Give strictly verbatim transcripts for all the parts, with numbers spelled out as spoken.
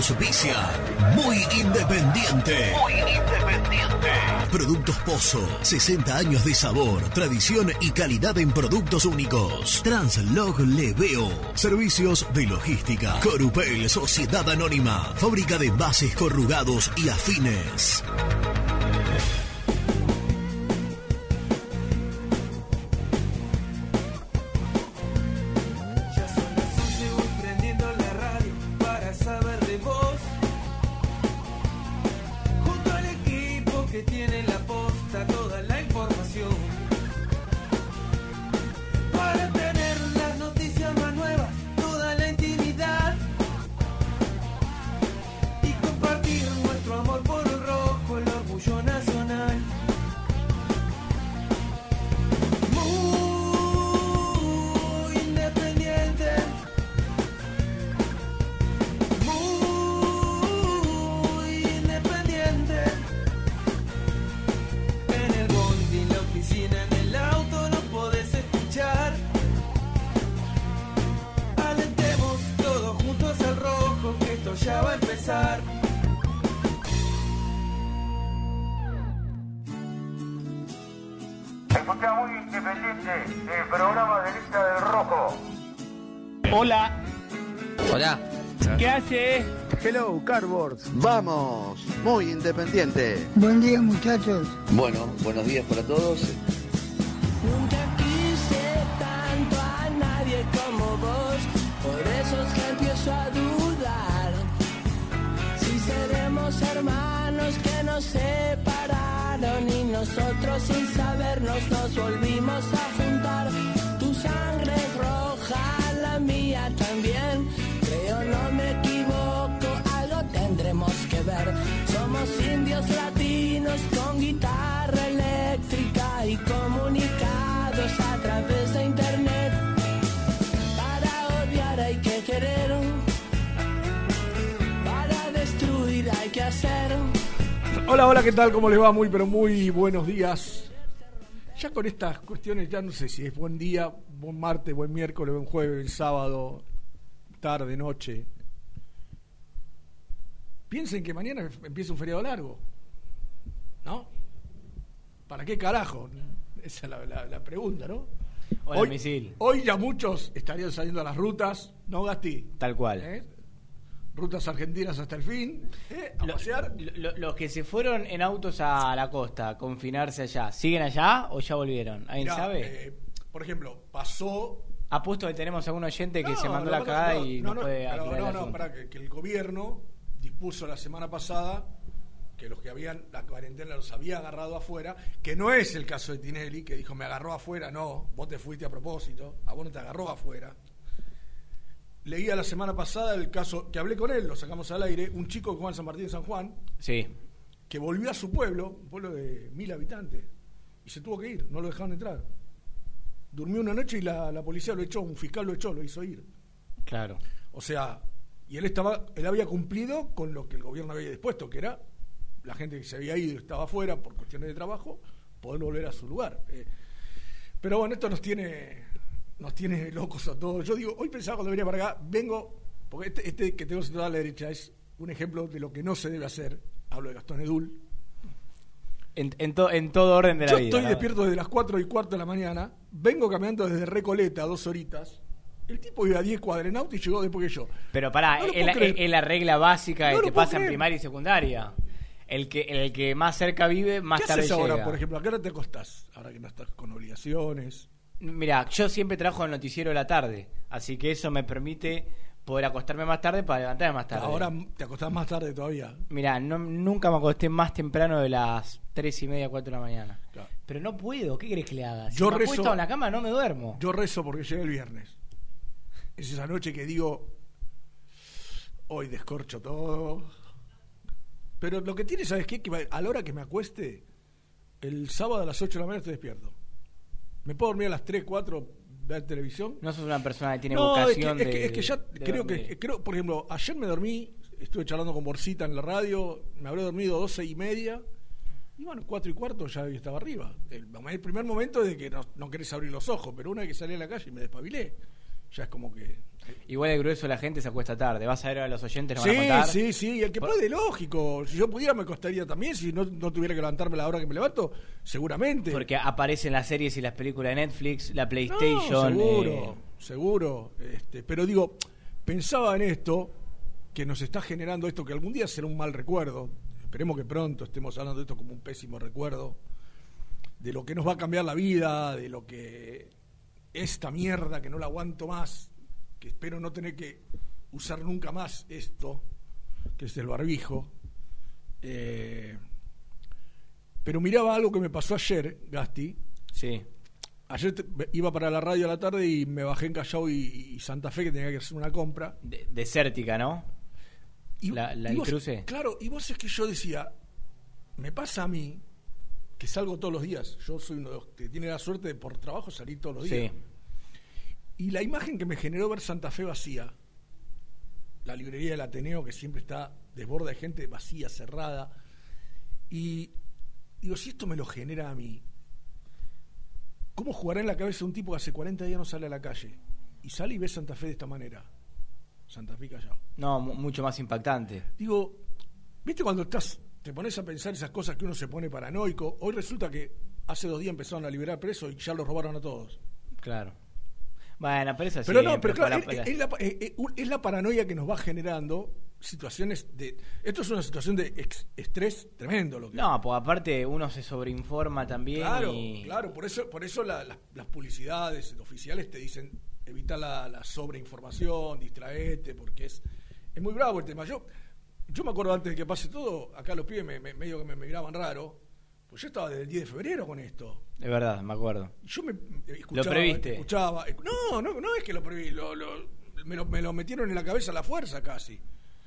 Auspicia. Muy independiente. Muy independiente. Productos Pozo. sesenta años de sabor, tradición y calidad en productos únicos. Translog Leveo. Servicios de logística. Corupel, Sociedad Anónima. Fábrica de envases corrugados y afines. Hola. Hola. ¿Qué hace? Hello, Cardboard. Vamos, muy independiente. Buen día, muchachos. Bueno, buenos días para todos. Nunca quise tanto a nadie como vos, por eso es que empiezo a dudar. Si seremos hermanos que nos separaron y nosotros sin sabernos nos volvimos a juntar. Tu sangre es roja, la mía también. Creo no me equivoco, algo tendremos que ver. Somos indios latinos con guitarra eléctrica y comunicados a través de internet. Para odiar hay que querer, para destruir hay que hacer. Hola, hola, ¿qué tal? ¿Cómo les va? Muy, pero muy buenos días. Ya con estas cuestiones, ya no sé si es buen día, buen martes, buen miércoles, buen jueves, buen sábado, tarde, noche. Piensen que mañana empieza un feriado largo, ¿no? ¿Para qué carajo? Esa es la, la, la pregunta, ¿no? Hola, hoy, misil. Hoy ya muchos estarían saliendo a las rutas, ¿no, Gasti? Tal cual. ¿Eh? Rutas argentinas hasta el fin, ¿eh? A Lo- pasear. lo- los que se fueron en autos a la costa a confinarse allá, ¿siguen allá o ya volvieron? ¿Alguien Mirá, sabe? eh, por ejemplo, pasó... Apuesto que tenemos a un oyente que No, se mandó no, la no, cagada no, y no, no, no, puede pero aclarar no, el no, asunto. para que, que el gobierno dispuso la semana pasada que los que habían la cuarentena los había agarrado afuera, que no es el caso de Tinelli, que dijo me agarró afuera. No, vos te fuiste a propósito, a vos no te agarró afuera. Leía la semana pasada el caso, que hablé con él, lo sacamos al aire, un chico que juega en San Martín de San Juan, Sí. que volvió a su pueblo, un pueblo de mil habitantes, y se tuvo que ir, no lo dejaron entrar. Durmió una noche y la, la policía lo echó, un fiscal lo echó, lo hizo ir. Claro. O sea, y él estaba, él había cumplido con lo que el gobierno había dispuesto, que era la gente que se había ido y estaba afuera por cuestiones de trabajo, poder volver a su lugar. Eh, pero bueno, esto nos tiene, nos tiene locos a todos. Yo digo, hoy pensaba cuando venía para acá, vengo, porque este, este que tengo sentado a la derecha es un ejemplo de lo que no se debe hacer. Hablo de Gastón Edul. En, en, to- en todo orden de la Yo vida. estoy ¿no? despierto desde las cuatro y cuarto de la mañana, vengo caminando desde Recoleta dos horitas. El tipo iba a diez cuadras en auto y llegó después que yo. Pero pará, No lo es, puedo la, creer. es la regla básica No que lo te puedo pasa en creer. primaria y secundaria. El que, el que más cerca vive, más ¿Qué tarde haces llega. ahora, por ejemplo? ¿A qué hora te acostás? Ahora que no estás con obligaciones. Mira, yo siempre trabajo el noticiero de la tarde, así que eso me permite poder acostarme más tarde para levantarme más tarde. Ahora te acostás más tarde todavía. Mira, no, nunca me acosté más temprano de las tres y media, cuatro de la mañana. Claro. Pero no puedo, ¿qué querés que le haga? Si Yo me rezo- acuesto en la cama no me duermo. Yo rezo porque llegué el viernes. Es esa noche que digo, hoy descorcho todo. Pero lo que tiene, ¿sabes qué? Que a la hora que me acueste, el sábado a las ocho de la mañana estoy despierto. Me puedo dormir a las tres, cuatro, ver televisión. No sos una persona que tiene No, es que, vocación es, que, de es que ya de creo dormir. que, creo, por ejemplo, ayer me dormí, estuve charlando con Borsita en la radio, me habré dormido doce y media, y bueno, cuatro y cuarto ya estaba arriba. El, el primer momento es de que no, no querés abrir los ojos, pero una vez que salí a la calle me despabilé. ya es como que... Igual el grueso de la gente se acuesta tarde. Vas a ver a los oyentes, nos Sí, van a contar. sí, sí, y el que Por- puede, lógico. Si yo pudiera me costaría también, si no, no tuviera que levantarme a la hora que me levanto, seguramente. Porque aparecen las series y las películas de Netflix, la No, PlayStation. seguro, eh, seguro. Este, pero digo, pensaba en esto, que nos está generando esto, que algún día será un mal recuerdo. Esperemos que pronto estemos hablando de esto como un pésimo recuerdo, de lo que nos va a cambiar la vida, de lo que esta mierda que no la aguanto más, que espero no tener que usar nunca más esto, que es el barbijo. Eh, pero miraba algo que me pasó ayer, Gasti. Sí. Ayer te- iba para la radio a la tarde y me bajé en Callao y, y Santa Fe, que tenía que hacer una compra. De- desértica, ¿no? Y, La- la- y el vos- cruce. Claro, y vos es que yo decía, me pasa a mí, que salgo todos los días. Yo soy uno de los que tiene la suerte de por trabajo salir todos los días. Sí. Y la imagen que me generó ver Santa Fe vacía, la librería del Ateneo, que siempre está desborda de gente, vacía, cerrada. Y digo, si esto me lo genera a mí, ¿cómo jugará en la cabeza un tipo que hace cuarenta días no sale a la calle? Y sale y ve Santa Fe de esta manera. Santa Fe Callao. No, mu- mucho más impactante. Digo, ¿viste cuando estás, te pones a pensar esas cosas que uno se pone paranoico? Hoy resulta que hace dos días empezaron a liberar presos y ya los robaron a todos. Claro. Bueno, pero eso Pero sí, no, pero claro, para- es, es la, es- es- es la paranoia que nos va generando situaciones de... Esto es una situación de ex- estrés tremendo. Lo que, No, pues aparte uno se sobreinforma también. claro, y... claro, por eso, por eso la- la- las publicidades oficiales te dicen evita la, la sobreinformación, distraete, porque es, es muy bravo el tema. Yo, yo me acuerdo antes de que pase todo, acá los pibes me, me- medio que me, me miraban raro, pues yo estaba desde el diez de febrero con esto. Es verdad, me acuerdo. Yo me escuchaba, previste? escuchaba, esc- no, no, no es que lo preví, lo, lo- me, lo, me lo metieron en la cabeza a la fuerza casi.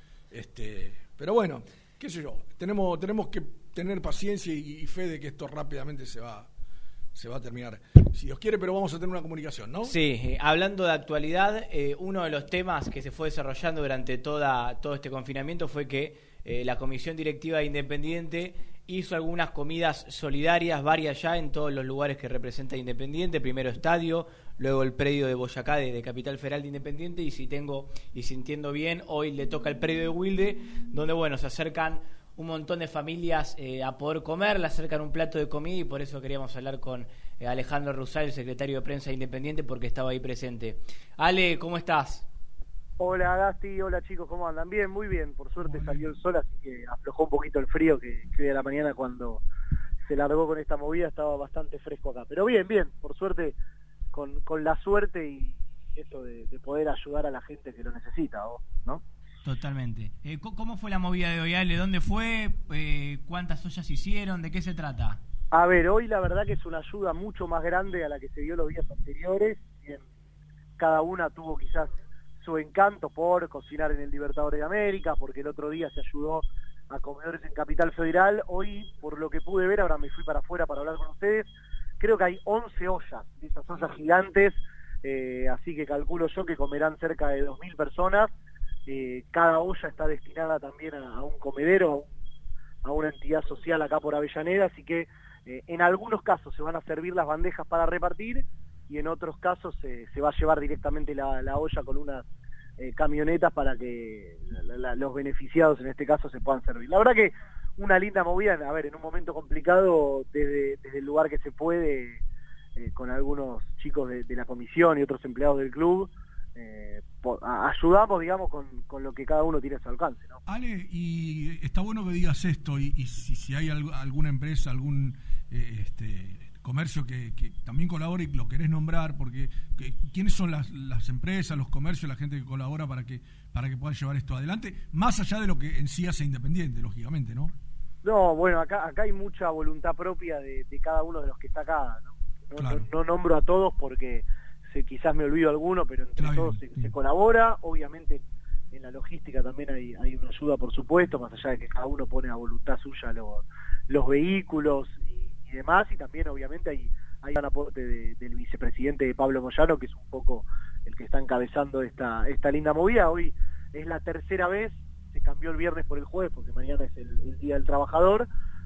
Este, pero bueno, qué sé yo, tenemos, tenemos que tener paciencia y, y fe de que esto rápidamente se va, se va a terminar. Si Dios quiere, pero vamos a tener una comunicación, ¿no? Sí, eh, hablando de actualidad, eh, uno de los temas que se fue desarrollando durante toda todo este confinamiento fue que eh, la Comisión Directiva de Independiente hizo algunas comidas solidarias, varias ya en todos los lugares que representa Independiente, primero estadio, luego el predio de Boyacá de, de Capital Federal de Independiente, y si tengo y si entiendo bien, hoy le toca el predio de Wilde, donde bueno, se acercan un montón de familias eh, a poder comer, le acercan un plato de comida, y por eso queríamos hablar con eh, Alejandro Rusal, el secretario de prensa de Independiente, porque estaba ahí presente. Ale, ¿cómo estás? Hola Gasti, hola chicos, ¿cómo andan? Bien, muy bien, por suerte salió el sol, así que aflojó un poquito el frío, que, que hoy a la mañana cuando se largó con esta movida estaba bastante fresco acá. Pero bien, bien, por suerte, con, con la suerte y eso de, de poder ayudar a la gente que lo necesita, ¿no? Totalmente. Eh, ¿Cómo fue la movida de hoy, Ale? ¿Dónde fue? Eh, ¿Cuántas ollas hicieron? ¿De qué se trata? A ver, hoy la verdad que es una ayuda mucho más grande a la que se dio los días anteriores. Bien, cada una tuvo quizás su encanto por cocinar en el Libertadores de América, porque el otro día se ayudó a comedores en Capital Federal. Hoy, por lo que pude ver, ahora me fui para afuera para hablar con ustedes, creo que hay once ollas, de esas ollas gigantes, eh, así que calculo yo que comerán cerca de dos mil personas. Eh, cada olla está destinada también a, a un comedero, a, un, a una entidad social acá por Avellaneda, así que eh, en algunos casos se van a servir las bandejas para repartir, y en otros casos eh, se va a llevar directamente la, la olla con unas eh, camionetas para que la, la, los beneficiados en este caso se puedan servir. La verdad que una linda movida, a ver, en un momento complicado, desde, desde el lugar que se puede, eh, con algunos chicos de, de la comisión y otros empleados del club, eh, por, a, ayudamos, digamos, con, con lo que cada uno tiene a su alcance, ¿no? Ale, y está bueno que digas esto, y, y si, si hay algo, alguna empresa, algún eh, este, comercio que, que también colabore y lo querés nombrar, porque que, ¿quiénes son las, las empresas, los comercios, la gente que colabora para que para que puedan llevar esto adelante, más allá de lo que en sí hace Independiente, lógicamente, ¿no? No, bueno, acá acá hay mucha voluntad propia de, de cada uno de los que está acá, ¿no? No, Claro. no, no nombro a todos porque se, quizás me olvido alguno, pero entre Está todos bien, se, sí. se colabora. Obviamente en la logística también hay, hay una ayuda, por supuesto, más allá de que cada uno pone a voluntad suya lo- los vehículos y, y demás, y también obviamente hay, hay un aporte de- del vicepresidente de Pablo Moyano, que es un poco el que está encabezando esta, esta linda movida. Hoy es la tercera vez, se cambió el viernes por el jueves porque mañana es el, el Día del Trabajador,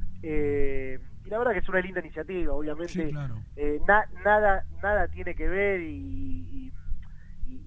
eh, y la verdad que es una linda iniciativa. Obviamente Sí, claro. eh, na- nada nada tiene que ver y, y, y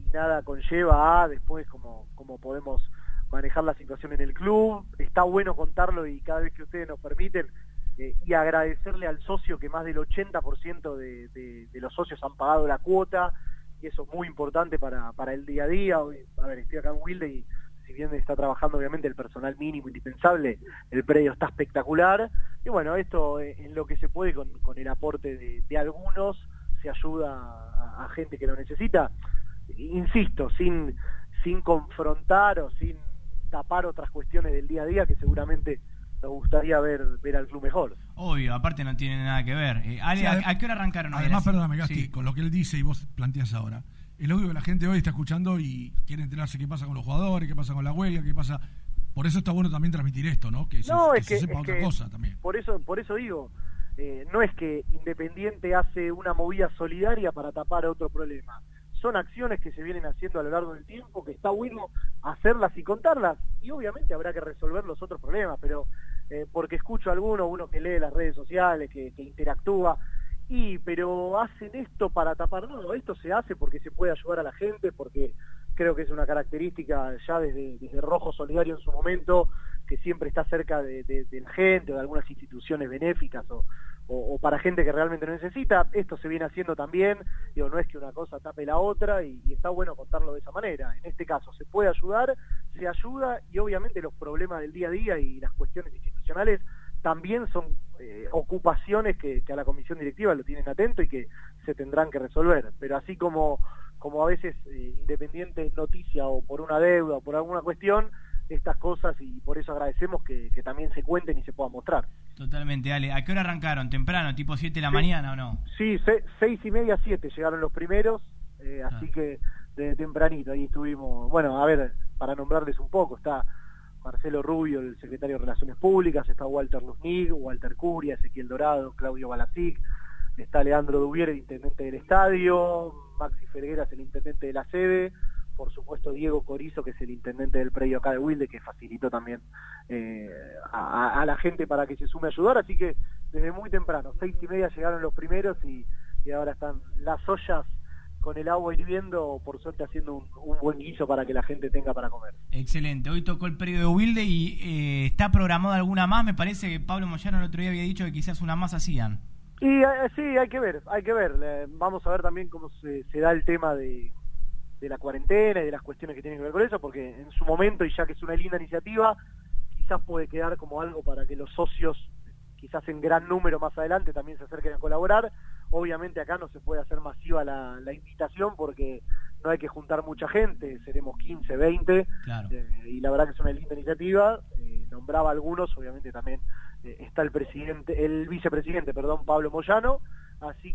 y nada conlleva a después como, como podemos manejar la situación en el club. Está bueno contarlo y cada vez que ustedes nos permiten, eh, y agradecerle al socio que más del ochenta por ciento de, de, de los socios han pagado la cuota, y eso es muy importante para, para el día a día. Hoy, a ver, estoy acá en Wilde y si bien está trabajando obviamente el personal mínimo indispensable, el predio está espectacular, y bueno, esto en lo que se puede con, con el aporte de, de algunos, se ayuda a, a gente que lo necesita, insisto, sin, sin confrontar o sin tapar otras cuestiones del día a día que seguramente nos gustaría ver ver al club mejor. Obvio, aparte no tiene nada que ver. Eh, Ale, sí, ¿a, ¿a qué hora arrancaron hoy? Además, perdóname, Gasti, sí. Con lo que él dice y vos planteas ahora, es obvio que la gente hoy está escuchando y quiere enterarse qué pasa con los jugadores, qué pasa con la huelga, qué pasa. Por eso está bueno también transmitir esto, ¿no? Que se, no, que es se que, sepa es otra que cosa también. Por eso, por eso digo, eh, no es que Independiente hace una movida solidaria para tapar otro problema. Son acciones que se vienen haciendo a lo largo del tiempo, que está bueno hacerlas y contarlas, y obviamente habrá que resolver los otros problemas, pero eh, porque escucho a alguno, uno que lee las redes sociales, que, que interactúa, y pero hacen esto para tapar. No, esto se hace porque se puede ayudar a la gente, porque creo que es una característica ya desde, desde Rojo Solidario en su momento, que siempre está cerca de, de, de la gente o de algunas instituciones benéficas o, o, o para gente que realmente lo necesita. Esto se viene haciendo también, digo, no es que una cosa tape la otra, y, y está bueno contarlo de esa manera. En este caso se puede ayudar, se ayuda, y obviamente los problemas del día a día y las cuestiones institucionales también son eh, ocupaciones que, que a la comisión directiva lo tienen atento y que se tendrán que resolver. Pero así como, como a veces eh, Independiente noticia o por una deuda o por alguna cuestión, estas cosas, y por eso agradecemos que, que también se cuenten y se puedan mostrar. Totalmente, Ale. ¿A qué hora arrancaron? ¿Temprano, tipo siete de la sí. mañana o no? Sí, se, seis y media, siete llegaron los primeros, eh, ah. así que de tempranito ahí estuvimos. Bueno, a ver, para nombrarles un poco, está Marcelo Rubio, el secretario de Relaciones Públicas, está Walter Luznig, Walter Curia, Ezequiel Dorado, Claudio Balasic, está Leandro Dubier, el intendente del estadio, Maxi Fergueras, el intendente de la sede, por supuesto Diego Corizo, que es el intendente del predio acá de Wilde, que facilitó también eh, a, a la gente para que se sume a ayudar, así que desde muy temprano, seis y media llegaron los primeros, y, y ahora están las ollas con el agua hirviendo, por suerte haciendo un, un buen guiso para que la gente tenga para comer. Excelente, hoy tocó el predio de Wilde y eh, está programada alguna más. Me parece que Pablo Moyano el otro día había dicho que quizás una más hacían. Y eh, sí, hay que ver, hay que ver, eh, vamos a ver también cómo se, se da el tema de de la cuarentena y de las cuestiones que tienen que ver con eso, porque en su momento, y ya que es una linda iniciativa, quizás puede quedar como algo para que los socios, quizás en gran número más adelante, también se acerquen a colaborar. Obviamente acá no se puede hacer masiva la, la invitación porque no hay que juntar mucha gente, seremos quince, veinte, claro. eh, y la verdad que es una linda iniciativa. Eh, nombraba algunos, obviamente también eh, está el presidente, el vicepresidente, perdón, Pablo Moyano, así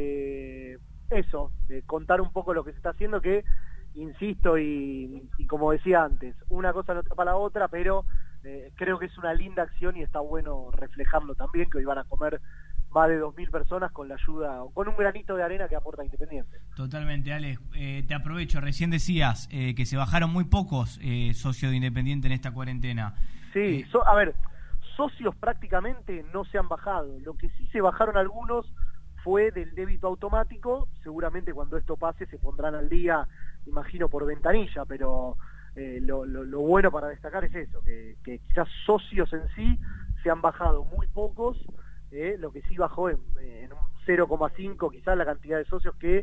que eso, eh, contar un poco lo que se está haciendo, que insisto y, y como decía antes, una cosa no tapa la otra, pero eh, creo que es una linda acción y está bueno reflejarlo también, que hoy van a comer más de dos mil personas con la ayuda, con un granito de arena que aporta Independiente. Totalmente, Ale. Eh, te aprovecho, recién decías eh, que se bajaron muy pocos eh, socios de Independiente en esta cuarentena. Sí, eh, so, a ver, socios prácticamente no se han bajado, lo que sí se bajaron algunos fue del débito automático. Seguramente cuando esto pase se pondrán al día, imagino, por ventanilla, pero eh, lo, lo, lo bueno para destacar es eso, que, que quizás socios en sí se han bajado muy pocos, eh, lo que sí bajó en, en un cero coma cinco quizás la cantidad de socios que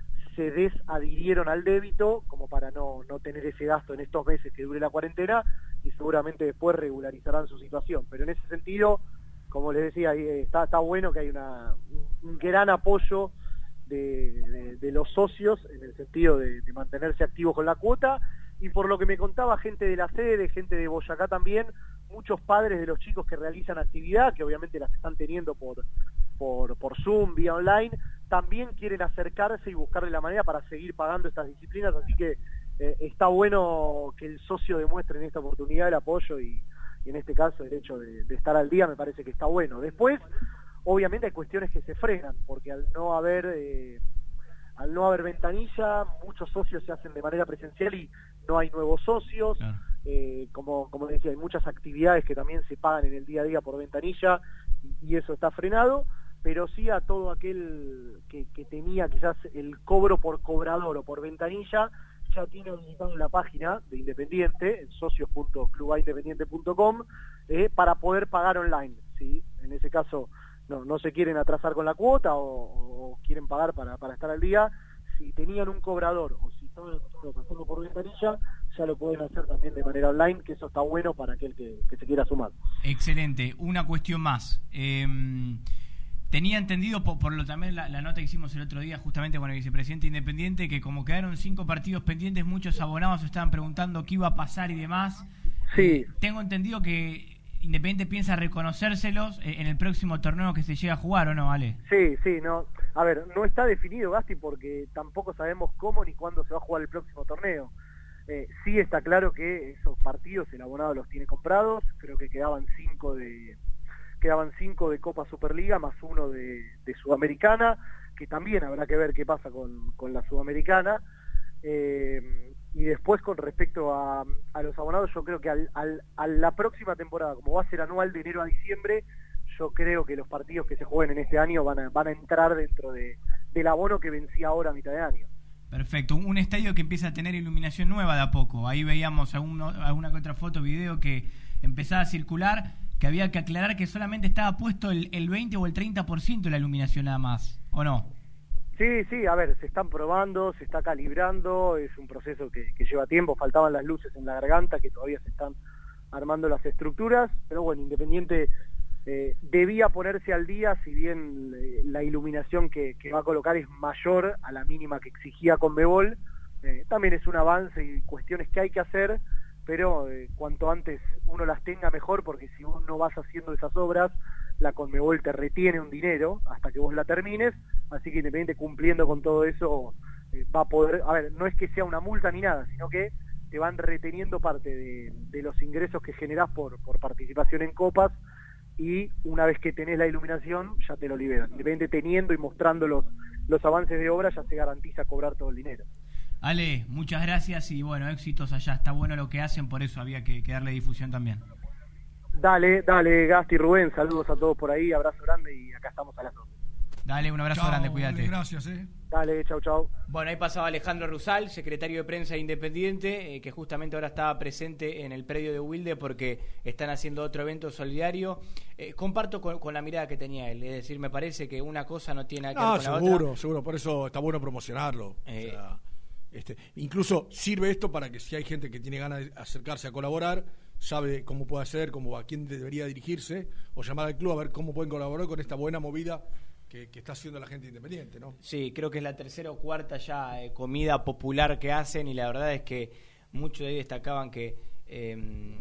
se desadhirieron al débito, como para no, no tener ese gasto en estos meses que dure la cuarentena, y seguramente después regularizarán su situación. Pero en ese sentido, como les decía, está, está bueno que hay una, un gran apoyo de, de, de los socios en el sentido de, de mantenerse activos con la cuota, y por lo que me contaba gente de la sede, gente de Boyacá también, muchos padres de los chicos que realizan actividad, que obviamente las están teniendo por, por, por Zoom, vía online, también quieren acercarse y buscarle la manera para seguir pagando estas disciplinas, así que eh, está bueno que el socio demuestre en esta oportunidad el apoyo y y en este caso el hecho de, de estar al día me parece que está bueno. Después, obviamente hay cuestiones que se frenan, porque al no haber eh, al no haber ventanilla, muchos socios se hacen de manera presencial y no hay nuevos socios. Claro. Eh, como, como decía, hay muchas actividades que también se pagan en el día a día por ventanilla y, y eso está frenado, pero sí a todo aquel que, que tenía quizás el cobro por cobrador o por ventanilla, ya tiene habilitado la página de Independiente, en socios punto club a independiente punto com, eh, para poder pagar online, ¿sí? En ese caso no, no se quieren atrasar con la cuota o, o quieren pagar para, para estar al día. Si tenían un cobrador o si estaban pasando por ventanilla, ya lo pueden hacer también de manera online, que eso está bueno para aquel que, que se quiera sumar. Excelente. Una cuestión más. Eh, tenía entendido, por, por lo también la, la nota que hicimos el otro día justamente con el vicepresidente Independiente, que como quedaron cinco partidos pendientes, muchos abonados estaban preguntando qué iba a pasar y demás. Sí. Eh, tengo entendido que Independiente piensa reconocérselos en el próximo torneo que se llega a jugar, ¿o no, Ale? Sí, sí, no. A ver, no está definido, Gasti, porque tampoco sabemos cómo ni cuándo se va a jugar el próximo torneo. Eh, sí está claro que esos partidos el abonado los tiene comprados. Creo que quedaban cinco de quedaban cinco de Copa Superliga más uno de, de Sudamericana, que también habrá que ver qué pasa con, con la Sudamericana. Eh, y después con respecto a, a los abonados, yo creo que al, al, a la próxima temporada, como va a ser anual de enero a diciembre, yo creo que los partidos que se jueguen en este año van a, van a entrar dentro de, del abono que vencía ahora a mitad de año. Perfecto, un estadio que empieza a tener iluminación nueva de a poco. Ahí veíamos alguno, alguna que otra foto, video que empezaba a circular, que había que aclarar que solamente estaba puesto el, el veinte o el treinta por ciento de la iluminación nada más, ¿o no? Sí, sí, a ver, se están probando, se está calibrando, es un proceso que, que lleva tiempo, faltaban las luces en la garganta, que todavía se están armando las estructuras, pero bueno, Independiente eh, debía ponerse al día, si bien eh, la iluminación que, que va a colocar es mayor a la mínima que exigía Conmebol, eh, también es un avance y cuestiones que hay que hacer, pero eh, cuanto antes uno las tenga mejor, porque si vos no vas haciendo esas obras, la Conmebol te retiene un dinero hasta que vos la termines, así que Independiente cumpliendo con todo eso eh, va a poder, a ver, no es que sea una multa ni nada, sino que te van reteniendo parte de, de los ingresos que generás por, por participación en copas, y una vez que tenés la iluminación ya te lo liberan. Independiente teniendo y mostrando los, los avances de obra ya se garantiza cobrar todo el dinero. Ale, muchas gracias y bueno, éxitos allá, está bueno lo que hacen, por eso había que, que darle difusión también. Dale, dale, Gasti, Rubén, saludos a todos por ahí, abrazo grande y acá estamos a las dos. Dale, un abrazo Chau, grande, cuídate. Dale, gracias, eh. Dale, chau, chau. Bueno, ahí pasaba Alejandro Rusal, secretario de prensa de Independiente, eh, que justamente ahora estaba presente en el predio de Wilde porque están haciendo otro evento solidario. Eh, comparto con, con la mirada que tenía él, es decir, me parece que una cosa no tiene nada que No, ver con la seguro, otra. seguro, por eso está bueno promocionarlo. Eh, o sea, este, incluso sirve esto para que si hay gente que tiene ganas de acercarse a colaborar, sabe cómo puede hacer, cómo a quién debería dirigirse, o llamar al club a ver cómo pueden colaborar con esta buena movida que, que está haciendo la gente Independiente, ¿no? Sí, creo que es la tercera o cuarta ya eh, comida popular que hacen y la verdad es que muchos de ahí destacaban que eh,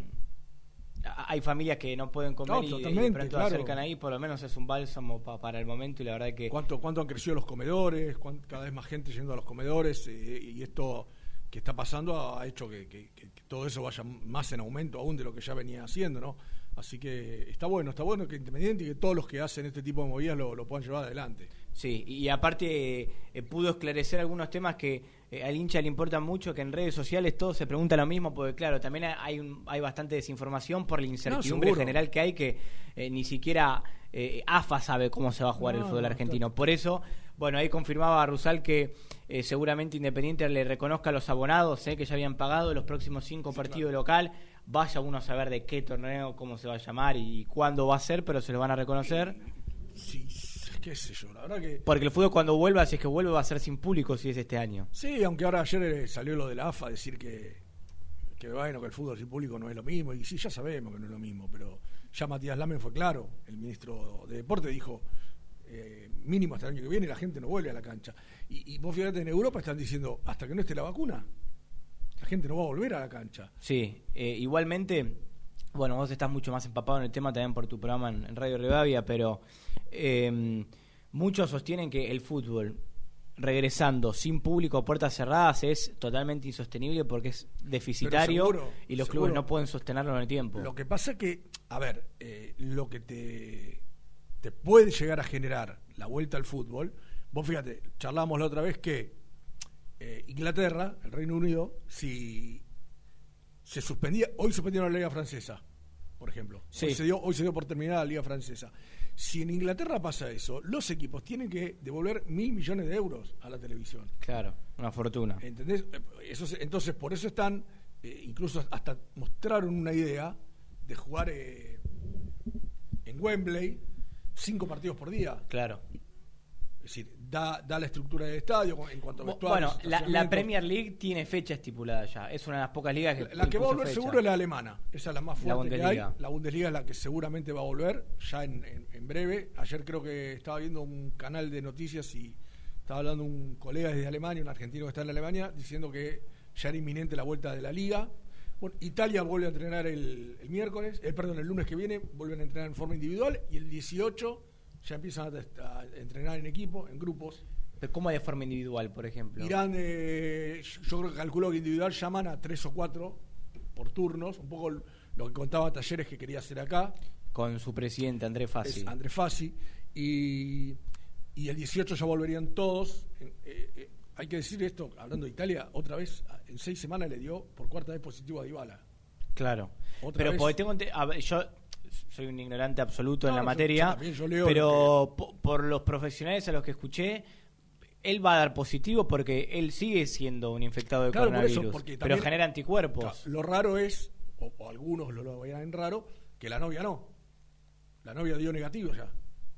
hay familias que no pueden comer No, y, totalmente, y de pronto claro. acercan ahí, por lo menos es un bálsamo pa, para el momento y la verdad es que... ¿Cuánto, cuánto han crecido los comedores? Cuánto, cada vez más gente yendo a los comedores eh, y esto que está pasando ha hecho que, que, que todo eso vaya más en aumento aún de lo que ya venía haciendo, ¿no? Así que está bueno, está bueno que Independiente y que todos los que hacen este tipo de movidas lo, lo puedan llevar adelante. Sí, y aparte eh, pudo esclarecer algunos temas que eh, al hincha le importan mucho, que en redes sociales todos se preguntan lo mismo, porque claro, también hay un, hay bastante desinformación por la incertidumbre No, general que hay, que eh, ni siquiera eh, A F A sabe cómo se va a jugar No, el fútbol no, argentino. Por eso, bueno, ahí confirmaba a Rusal que eh, seguramente Independiente le reconozca a los abonados eh, que ya habían pagado los próximos cinco Sí, partidos claro. local. Vaya uno a saber de qué torneo, cómo se va a llamar y cuándo va a ser, pero se lo van a reconocer. Sí, qué sé yo, la verdad que... Porque el fútbol cuando vuelva, si es que vuelve, va a ser sin público si es este año. Sí, aunque ahora ayer eh, salió lo de la A F A, decir que, que bueno, que el fútbol sin público no es lo mismo, y sí, ya sabemos que no es lo mismo, pero ya Matías Lamen fue claro, el ministro de Deporte dijo, eh, mínimo hasta el año que viene la gente no vuelve a la cancha. Y, y vos fíjate, en Europa están diciendo, hasta que no esté la vacuna, la gente no va a volver a la cancha. Sí, eh, igualmente, bueno, vos estás mucho más empapado en el tema también por tu programa en, en Radio Rivadavia, pero eh, muchos sostienen que el fútbol regresando sin público a puertas cerradas es totalmente insostenible porque es deficitario seguro, y los seguro. clubes no pueden sostenerlo en el tiempo. Lo que pasa es que, a ver, eh, lo que te, te puede llegar a generar la vuelta al fútbol, vos fíjate, charlábamos la otra vez que eh, Inglaterra, el Reino Unido, si se suspendía, hoy suspendieron la Liga Francesa, por ejemplo, Sí. hoy, se dio, hoy se dio por terminada la Liga Francesa. Si en Inglaterra pasa eso, los equipos tienen que devolver mil millones de euros a la televisión. Claro, una fortuna. ¿Entendés? Eso, entonces, por eso están, eh, incluso hasta mostraron una idea de jugar eh, en Wembley cinco partidos por día. Claro. Es decir, da, da la estructura del estadio en cuanto a vestuarios. Bueno, la, la Premier League tiene fecha estipulada ya. Es una de las pocas ligas que La, la que va a volver fecha. seguro es la alemana. Esa es la más fuerte la que hay. La Bundesliga es la que seguramente va a volver ya en, en, en breve. Ayer creo que estaba viendo un canal de noticias y estaba hablando un colega desde Alemania, un argentino que está en Alemania, diciendo que ya era inminente la vuelta de la liga. Bueno, Italia vuelve a entrenar el, el miércoles, el, perdón, el lunes que viene, vuelven a entrenar en forma individual y el dieciocho ya empiezan a, a entrenar en equipo, en grupos. ¿Pero cómo de forma individual, por ejemplo? Irán, eh, yo creo que calculo que individual llaman a tres o cuatro por turnos, un poco lo que contaba Talleres que quería hacer acá. Con su presidente, Andrés Fassi. Es Andrés Fassi. Y, y el dieciocho ya volverían todos. Eh, eh, hay que decir esto, hablando de Italia, otra vez, en seis semanas le dio por cuarta vez positivo a Dybala. Claro. Otra pero vez. Porque tengo, a ver, yo soy un ignorante absoluto no, en la yo, materia, yo también, yo leo pero que... po, por los profesionales a los que escuché, él va a dar positivo porque él sigue siendo un infectado de claro, coronavirus, por eso, porque pero también, genera anticuerpos. Claro, lo raro es, o, o algunos lo, lo veían raro, que la novia no. La novia dio negativo ya.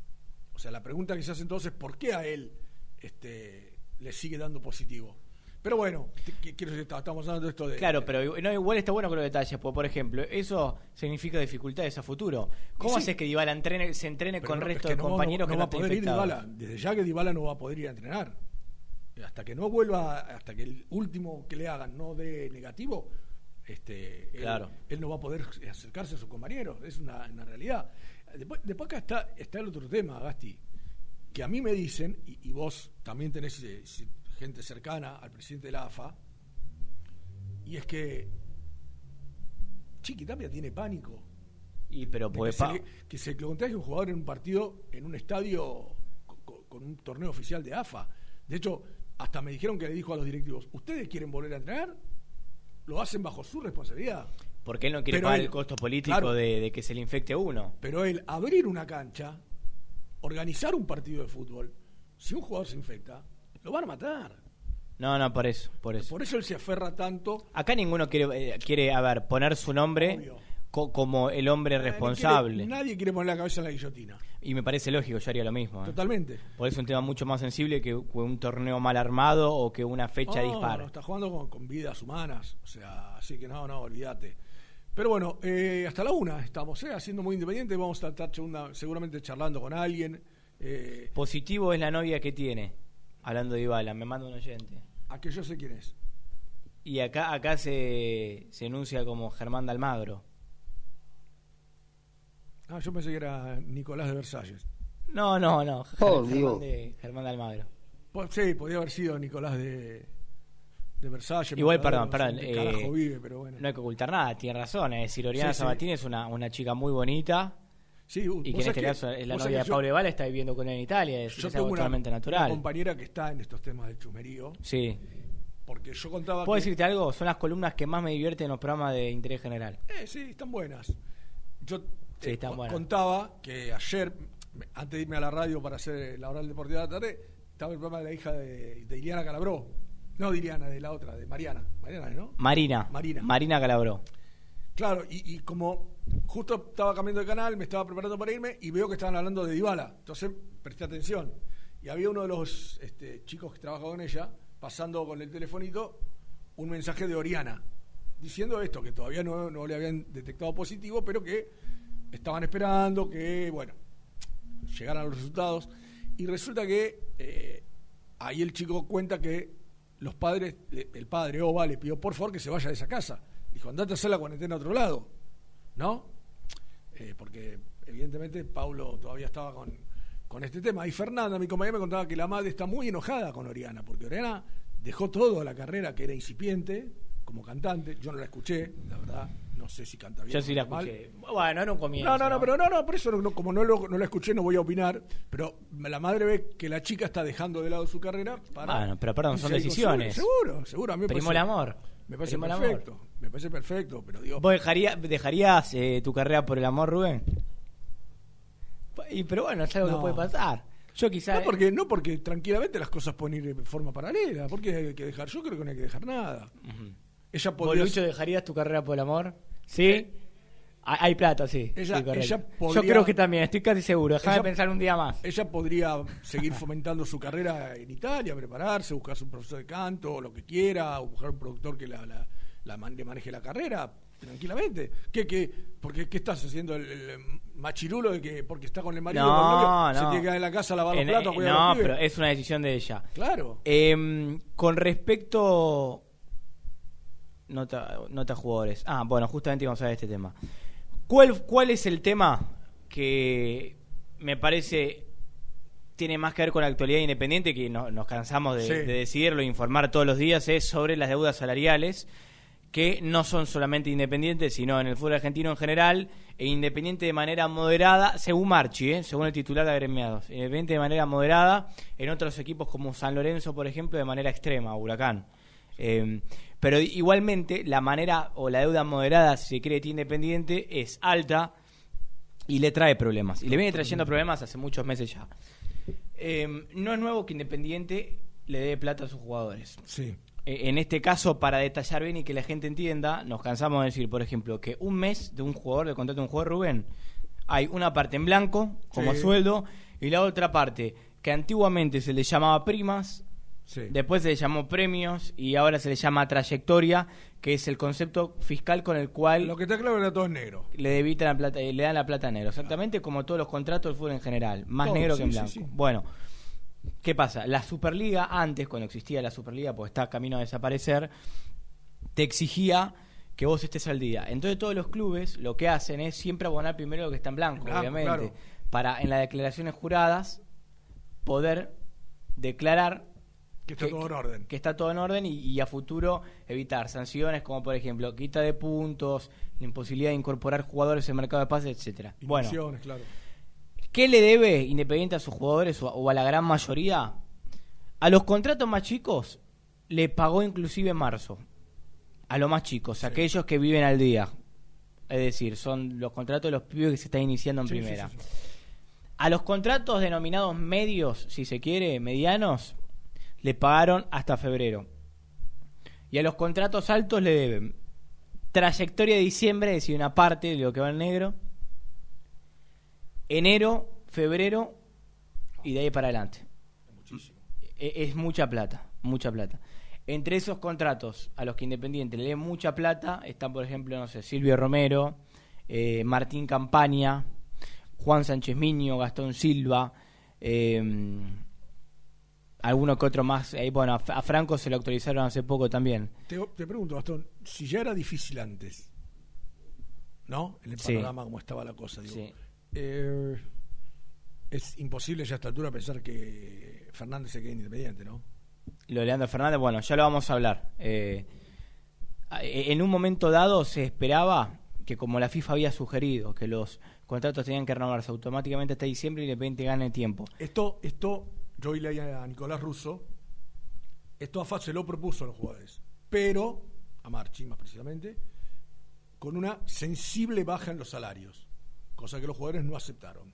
O sea, la pregunta que se hace entonces es ¿por qué a él este, le sigue dando positivo? Pero bueno, te, quiero decir, estamos hablando de esto de... Claro, pero no, igual está bueno con los detalles, porque por ejemplo, eso significa dificultades a futuro. ¿Cómo sí, haces que Dybala entrene, se entrene con no, el resto es que de no, compañeros no, no que va no a poder están ir infectados? Dybala. Desde ya que Dybala no va a poder ir a entrenar. Hasta que no vuelva, hasta que el último que le hagan no dé negativo, este, claro. él, él no va a poder acercarse a sus compañeros. Es una, una realidad. Después, después acá está, está el otro tema, Gasti, que a mí me dicen, y, y vos también tenés eh, gente cercana al presidente de la A F A, y es que Chiqui Tapia tiene pánico. Y pero puede que, se le, que se le contagie un jugador en un partido, en un estadio con, con un torneo oficial de A F A. De hecho, hasta me dijeron que le dijo a los directivos, ¿ustedes quieren volver a entrenar? Lo hacen bajo su responsabilidad. Porque él no quiere pero pagar él, el costo político claro, de, de que se le infecte uno. Pero él, abrir una cancha, organizar un partido de fútbol, si un jugador se infecta, lo van a matar. No, no, por eso, por eso. Por eso él se aferra tanto. Acá ninguno quiere, eh, quiere a ver, poner su nombre co como el hombre nadie responsable. Quiere, nadie quiere poner la cabeza en la guillotina. Y me parece lógico, yo haría lo mismo. ¿eh? Totalmente. Por eso es un tema mucho más sensible que, que un torneo mal armado o que una fecha no, dispar. No, está jugando con, con vidas humanas, o sea, así que no, no, olvídate. Pero bueno, eh, hasta la una estamos, eh, haciendo muy independiente, vamos a estar una, seguramente charlando con alguien. Eh, Positivo es la novia que tiene, hablando de Dybala, me manda un oyente. A que yo sé quién es. Y acá acá se, se enuncia como Germán de Almagro. Ah, yo pensé que era Nicolás de Versalles. No, no, no. Oh, Germán, Dios. de, Germán de Almagro. Pues, sí, podía haber sido Nicolás de, de Versalles. Igual, Matador, perdón, no sé perdón. en qué carajo Eh, vive, pero bueno. No hay que ocultar nada, tiene razón. Es decir, Oriana Sí, Sabatini sí. es una, una chica muy bonita. Sí, Y que en este caso es la novia de yo, Pablo Dybala, está viviendo con él en Italia. Es, yo es tengo algo una, totalmente una natural. compañera que está en estos temas del chumerío. Sí. Porque yo contaba ¿Puedo que... decirte algo? Son las columnas que más me divierten en los programas de interés general. Eh, sí, están buenas. Yo Sí, eh, están co- buenas. contaba que ayer, antes de irme a la radio para hacer la hora del deportivo de la tarde, estaba el programa de la hija de, de Iliana Calabró. No de Iliana, de la otra, de Mariana. Mariana, ¿no? Marina. Marina. Marina Calabró. Claro, y, y como justo estaba cambiando de canal, me estaba preparando para irme y veo que estaban hablando de Dybala. Entonces presté atención. Y había uno de los este, chicos que trabaja con ella, pasando con el telefonito, un mensaje de Oriana, diciendo esto, que todavía no, no le habían detectado positivo, pero que estaban esperando que, bueno, llegaran los resultados. Y resulta que eh, ahí el chico cuenta que los padres, el padre Oba le pidió por favor que se vaya de esa casa. Dijo, andate a hacer la cuarentena a otro lado, ¿no? Eh, porque evidentemente Paulo todavía estaba con, con este tema. Y Fernanda, mi compañera, me contaba que la madre está muy enojada con Oriana, porque Oriana dejó todo la carrera que era incipiente como cantante. Yo no la escuché, la verdad, no sé si canta bien. Yo sí la mal. escuché. Bueno, era un comienzo. No, no, no, pero no, no, por eso no, como no, lo, no la escuché no voy a opinar, pero la madre ve que la chica está dejando de lado su carrera para... Bueno, pero perdón, son irse ahí con su- decisiones. Seguro, seguro, a mí me Primo parece- el amor. Me parece Primo el perfecto, amor. me parece perfecto, pero digo... ¿Vos dejaría, dejarías eh, tu carrera por el amor, Rubén? Y, pero bueno, es algo No. que puede pasar. Yo quizás... No porque, no porque tranquilamente las cosas pueden ir de forma paralela. ¿Por qué hay que dejar? Yo creo que no hay que dejar nada. Uh-huh. Ella ¿Vos, podría... Lucho, dejarías tu carrera por el amor? ¿Sí? Eh, hay plata, sí. ella, sí, correcto. ella podría, Yo creo que también, estoy casi seguro. Déjame ella, pensar un día más. Ella podría seguir fomentando su carrera en Italia, prepararse, buscarse un profesor de canto, o lo que quiera, o buscar un productor que la, la, la man, le maneje la carrera, tranquilamente. ¿Qué, qué, porque, ¿qué estás haciendo? El, el machirulo de que porque está con el marido No, con el novio, no. se tiene que quedar en la casa a lavar los En- platos, a eh, cuidar a no, los pibes? pero es una decisión de ella. Claro. Eh, con respecto... Nota, nota jugadores. Ah, bueno, justamente íbamos a ver este tema. ¿Cuál, ¿Cuál es el tema que me parece tiene más que ver con la actualidad independiente, que no, nos cansamos de, Sí. de decirlo, informar todos los días? Es sobre las deudas salariales, que no son solamente Independiente, sino en el fútbol argentino en general, e Independiente de manera moderada, según Marchi, ¿eh? según el titular de agremiados, Independiente de manera moderada, en otros equipos como San Lorenzo, por ejemplo, de manera extrema, Huracán. Eh, pero igualmente la manera o la deuda moderada, si se cree, Independiente es alta y le trae problemas, y le viene trayendo problemas hace muchos meses ya. Eh, no es nuevo que Independiente le dé plata a sus jugadores. Sí. En este caso, para detallar bien y que la gente entienda, nos cansamos de decir, por ejemplo, que un mes de un jugador, de contrato de un jugador, Rubén, hay una parte en blanco, como Sí. sueldo, y la otra parte, que antiguamente se le llamaba primas, Sí. después se le llamó premios, y ahora se le llama trayectoria, que es el concepto fiscal con el cual Lo que está claro es que todo es negro. le debitan la plata, eh, le dan la plata a negro, exactamente como todos los contratos del fútbol en general, más Todo, negro sí, que en sí, blanco. sí. Bueno, ¿qué pasa? La Superliga, antes, cuando existía la Superliga, porque está camino a desaparecer, te exigía que vos estés al día. Entonces todos los clubes lo que hacen es siempre abonar primero lo que está en blanco, Blanco, obviamente, claro. para en las declaraciones juradas poder declarar Que está que- todo en orden. que está todo en orden y, y a futuro evitar sanciones como, por ejemplo, quita de puntos, la imposibilidad de incorporar jugadores en el mercado de pases, etcétera. Bueno, Inversiones, claro. ¿qué le debe Independiente a sus jugadores o a, o a la gran mayoría? A los contratos más chicos le pagó inclusive en marzo. A los más chicos, Sí. aquellos que viven al día. Es decir, son los contratos de los pibes que se están iniciando en Sí, sí, primera. sí, sí. A los contratos denominados medios, si se quiere, medianos, le pagaron hasta febrero. Y a los contratos altos le deben trayectoria de diciembre, es decir, una parte de lo que va en negro, enero, febrero y de ahí para adelante. Muchísimo. E- Es mucha plata, mucha plata. Entre esos contratos a los que Independiente le dé mucha plata están, por ejemplo, no sé, Silvio Romero, eh, Martín Campaña, Juan Sánchez Miño, Gastón Silva, eh, alguno que otro más. Eh, bueno, a, a Franco se lo actualizaron hace poco también. Te, te pregunto, Gastón, si ya era difícil antes, ¿no? En el Sí. panorama como estaba la cosa, digo. Sí. Eh, es imposible ya a esta altura pensar que Fernández se quede Independiente, ¿no? Lo de Leandro Fernández, bueno, ya lo vamos a hablar. Eh, en un momento dado se esperaba que, como la FIFA había sugerido, que los contratos tenían que renovarse automáticamente hasta diciembre y Independiente gane tiempo. Esto, esto, yo oí a Nicolás Russo, esto AFA se lo propuso a los jugadores, pero, a Marchi más precisamente, con una sensible baja en los salarios, cosa que los jugadores no aceptaron.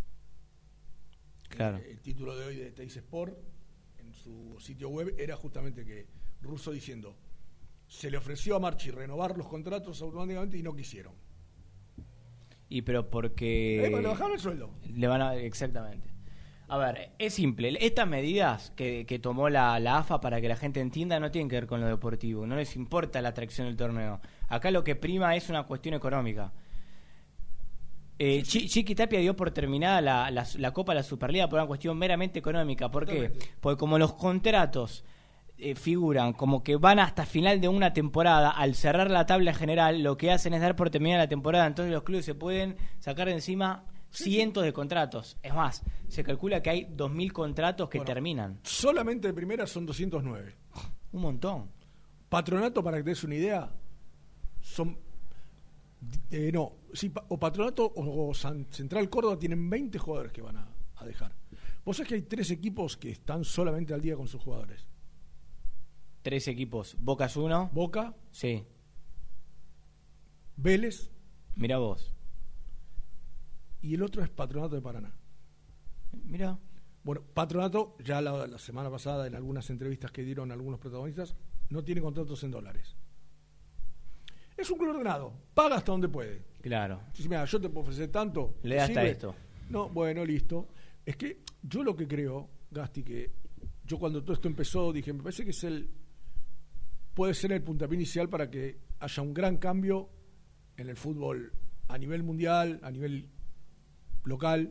Claro. El, el título de hoy de Teis Sport en su sitio web era justamente que Russo diciendo, se le ofreció a Marchi renovar los contratos automáticamente y no quisieron. Y pero porque... Eh, le bajaron el sueldo. Le van a, exactamente. A ver, es simple. Estas medidas que, que tomó la, la AFA, para que la gente entienda, no tienen que ver con lo deportivo. No les importa la atracción del torneo. Acá lo que prima es una cuestión económica. Eh, Chi- Chiqui Tapia dio por terminada la, la, la Copa de la Superliga por una cuestión meramente económica. ¿Por qué? Totalmente. Porque como los contratos eh, figuran como que van hasta final de una temporada, al cerrar la tabla general, lo que hacen es dar por terminada la temporada. Entonces los clubes se pueden sacar de encima cientos de contratos. Es más, se calcula que hay dos mil contratos que Bueno, terminan. Solamente de primera son doscientos nueve. Un montón. Patronato, para que te des una idea, son... Eh, no, sí, pa- o Patronato o, o San- Central Córdoba tienen veinte jugadores que van a, a dejar. Vos sabés que hay tres equipos que están solamente al día con sus jugadores. Tres equipos. Boca es uno. Boca, Sí. Vélez Mira vos. y el otro es Patronato de Paraná. Mira. Bueno, Patronato, ya la, la semana pasada en algunas entrevistas que dieron algunos protagonistas, no tiene contratos en dólares. Es un club ordenado, paga hasta donde puede. Claro. Si mira, yo te puedo ofrecer tanto. Le da hasta esto. No, bueno, listo. Es que yo lo que creo, Gasti, que yo cuando todo esto empezó dije, me parece que es el puede ser el puntapié inicial para que haya un gran cambio en el fútbol a nivel mundial, a nivel local.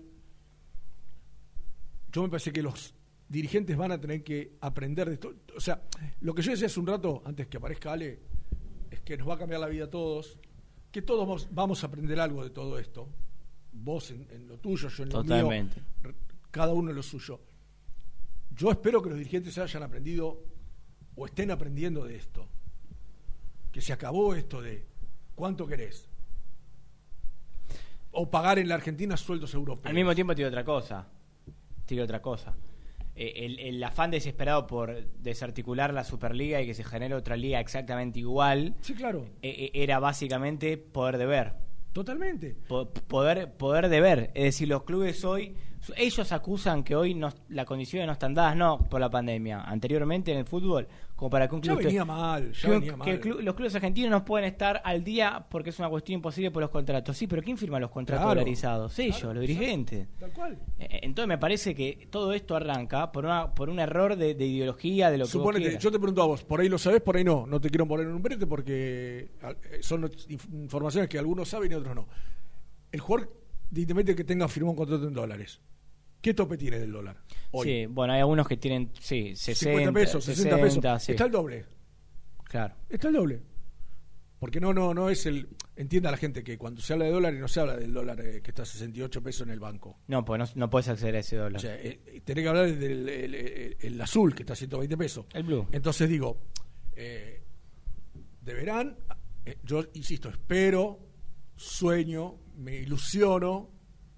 Yo me parece que los dirigentes van a tener que aprender de esto. O sea, lo que yo decía hace un rato, antes que aparezca Ale, es que nos va a cambiar la vida a todos, que todos vamos, vamos a aprender algo de todo esto. Vos en, en lo tuyo, yo en lo Totalmente. mío, cada uno en lo suyo. Yo espero que los dirigentes hayan aprendido o estén aprendiendo de esto. Que se acabó esto de ¿cuánto querés? O pagar en la Argentina sueldos europeos. Al mismo tiempo te digo otra cosa. Te digo otra cosa. Eh, el, el afán desesperado por desarticular la Superliga y que se genere otra liga exactamente igual. Sí, claro. Eh, era básicamente poder deber. Totalmente. Po- poder, poder deber. Es decir, los clubes hoy, ellos acusan que hoy no, las condiciones no están dadas, no por la pandemia, anteriormente en el fútbol, como para que un club... Ya venía mal, ya que, venía que mal. el club- los clubes argentinos no pueden estar al día porque es una cuestión imposible por los contratos. Sí, pero ¿quién firma los contratos Claro. dolarizados? Ellos, Claro, los dirigentes. Tal cual. Eh, Entonces me parece que todo esto arranca por una por un error de, de ideología de lo que vos Suponete, quieras. yo te pregunto a vos, por ahí lo sabés, por ahí no. No te quiero poner en un brete porque eh, son inf- informaciones que algunos saben y otros no. El jugador, independientemente que tenga firmado un contrato en dólares, ¿qué tope tiene del dólar hoy? Sí, bueno, hay algunos que tienen, sí, sesenta cincuenta pesos, sesenta pesos. sí. Está el doble. Claro. Está el doble. Porque no, no, no es el... Entienda la gente que cuando se habla de dólares no se habla del dólar eh, que está a sesenta y ocho pesos en el banco. No, pues no, no puedes acceder a ese dólar. O sea, eh, tenés que hablar del el, el- el azul, que está a ciento veinte pesos. El blue. Entonces digo, eh, deberán, eh, yo insisto, espero, sueño, me ilusiono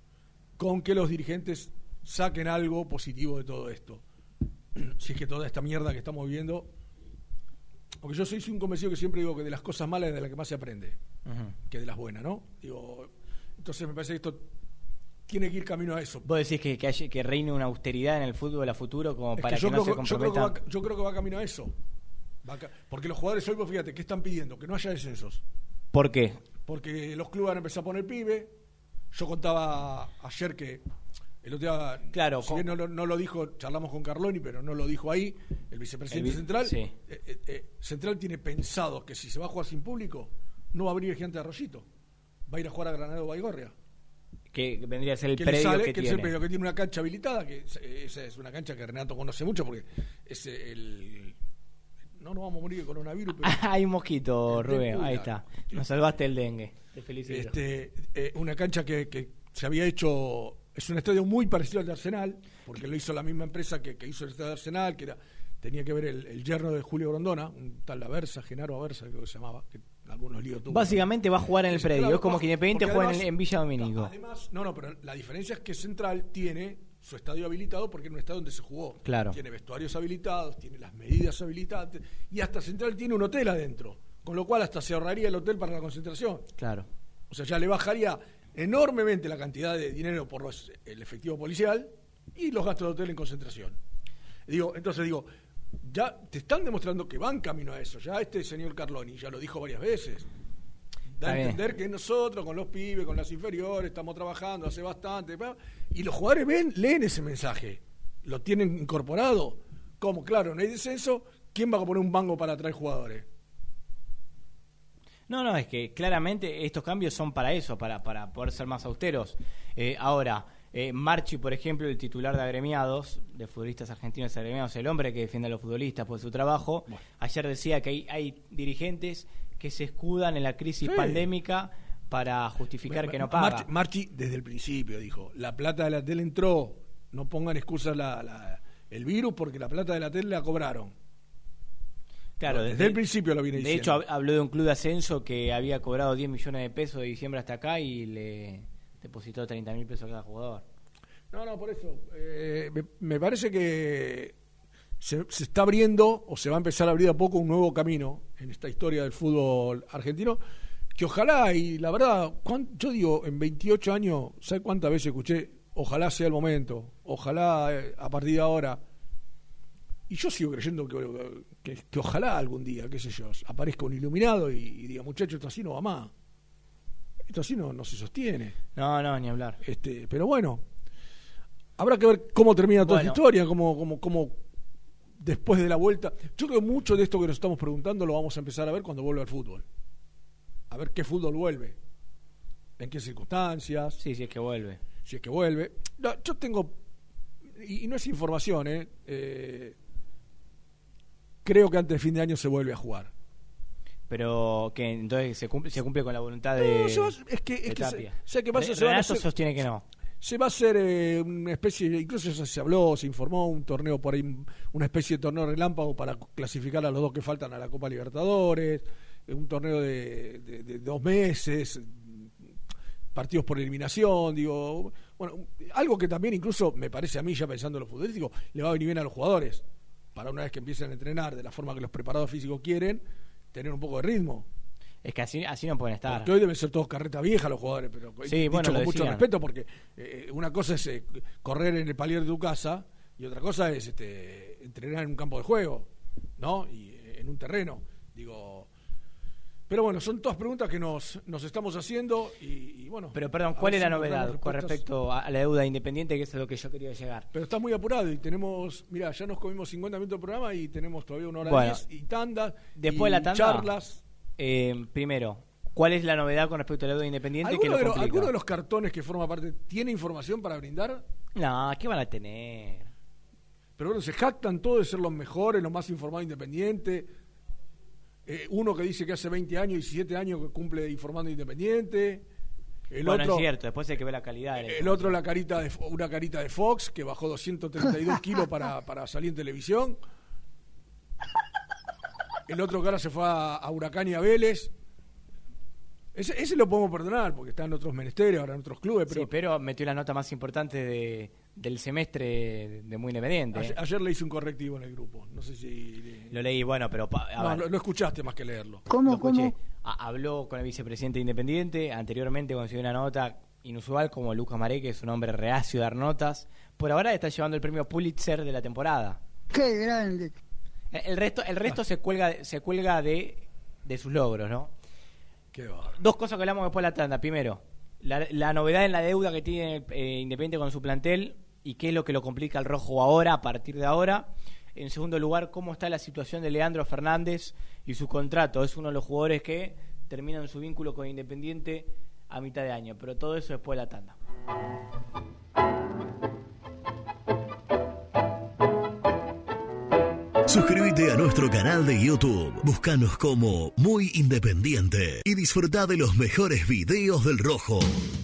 con que los dirigentes saquen algo positivo de todo esto. Si es que toda esta mierda que estamos viviendo, porque yo soy un convencido que siempre digo que de las cosas malas es de las que más se aprende, Ujú. que de las buenas, ¿no? Digo, entonces me parece que esto tiene que ir camino a eso. Vos decís que, que, haya- que reine una austeridad en el fútbol a futuro como Es para que que, yo, no creo, se que- yo, creo que va, comprometan. yo creo que va camino a eso. Va ca- porque los jugadores hoy, vos fíjate, ¿qué están pidiendo? Que no haya descensos. ¿Por qué? Porque los clubes van a empezar a poner pibe. Yo contaba ayer que el otro día, Claro, si con- bien no, lo- no lo dijo, charlamos con Carloni, pero no lo dijo ahí, el vicepresidente El vi- Central. sí. eh, eh, eh, Central tiene pensado que si se va a jugar sin público, no va a abrir el Gigante de Arroyito. Va a ir a jugar a Granado Baigorria. Que vendría a ser el que le predio sale, que, que es tiene. el predio que tiene una cancha habilitada, que es- esa es una cancha que Renato conoce mucho porque es el... No nos vamos a morir de coronavirus, pero... Hay un mosquito, El Rubén, dengue, ahí claro. está. Nos salvaste el dengue. Te felicito. Este, eh, una cancha que, que se había hecho, es un estadio muy parecido al de Arsenal, porque lo hizo la misma empresa que, que hizo el estadio de Arsenal, que era tenía que ver el, el yerno de Julio Grondona, un tal Aversa, Genaro Aversa, creo que se llamaba, que algunos líos tuvo. Básicamente va a jugar en el Sí, predio. claro, es como va- que Independiente porque juega en, además- en Villa Domínico. Además, no, no, pero la diferencia es que Central tiene su estadio habilitado porque es un estadio donde se jugó. Claro. Tiene vestuarios habilitados, tiene las medidas habilitadas y hasta Central tiene un hotel adentro, con lo cual hasta se ahorraría el hotel para la concentración. Claro. O sea, ya le bajaría enormemente la cantidad de dinero por los- el efectivo policial y los gastos de hotel en concentración. Digo, entonces digo, ya te están demostrando que van camino a eso. Ya este señor Carloni ya lo dijo varias veces. Da Está a bien. entender que nosotros con los pibes, con las inferiores, estamos trabajando hace bastante. pa, Y los jugadores ven, leen ese mensaje. Lo tienen incorporado. Como, claro, no hay descenso, ¿quién va a poner un banco para traer jugadores? No, no, es que claramente estos cambios son para eso, para, para poder ser más austeros. Eh, ahora, eh, Marchi, por ejemplo, el titular de agremiados, de futbolistas argentinos agremiados, el hombre que defiende a los futbolistas por su trabajo, Bueno. ayer decía que hay, hay dirigentes que se escudan en la crisis Sí. pandémica para justificar que no paga. Marchi, Marchi desde el principio dijo, la plata de la tele entró, no pongan excusas la, la- el virus porque la plata de la tele la cobraron. Claro, desde, el principio lo viene De diciendo. hecho, hab- habló de un club de ascenso que había cobrado diez millones de pesos de diciembre hasta acá y le depositó treinta mil pesos a cada jugador. No, no, por eso. eh, me, me parece que se, se está abriendo o se va a empezar a abrir a poco un nuevo camino en esta historia del fútbol argentino que ojalá, y la verdad, yo digo, en veintiocho años, ¿sabes cuántas veces escuché? Ojalá sea el momento, ojalá eh, a partir de ahora. Y yo sigo creyendo que, que, que ojalá algún día, qué sé yo, aparezca un iluminado y, y diga, muchachos, esto así no va más. Esto así no, no se sostiene. No, no, ni hablar. Este, pero bueno, habrá que ver cómo termina toda bueno. esta historia, cómo, cómo, cómo después de la vuelta. Yo creo que mucho de esto que nos estamos preguntando lo vamos a empezar a ver cuando vuelva al fútbol. A ver qué fútbol vuelve, en qué circunstancias. Sí, si es que vuelve. Si es que vuelve. No, yo tengo, y, y no es información, ¿eh? eh, creo que antes de fin de año se vuelve a jugar. Pero que entonces se cumple, se cumple con la voluntad de, no, se va, es que, es que se, sé que pasa, se van a hacer, sostiene que no. Se va a hacer eh, una especie, incluso ya se habló, se informó, un torneo por ahí, una especie de torneo relámpago para clasificar a los dos que faltan a la Copa Libertadores, un torneo de, de, de dos meses, partidos por eliminación, digo, bueno, algo que también incluso me parece a mí, ya pensando en lo futbolístico, le va a venir bien a los jugadores, para una vez que empiecen a entrenar de la forma que los preparadores físicos quieren, tener un poco de ritmo. Es que así, así no pueden estar. Porque hoy deben ser todos carreta vieja los jugadores, pero sí, dicho bueno, con mucho decían. respeto, porque eh, una cosa es eh, correr en el palier de tu casa y otra cosa es este, entrenar en un campo de juego, ¿no? Y eh, en un terreno, digo. Pero bueno, son todas preguntas que nos, nos estamos haciendo y, y bueno. Pero perdón, ¿cuál es la novedad con respecto a la deuda independiente, que es a lo que yo quería llegar? Pero está muy apurado y tenemos, mira, ya nos comimos cincuenta minutos de programa y tenemos todavía una hora bueno, diez y tandas. Después y de la tanda, charlas. Eh, primero, ¿cuál es la novedad con respecto a la deuda independiente? Que lo de los, complica? ¿Alguno de los cartones que forma parte tiene información para brindar? No, ¿qué van a tener? Pero bueno, se jactan todos de ser los mejores, los más informados Independiente. Eh, uno que dice que hace veinte años, diecisiete años que cumple informando Independiente. El bueno, otro, es cierto, después hay que ver la calidad. El otro, la carita de, una carita de Fox, que bajó doscientos treinta y dos kilos para, para salir en televisión. El otro que ahora se fue a, a Huracán y a Vélez. Ese, ese lo podemos perdonar porque está en otros menesteres, ahora en otros clubes. Pero, sí, pero metió la nota más importante de, del semestre de Muy Independiente. Ayer, ayer le hice un correctivo en el grupo. No sé si... Lo leí, bueno, pero... A no, ver, lo, lo escuchaste más que leerlo. ¿Cómo? Lo escuché. ¿Cómo? A, habló con el vicepresidente de Independiente. Anteriormente consiguió una nota inusual como Lucas Maré, que es un hombre reacio de dar notas. Por ahora está llevando el premio Pulitzer de la temporada. ¡Qué grande! El, el resto, el resto se cuelga, se cuelga de, de sus logros, ¿no? Dos cosas que hablamos después de la tanda. Primero, la, la novedad en la deuda que tiene eh, Independiente con su plantel y qué es lo que lo complica al rojo ahora, a partir de ahora. En segundo lugar, cómo está la situación de Leandro Fernández y su contrato. Es uno de los jugadores que terminan su vínculo con Independiente a mitad de año. Pero todo eso después de la tanda. Suscríbete a nuestro canal de YouTube, búscanos como Muy Independiente y disfruta de los mejores videos del Rojo.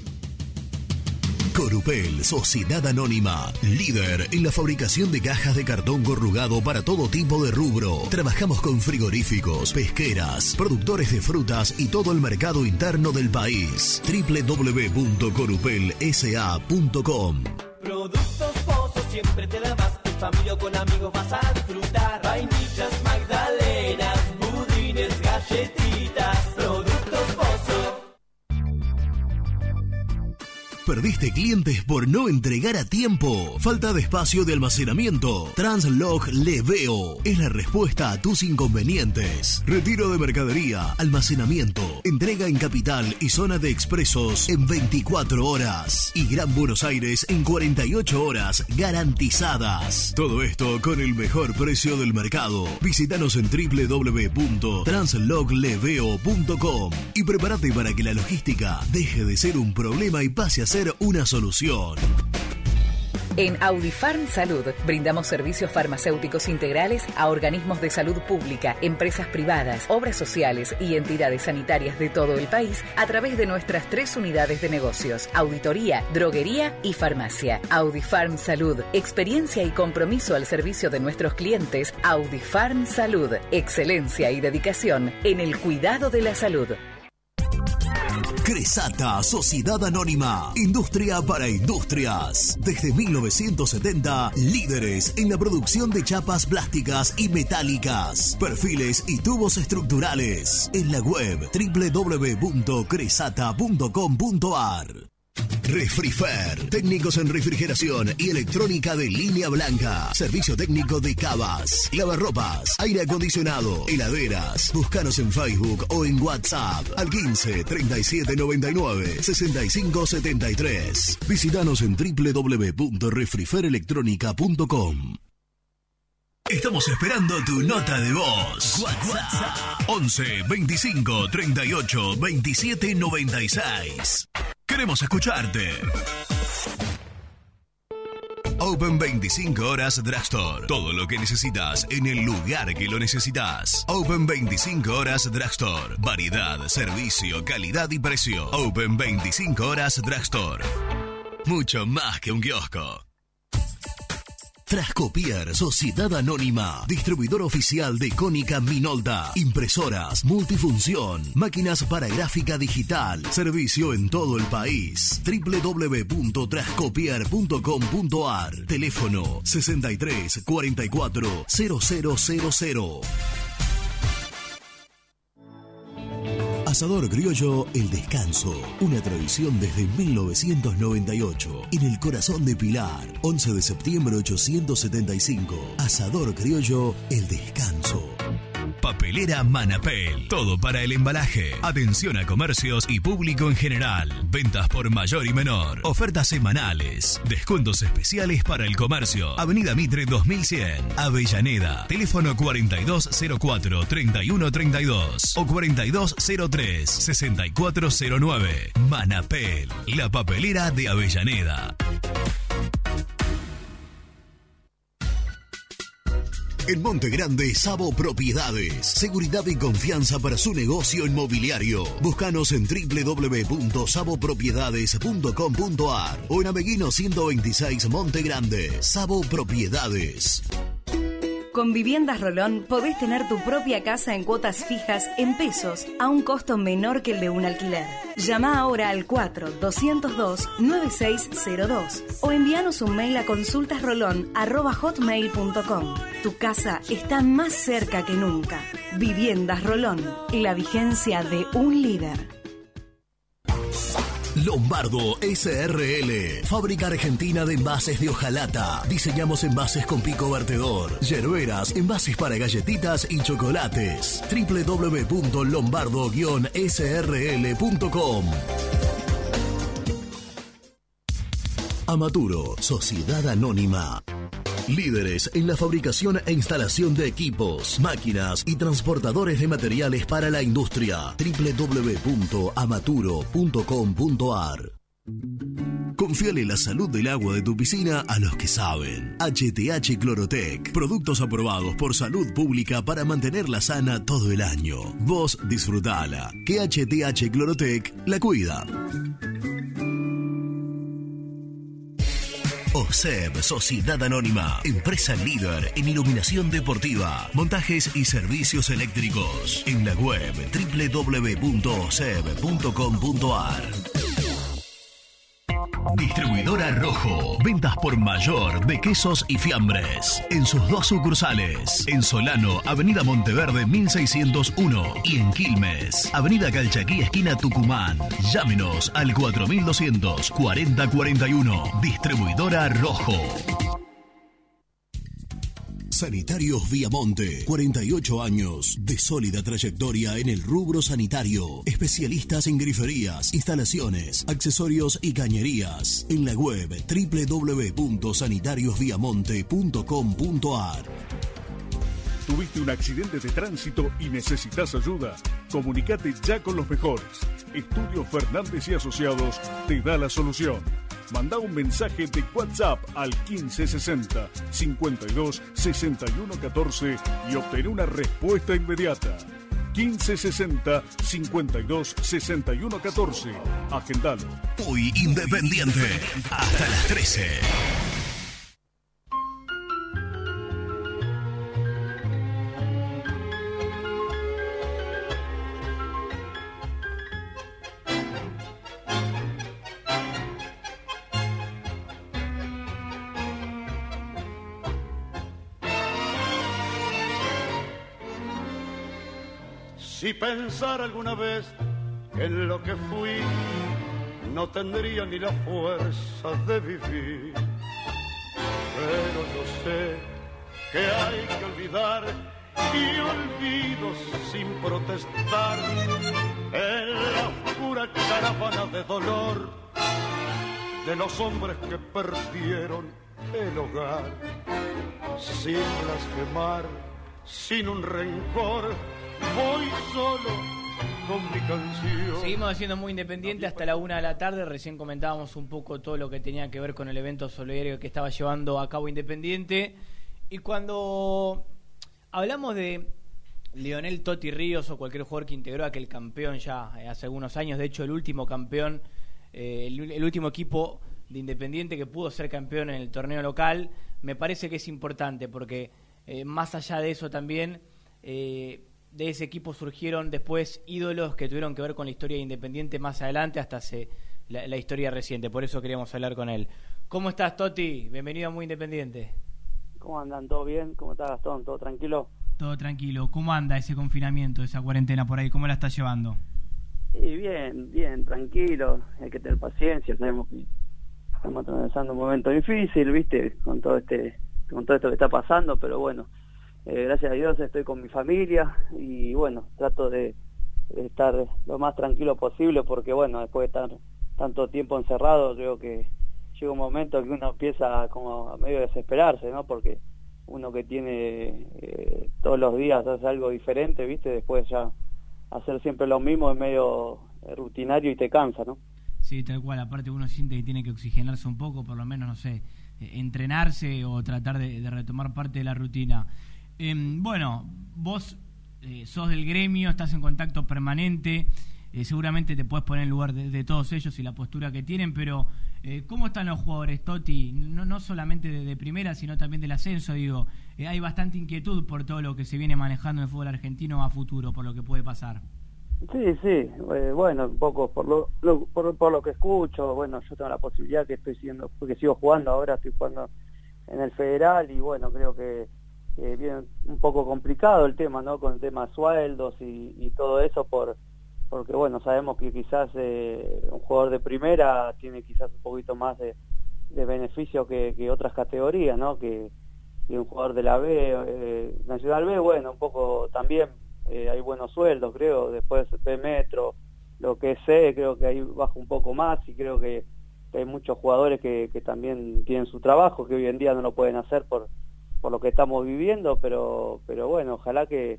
Corupel, Sociedad Anónima, líder en la fabricación de cajas de cartón corrugado para todo tipo de rubro. Trabajamos con frigoríficos, pesqueras, productores de frutas y todo el mercado interno del país. doble u doble u doble u punto corupel s a punto com. Productos Pozos siempre te da más. En familia o con amigos vas a disfrutar. Vainillas, magdalenas, budines, galletitas. Productos Pozos. ¿Perdiste clientes por no entregar a tiempo? ¿Falta de espacio de almacenamiento? Translog Leveo es la respuesta a tus inconvenientes. Retiro de mercadería, almacenamiento, entrega en Capital y zona de expresos en veinticuatro horas. Y Gran Buenos Aires en cuarenta y ocho horas garantizadas. Todo esto con el mejor precio del mercado. Visítanos en doble u doble u doble u punto translog leveo punto com y prepárate para que la logística deje de ser un problema y pase a ser una solución. En Audifarm Salud brindamos servicios farmacéuticos integrales a organismos de salud pública, empresas privadas, obras sociales y entidades sanitarias de todo el país a través de nuestras tres unidades de negocios: auditoría, droguería y farmacia. Audifarm Salud, experiencia y compromiso al servicio de nuestros clientes. Audifarm Salud, excelencia y dedicación en el cuidado de la salud. Cresata, Sociedad Anónima. Industria para industrias. Desde mil novecientos setenta, líderes en la producción de chapas plásticas y metálicas, perfiles y tubos estructurales. En la web doble u doble u doble u punto cresata punto com punto a r. Refrifer, técnicos en refrigeración y electrónica de línea blanca. Servicio técnico de cavas, lavarropas, aire acondicionado, heladeras. Búscanos en Facebook o en WhatsApp al quince, treinta y siete, noventa y nueve, sesenta y cinco, setenta y tres. Visítanos en doble u doble u doble u punto refrifer electrónica punto com. Estamos esperando tu nota de voz. WhatsApp once, veinticinco, treinta y ocho, veintisiete, noventa y seis. Queremos escucharte. Open veinticinco horas Drugstore. Todo lo que necesitas en el lugar que lo necesitas. Open veinticinco horas Drugstore. Variedad, servicio, calidad y precio. Open veinticinco horas Drugstore. Mucho más que un kiosco. Trascopier, Sociedad Anónima, distribuidor oficial de Cónica Minolta, impresoras, multifunción, máquinas para gráfica digital, servicio en todo el país. doble u doble u doble u punto trascopier punto com punto a r, teléfono sesenta y tres, cuarenta y cuatro, cero cero cero cero. Asador Criollo El Descanso, una tradición desde mil novecientos noventa y ocho, en el corazón de Pilar, once de septiembre ochocientos setenta y cinco. Asador Criollo El Descanso. Papelera Manapel, todo para el embalaje. Atención a comercios y público en general. Ventas por mayor y menor. Ofertas semanales. Descuentos especiales para el comercio. Avenida Mitre dos mil cien, Avellaneda. Teléfono cuarenta y dos cero cuatro, treinta y uno treinta y dos o cuarenta y dos cero tres, sesenta y cuatro cero nueve. Manapel, la papelera de Avellaneda. En Monte Grande, Sabo Propiedades. Seguridad y confianza para su negocio inmobiliario. Búscanos en doble u doble u doble u punto sabo propiedades punto com punto a r o en Ameguino ciento veintiséis, Monte Grande. Sabo Propiedades. Con Viviendas Rolón podés tener tu propia casa en cuotas fijas en pesos a un costo menor que el de un alquiler. Llama ahora al cuatro, doscientos dos, noventa y seis cero dos o envíanos un mail a consultasrolón arroba hotmail punto com. Tu casa está más cerca que nunca. Viviendas Rolón, la vigencia de un líder. Lombardo S R L, fábrica argentina de envases de hojalata. Diseñamos envases con pico vertedor, yerberas, envases para galletitas y chocolates. doble u doble u doble u punto lombardo guion s r l punto com. Amaturo, Sociedad Anónima. Líderes en la fabricación e instalación de equipos, máquinas y transportadores de materiales para la industria. doble u doble u doble u punto amaturo punto com punto a r. Confíale la salud del agua de tu piscina a los que saben. H T H Clorotec. Productos aprobados por salud pública para mantenerla sana todo el año. Vos disfrutala, que H T H Clorotec la cuida. O S E B, Sociedad Anónima, empresa líder en iluminación deportiva, montajes y servicios eléctricos. En la web doble u doble u doble u punto o s e b punto com punto a r. Distribuidora Rojo. Ventas por mayor de quesos y fiambres. En sus dos sucursales. En Solano, Avenida Monteverde mil seiscientos uno. Y en Quilmes, Avenida Calchaquí, esquina Tucumán. Llámenos al cuatro mil doscientos, cuarenta cuarenta y uno. Distribuidora Rojo. Sanitarios Viamonte, cuarenta y ocho años de sólida trayectoria en el rubro sanitario. Especialistas en griferías, instalaciones, accesorios y cañerías. En la web doble u doble u doble u punto sanitarios viamonte punto com punto a r. ¿Tuviste un accidente de tránsito y necesitas ayuda? Comunicate ya con los mejores. Estudio Fernández y Asociados te da la solución. Manda un mensaje de WhatsApp al quince sesenta, cincuenta y dos, sesenta y uno catorce y obtén una respuesta inmediata. quince sesenta, cincuenta y dos, sesenta y uno catorce. Agendalo. Muy independiente. Hasta las trece. Si pensara alguna vez en lo que fui, no tendría ni la fuerza de vivir. Pero yo sé que hay que olvidar y olvido sin protestar en la oscura caravana de dolor de los hombres que perdieron el hogar. Sin blasfemar, sin un rencor, voy solo con mi canción. Seguimos siendo muy independientes hasta la una de la tarde. Recién comentábamos un poco todo lo que tenía que ver con el evento solidario que estaba llevando a cabo Independiente. Y cuando hablamos de Leonel Toti Ríos o cualquier jugador que integró aquel campeón ya hace algunos años, de hecho el último campeón, eh, el, el último equipo de Independiente que pudo ser campeón en el torneo local, me parece que es importante porque eh, más allá de eso también eh, de ese equipo surgieron después ídolos que tuvieron que ver con la historia de Independiente más adelante hasta se, la, la historia reciente, por eso queríamos hablar con él. ¿Cómo estás, Toti? Bienvenido a Muy Independiente. ¿Cómo andan? ¿Todo bien? ¿Cómo estás, Gastón? ¿Todo tranquilo? Todo tranquilo. ¿Cómo anda ese confinamiento, esa cuarentena por ahí? ¿Cómo la estás llevando? Sí, bien, bien, tranquilo. Hay que tener paciencia. Sabemos que estamos atravesando un momento difícil, ¿viste? Con todo este, con todo esto que está pasando, pero bueno, eh, gracias a Dios estoy con mi familia y bueno, trato de, de estar lo más tranquilo posible porque bueno, después de estar tanto tiempo encerrado, creo que llega un momento que uno empieza como a medio desesperarse, ¿no? Porque uno que tiene eh, todos los días hace algo diferente, ¿viste? Después ya hacer siempre lo mismo es medio rutinario y te cansa, ¿no? Sí, tal cual. Aparte uno siente que tiene que oxigenarse un poco, por lo menos, no sé, eh, entrenarse o tratar de, de retomar parte de la rutina. Eh, bueno, vos eh, sos del gremio, estás en contacto permanente, eh, seguramente te puedes poner en lugar de, de todos ellos y la postura que tienen, pero eh, ¿cómo están los jugadores, Toti? No, no solamente de, de primera, sino también del ascenso, digo. Eh, hay bastante inquietud por todo lo que se viene manejando en el fútbol argentino a futuro, por lo que puede pasar. Sí, sí, eh, bueno, un poco por lo, lo por, por lo que escucho, bueno, yo tengo la posibilidad que estoy siguiendo, porque sigo jugando ahora, estoy jugando en el Federal y bueno, creo que eh, viene un poco complicado el tema, ¿no? Con el tema sueldos y, y todo eso, por porque bueno, sabemos que quizás eh, un jugador de primera tiene quizás un poquito más de, de beneficio que, que otras categorías, ¿no? Que, que un jugador de la B, eh, Nacional B, bueno, un poco también. Eh, hay buenos sueldos, creo, después B Metro, lo que sé, creo que ahí baja un poco más y creo que, que hay muchos jugadores que, que también tienen su trabajo, que hoy en día no lo pueden hacer por, por lo que estamos viviendo, pero pero bueno, ojalá que,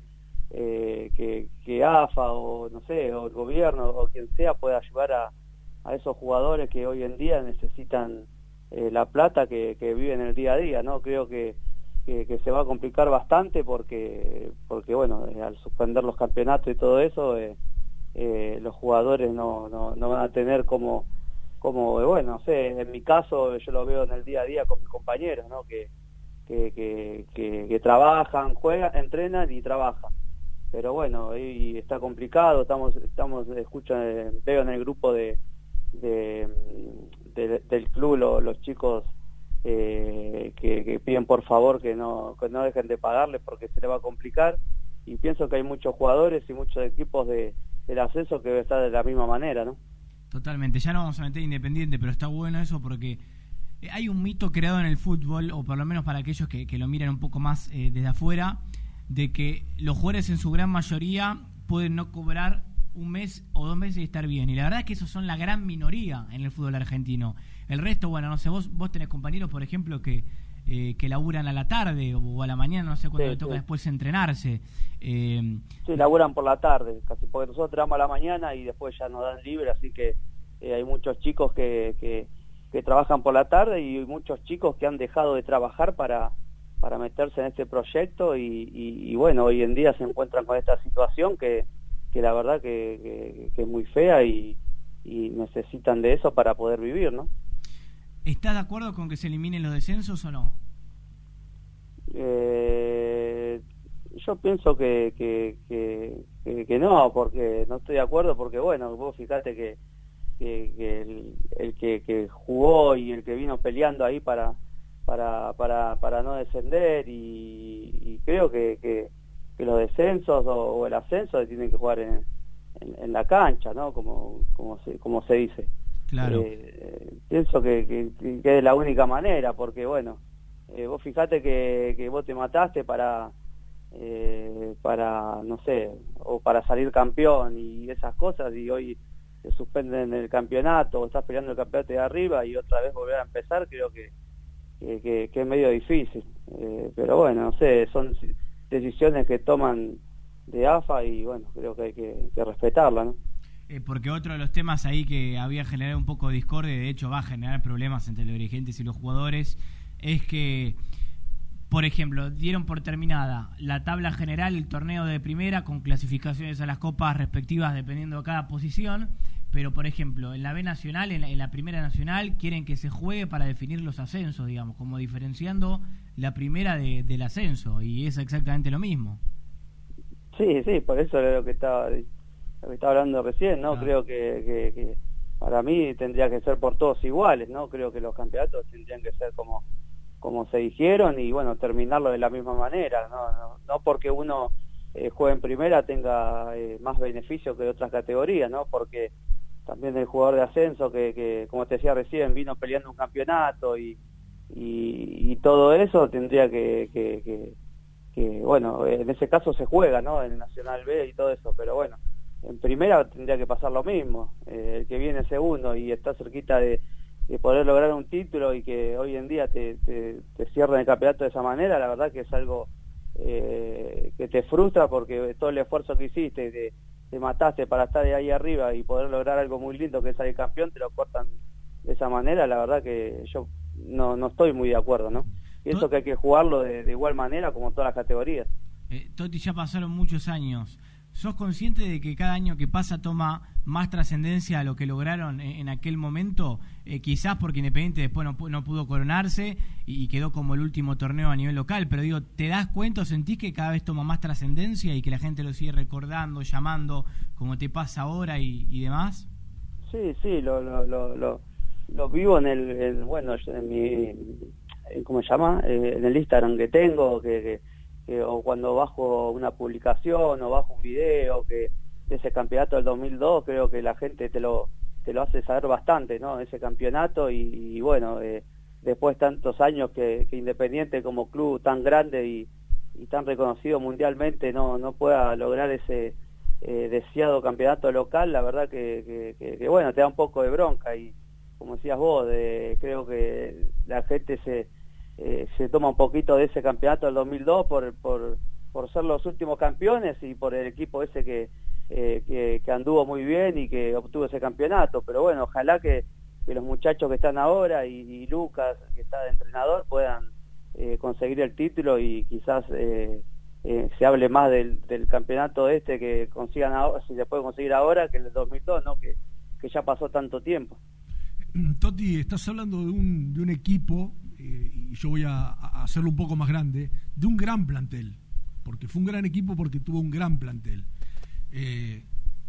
eh, que, que A F A o no sé, o el gobierno o quien sea pueda ayudar a, a esos jugadores que hoy en día necesitan eh, la plata que, que viven el día a día, ¿no? Creo que Que, que se va a complicar bastante porque porque bueno, eh, al suspender los campeonatos y todo eso eh, eh, los jugadores no, no, no van a tener como como eh, bueno, no sé, en mi caso yo lo veo en el día a día con mis compañeros, ¿no? que que, que, que, que trabajan, juegan, entrenan y trabajan, pero bueno, ahí está complicado. Estamos estamos escuchan eh, veo en el grupo de, de, de del club lo, los chicos Eh, que, que piden por favor que no que no dejen de pagarles porque se les va a complicar, y pienso que hay muchos jugadores y muchos equipos de, del ascenso que debe estar de la misma manera, ¿no? Totalmente, ya no vamos a meter Independiente, pero está bueno eso porque hay un mito creado en el fútbol, o por lo menos para aquellos que, que lo miran un poco más eh, desde afuera, de que los jugadores en su gran mayoría pueden no cobrar un mes o dos meses y estar bien, y la verdad es que esos son la gran minoría en el fútbol argentino. El resto, bueno, no sé, vos vos tenés compañeros, por ejemplo, que eh, que laburan a la tarde o a la mañana, no sé cuándo sí, le toca sí. después entrenarse. Eh, sí, laburan por la tarde, casi, porque nosotros trabajamos a la mañana y después ya nos dan libre, así que eh, hay muchos chicos que, que, que trabajan por la tarde y muchos chicos que han dejado de trabajar para, para meterse en este proyecto y, y, y bueno, hoy en día se encuentran con esta situación que, que la verdad que, que, que es muy fea y, y necesitan de eso para poder vivir, ¿no? ¿Estás de acuerdo con que se eliminen los descensos o no? Eh, yo pienso que que, que, que que no, porque no estoy de acuerdo, porque bueno, vos fíjate que, que, que el, el que, que jugó y el que vino peleando ahí para para para, para no descender y, y creo que, que, que los descensos o, o el ascenso se tienen que jugar en, en, en la cancha, ¿no? Como, como, se, como se dice. Claro. Eh, pienso que, que, que es la única manera, porque bueno, eh, vos fijate que, que vos te mataste para, eh, para, no sé, o para salir campeón y esas cosas, y hoy te suspenden el campeonato, o estás peleando el campeonato de arriba y otra vez volver a empezar, creo que, que, que, que es medio difícil. Eh, pero bueno, no sé, son decisiones que toman de A F A y bueno, creo que hay que, que respetarla, ¿no? Eh, porque otro de los temas ahí que había generado un poco de discordia, de hecho va a generar problemas entre los dirigentes y los jugadores, es que, por ejemplo, dieron por terminada la tabla general, el torneo de primera, con clasificaciones a las copas respectivas dependiendo de cada posición, pero por ejemplo, en la B Nacional, en la, en la Primera Nacional, quieren que se juegue para definir los ascensos, digamos, como diferenciando la primera de, del ascenso, y es exactamente lo mismo. Sí, sí, por eso es lo que estaba... lo que estaba hablando recién, ¿no? Claro. Creo que, que, que para mí tendría que ser por todos iguales, ¿no? Creo que los campeonatos tendrían que ser como, como se dijeron y, bueno, terminarlo de la misma manera, ¿no? No, no porque uno eh, juegue en primera tenga eh, más beneficio que de otras categorías, ¿no? Porque también el jugador de ascenso que, que como te decía recién, vino peleando un campeonato y, y, y todo eso tendría que, que, que, que, bueno, en ese caso se juega, ¿no? En el Nacional B y todo eso, pero bueno, en primera tendría que pasar lo mismo. Eh, el que viene segundo y está cerquita de, de poder lograr un título y que hoy en día te, te, te cierren el campeonato de esa manera, la verdad que es algo eh, que te frustra, porque todo el esfuerzo que hiciste, te, te mataste para estar de ahí arriba y poder lograr algo muy lindo que es salir campeón, te lo cortan de esa manera. La verdad que yo no, no estoy muy de acuerdo, ¿no? Pienso que hay que jugarlo de, de igual manera como todas las categorías. Eh, Toti, ya pasaron muchos años. ¿Sos consciente de que cada año que pasa toma más trascendencia a lo que lograron en, en aquel momento? Eh, quizás porque Independiente después no, no pudo coronarse y, y quedó como el último torneo a nivel local, pero digo, ¿te das cuenta o sentís que cada vez toma más trascendencia y que la gente lo sigue recordando, llamando, como te pasa ahora y, y demás? Sí, sí, lo, lo, lo, lo, lo vivo en el, en, bueno, en mi, en, ¿cómo se llama? Eh, en el Instagram que tengo, que... que Eh, o cuando bajo una publicación o bajo un video que de ese campeonato del dos mil dos, creo que la gente te lo te lo hace saber bastante, ¿no? Ese campeonato y, y bueno, eh, después tantos años que, que Independiente como club tan grande y, y tan reconocido mundialmente no no pueda lograr ese eh, deseado campeonato local, la verdad que, que, que, que bueno, te da un poco de bronca y como decías vos, de, creo que la gente se Eh, se toma un poquito de ese campeonato del dos mil dos por, por, por ser los últimos campeones y por el equipo ese que, eh, que, que anduvo muy bien y que obtuvo ese campeonato, pero bueno, ojalá que, que los muchachos que están ahora y, y Lucas, que está de entrenador, puedan eh, conseguir el título y quizás eh, eh, se hable más del, del campeonato este que consigan ahora, si se puede conseguir ahora, que en el dos mil dos, ¿no? que, que ya pasó tanto tiempo. Toti, estás hablando de un, de un equipo, eh, y yo voy a, a hacerlo un poco más grande, de un gran plantel, porque fue un gran equipo porque tuvo un gran plantel. Eh,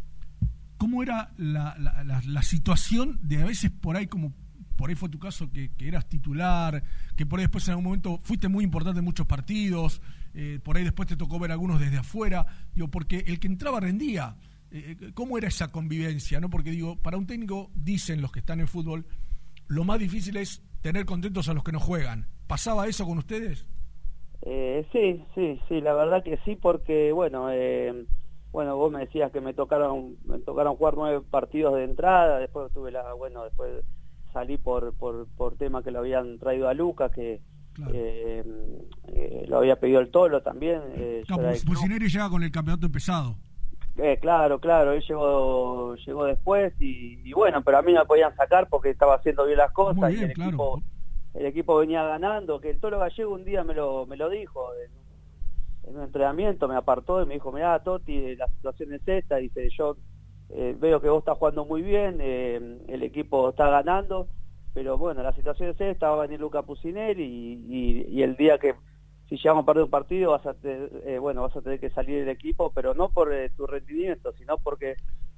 ¿Cómo era la, la, la, la situación de a veces por ahí, como por ahí fue tu caso, que, que eras titular, que por ahí después en algún momento fuiste muy importante en muchos partidos, eh, por ahí después te tocó ver algunos desde afuera, digo, porque el que entraba rendía? Eh, ¿Cómo era esa convivencia? ¿No? Porque digo, para un técnico, dicen los que están en fútbol, lo más difícil es tener contentos a los que no juegan. ¿Pasaba eso con ustedes? Eh, sí, sí, sí, la verdad que sí, porque bueno, eh, bueno, vos me decías que me tocaron, me tocaron jugar nueve partidos de entrada, después tuve la, bueno, después salí por, por, por tema que lo habían traído a Lucas, que claro. eh, eh, lo había pedido el Tolo también. Eh, claro, Pusineri llega con el campeonato empezado. Eh, claro, claro, él llegó llegó después y, y bueno, pero a mí no me podían sacar porque estaba haciendo bien las cosas. Muy bien, y el claro. equipo el equipo venía ganando, que el Tolo Gallego un día me lo me lo dijo en un, en un entrenamiento, me apartó y me dijo, mirá Toti, la situación es esta, dice, yo eh, veo que vos estás jugando muy bien, eh, el equipo está ganando, pero bueno, la situación es esta, va a venir Luca Pusineri y, y, y el día que si llegamos a perder un partido vas a tener, eh, bueno, vas a tener que salir del equipo, pero no por eh, tu rendimiento, sino porque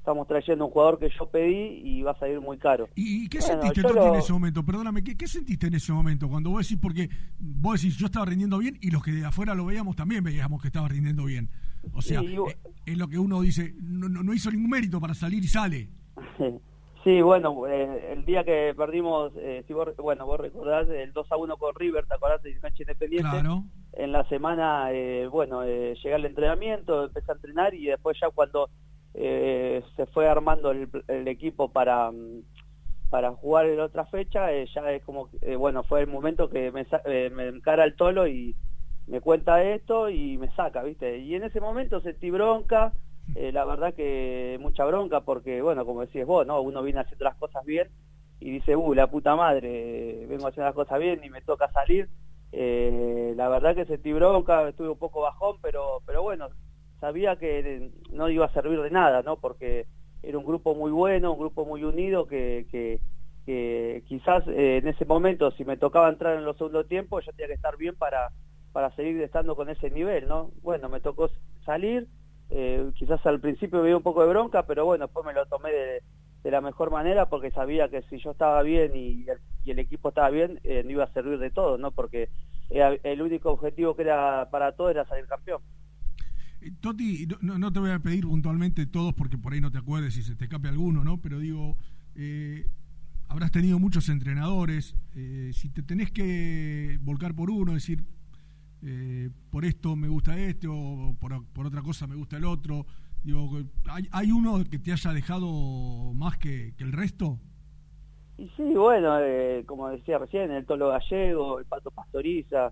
estamos trayendo un jugador que yo pedí y va a salir muy caro. ¿Y, y qué bueno, sentiste Toti lo... en lo... ese momento? Perdóname, ¿qué, ¿qué sentiste en ese momento? Cuando vos decís, porque vos decís, yo estaba rindiendo bien y los que de afuera lo veíamos también veíamos que estaba rindiendo bien. O sea, sí, es, es lo que uno dice, no, no, no hizo ningún mérito para salir y sale. Sí, bueno, eh, el día que perdimos, eh, si vos, bueno, vos recordás el dos a uno con River, ¿te acordás de cancha Independiente? Claro. En la semana, eh, bueno, eh, llegué al entrenamiento, empecé a entrenar y después ya cuando eh, se fue armando el, el equipo para, para jugar en otra fecha, eh, ya es como, eh, bueno, fue el momento que me, eh, me encara el Tolo y me cuenta esto y me saca, ¿viste? Y en ese momento sentí bronca. Eh, la verdad que mucha bronca porque, bueno, como decís vos, ¿no? Uno viene haciendo las cosas bien y dice, uh, la puta madre, vengo haciendo las cosas bien y me toca salir. Eh, la verdad que sentí bronca, estuve un poco bajón, pero pero bueno, sabía que no iba a servir de nada, ¿no? Porque era un grupo muy bueno, un grupo muy unido que, que, que quizás eh, en ese momento, si me tocaba entrar en los segundos tiempos, yo tenía que estar bien para, para seguir estando con ese nivel, ¿no? Bueno, me tocó salir. Eh, quizás al principio me dio un poco de bronca, pero bueno, después me lo tomé de, de la mejor manera porque sabía que si yo estaba bien y el, y el equipo estaba bien, eh, no iba a servir de todo, ¿no? Porque era, el único objetivo que era para todos era salir campeón. Toti, no, no te voy a pedir puntualmente todos porque por ahí no te acuerdes si se te escape alguno, ¿no? Pero digo, eh, habrás tenido muchos entrenadores, eh, si te tenés que volcar por uno, decir... Eh, por esto me gusta este o por, por otra cosa me gusta el otro, digo, ¿hay, hay uno que te haya dejado más que, que el resto? Y sí, bueno, eh, como decía recién, el Tolo Gallego, el Pato Pastoriza,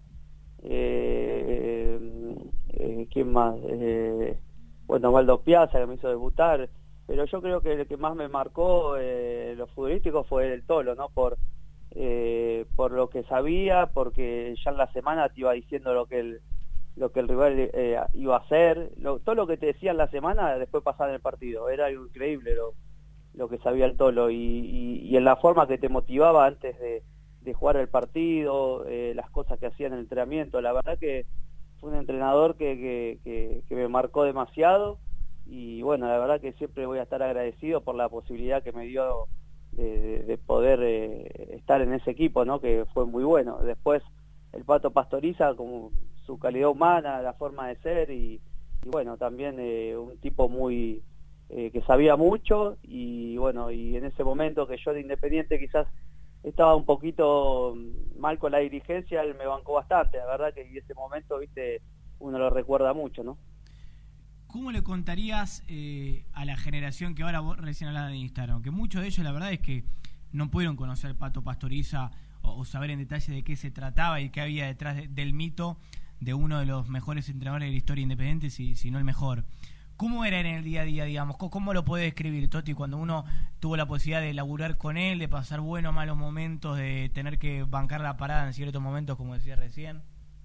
eh, eh, ¿quién más? Eh, bueno, Waldo Piazza, que me hizo debutar, pero yo creo que el que más me marcó eh, lo futbolístico fue el Tolo, ¿no? Por Eh, por lo que sabía, porque ya en la semana te iba diciendo lo que el lo que el rival eh, iba a hacer, lo, todo lo que te decía en la semana después pasaba en el partido, era algo increíble lo, lo que sabía el Tolo y, y, y en la forma que te motivaba antes de, de jugar el partido, eh, las cosas que hacía en el entrenamiento, la verdad que fue un entrenador que, que, que, que me marcó demasiado y bueno, la verdad que siempre voy a estar agradecido por la posibilidad que me dio De, de poder eh, estar en ese equipo, ¿no? Que fue muy bueno. Después el Pato Pastoriza, con su calidad humana, la forma de ser y, y bueno, también eh, un tipo muy eh, que sabía mucho y bueno, y en ese momento que yo de Independiente quizás estaba un poquito mal con la dirigencia, él me bancó bastante, la verdad que en ese momento, viste, uno lo recuerda mucho, ¿no? ¿Cómo le contarías eh, a la generación que ahora vos recién hablabas de Instagram? Que muchos de ellos la verdad es que no pudieron conocer al Pato Pastoriza o, o saber en detalle de qué se trataba y qué había detrás de, del mito de uno de los mejores entrenadores de la historia independiente, si, si no el mejor. ¿Cómo era en el día a día, digamos? ¿Cómo, cómo lo podés describir, Toti, cuando uno tuvo la posibilidad de laburar con él, de pasar buenos o malos momentos, de tener que bancar la parada en ciertos momentos, como decía recién?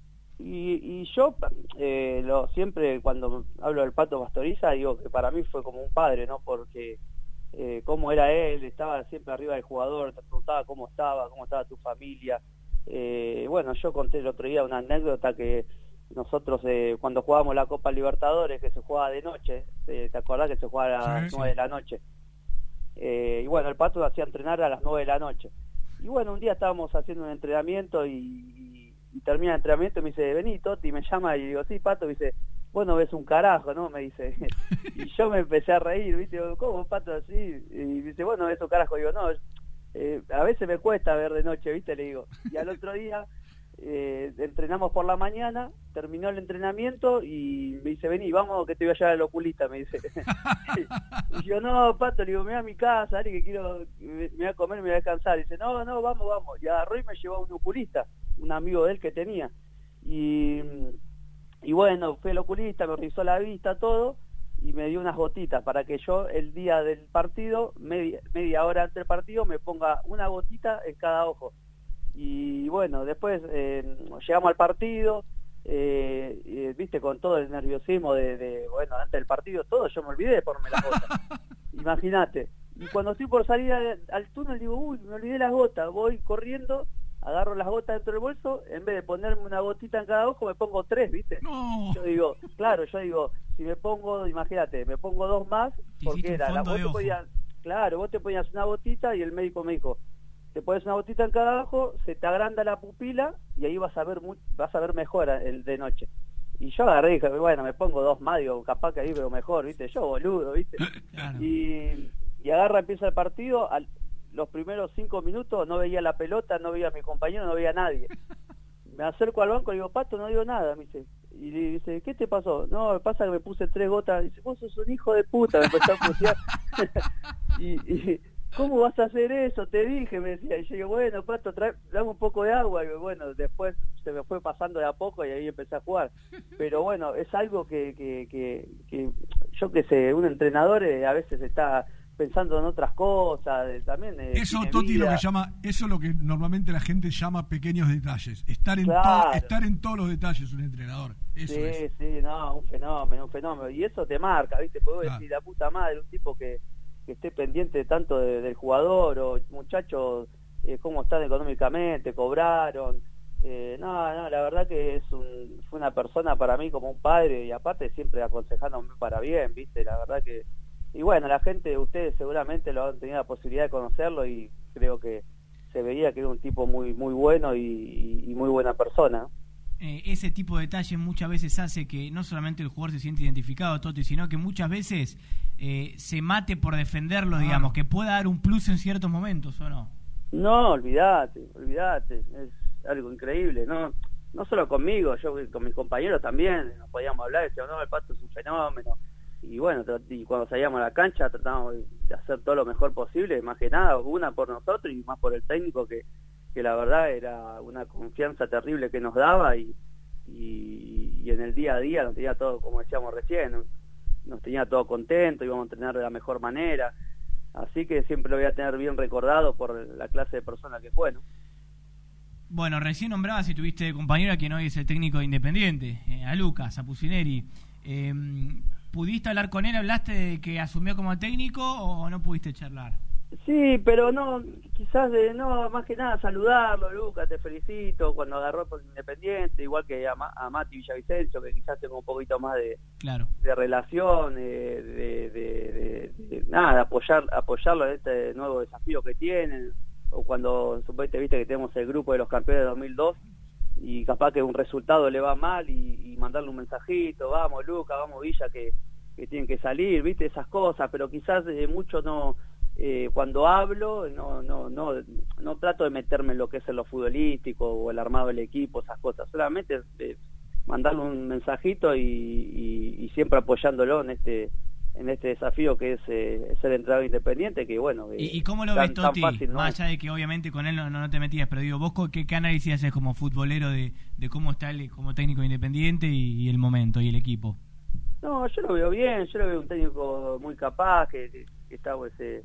Y, y yo eh, lo siempre cuando hablo del Pato Pastoriza digo que para mí fue como un padre, ¿no? Porque eh, cómo era él, estaba siempre arriba del jugador, te preguntaba cómo estaba, cómo estaba tu familia. Eh, bueno, yo conté el otro día una anécdota que nosotros eh, cuando jugábamos la Copa Libertadores, que se jugaba de noche, eh, ¿te acordás que se jugaba a las sí, nueve sí. de la noche? Eh, y bueno, el Pato hacía entrenar a las nueve de la noche. Y bueno, un día estábamos haciendo un entrenamiento y, y, y termina el entrenamiento y me dice, vení, Toti, me llama y digo, sí, Pato, me dice, vos no ves un carajo, ¿no? Me dice. Y yo me empecé a reír, ¿viste? ¿Cómo, Pato, así? Y me dice, vos no ves un carajo. Y digo, no, eh, a veces me cuesta ver de noche, ¿viste? Le digo. Y al otro día eh, entrenamos por la mañana, terminó el entrenamiento y me dice, vení, vamos que te voy a llevar al oculista, me dice. Y yo, no, Pato, le digo, me voy a mi casa, dale, que quiero, me, me voy a comer, me voy a descansar. Y dice, no, no, vamos, vamos. Y agarró y me llevó a un oculista, un amigo de él que tenía. Y... Y bueno, fui al oculista, me revisó la vista, todo, y me dio unas gotitas para que yo el día del partido, media, media hora antes del partido, me ponga una gotita en cada ojo. Y bueno, después eh, llegamos al partido, eh, eh, viste, con todo el nerviosismo de, de, bueno, antes del partido, todo, yo me olvidé de ponerme las gotas. Imagínate. Y cuando estoy por salir al, al túnel, digo, uy, me olvidé las gotas, voy corriendo agarro las gotas dentro del bolso, en vez de ponerme una gotita en cada ojo, me pongo tres, ¿viste? No. Yo digo, claro, yo digo, si me pongo, imagínate, me pongo dos más, porque era, la, vos te podías, claro, vos te ponías una gotita y el médico me dijo, te pones una gotita en cada ojo, se te agranda la pupila y ahí vas a ver muy, vas a ver mejor el de noche. Y yo agarré y dije, bueno, me pongo dos más, digo, capaz que ahí veo mejor, ¿viste? Yo, boludo, ¿viste? Claro. Y, y agarra, empieza el partido, al, los primeros cinco minutos no veía la pelota, no veía a mi compañero, no veía a nadie. Me acerco al banco y digo, Pato, no digo nada, me dice. Y le dice, ¿qué te pasó? No, me pasa que me puse tres gotas. Dice, vos sos un hijo de puta, me empezó a putear. y, y, ¿cómo vas a hacer eso? Te dije, me decía. Y yo digo, bueno, Pato, trae, dame un poco de agua. Y bueno, después se me fue pasando de a poco y ahí empecé a jugar. Pero bueno, es algo que, que, que, que yo qué sé, un entrenador eh, a veces está pensando en otras cosas, eh, también eh, eso Toti vida. Lo que llama, eso es lo que normalmente la gente llama pequeños detalles, estar en claro. to, estar en todos los detalles un entrenador. Eso sí, es. sí, no, un fenómeno, un fenómeno, y eso te marca, ¿viste? Puedo claro. decir, la puta madre, un tipo que, que esté pendiente tanto de, del jugador, o muchachos, eh, cómo están económicamente, cobraron, eh, no, no, la verdad que es un, fue una persona para mí como un padre, y aparte siempre aconsejándome para bien, ¿viste? La verdad que y bueno, la gente, ustedes seguramente lo han tenido la posibilidad de conocerlo y creo que se veía que era un tipo muy muy bueno y, y muy buena persona. Eh, ese tipo de detalles muchas veces hace que no solamente el jugador se siente identificado, Toti, sino que muchas veces eh, se mate por defenderlo, ah. digamos, que pueda dar un plus en ciertos momentos, ¿o no? No, olvídate, olvídate, es algo increíble, no no solo conmigo, yo con mis compañeros también, nos podíamos hablar, decíamos, no, el Pato es un fenómeno. Y bueno, y cuando salíamos a la cancha tratábamos de hacer todo lo mejor posible, más que nada, una por nosotros y más por el técnico que, que la verdad era una confianza terrible que nos daba y, y, y en el día a día nos tenía todo, como decíamos recién, nos, nos tenía todo contento, íbamos a entrenar de la mejor manera, así que siempre lo voy a tener bien recordado por la clase de persona que fue, ¿no? Bueno, recién nombrabas y tuviste de compañero a quien hoy es el técnico de Independiente, eh, a Lucas, a Pusineri. Eh, ¿Pudiste hablar con él? ¿Hablaste de que asumió como técnico o no pudiste charlar? Sí, pero no, quizás de, no, más que nada saludarlo, Lucas, te felicito, cuando agarró por Independiente, igual que a, a Mati Villavicencio, que quizás tengo un poquito más de, claro. de relación, eh, de, de, de, de, de nada, apoyar, apoyarlo en este nuevo desafío que tienen, o cuando supuestamente viste que tenemos el grupo de los campeones de dos mil dos, y capaz que un resultado le va mal y, y mandarle un mensajito, vamos Lucas, vamos Villa, que, que tienen que salir, viste, esas cosas, pero quizás eh, mucho no, eh, cuando hablo no, no, no, no trato de meterme en lo que es en lo futbolístico o el armado del equipo, esas cosas, solamente eh, mandarle un mensajito y, y, y siempre apoyándolo en este en este desafío que es eh, ser entrenador independiente, que bueno... ¿Y, y cómo lo tan, ves, Toti? Fácil, ¿no? Más allá de que obviamente con él no, no te metías, pero digo, vos qué, qué análisis haces como futbolero de, de cómo está él como técnico independiente y, y el momento y el equipo? No, yo lo veo bien, yo lo veo un técnico muy capaz, que, que, que está pues, se,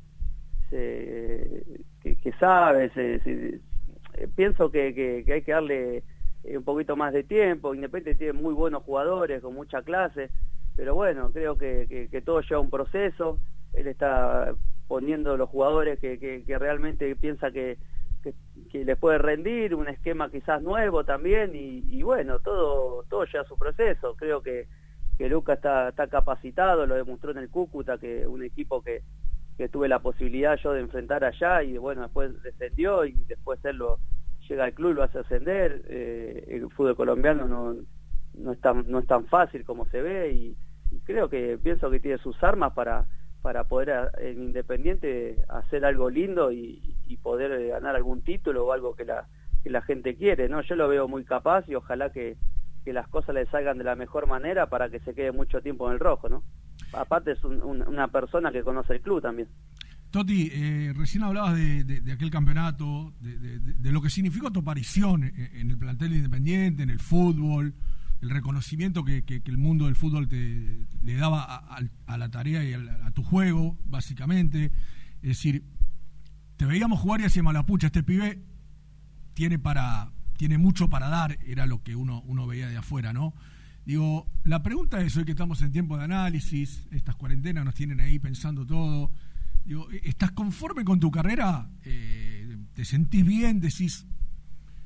se, que, que sabe, se, se, pienso que, que, que hay que darle un poquito más de tiempo. Independiente tiene muy buenos jugadores, con mucha clase, pero bueno, creo que, que, que todo lleva un proceso. Él está poniendo los jugadores que, que, que realmente piensa que, que, que les puede rendir, un esquema quizás nuevo también, y, y bueno, todo todo lleva su proceso. Creo que, que Lucas está, está capacitado, lo demostró en el Cúcuta, que un equipo que, que tuve la posibilidad yo de enfrentar allá, y bueno, después descendió, y después él lo llega al club, lo hace ascender. Eh, el fútbol colombiano no, no, es tan, no es tan fácil como se ve, y Y creo que pienso que tiene sus armas para para poder en Independiente hacer algo lindo y, y poder ganar algún título o algo que la que la gente quiere, ¿no? Yo lo veo muy capaz y ojalá que, que las cosas le salgan de la mejor manera para que se quede mucho tiempo en el rojo, ¿no? Aparte es un, un, una persona que conoce el club también. Toti, eh, recién hablabas de, de, de aquel campeonato, de, de, de lo que significó tu aparición en, en el plantel de Independiente, en el fútbol, el reconocimiento que, que, que el mundo del fútbol te le daba a, a, a la tarea y a, a tu juego, básicamente. Es decir, te veíamos jugar y hacíamos la pucha, este pibe tiene para tiene mucho para dar, era lo que uno uno veía de afuera, ¿no? Digo, la pregunta es, hoy que estamos en tiempo de análisis, estas cuarentenas nos tienen ahí pensando todo, digo, ¿estás conforme con tu carrera? Eh, ¿te sentís bien? Decís,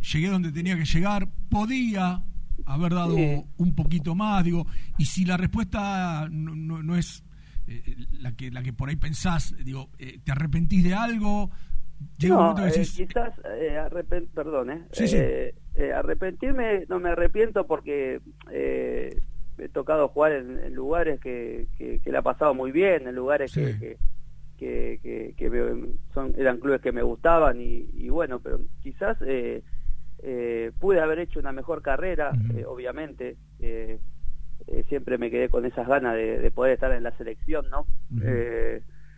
llegué donde tenía que llegar, podía haber dado sí. un poquito más, digo, y si la respuesta no, no, no es eh, la que la que por ahí pensás, digo, eh, ¿te arrepentís de algo? Llega no, un momento que decís... eh, quizás, eh, arrepent... perdón, eh, sí, sí. eh, eh, arrepentirme, no me arrepiento porque eh, he tocado jugar en, en lugares que, que, que la he pasado muy bien, en lugares sí. que... que que, que, que son, eran clubes que me gustaban y, y bueno, pero quizás eh, eh, pude haber hecho una mejor carrera, uh-huh. eh, obviamente, eh, eh, siempre me quedé con esas ganas de, de poder estar en la selección, ¿no? Uh-huh. Eh,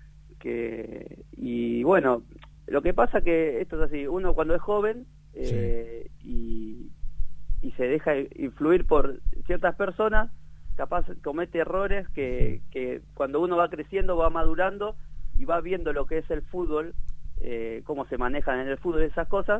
que y bueno, lo que pasa que esto es así, uno cuando es joven eh, sí. y, y se deja influir por ciertas personas, capaz comete errores que, que cuando uno va creciendo, va madurando y va viendo lo que es el fútbol, eh, cómo se manejan en el fútbol esas cosas,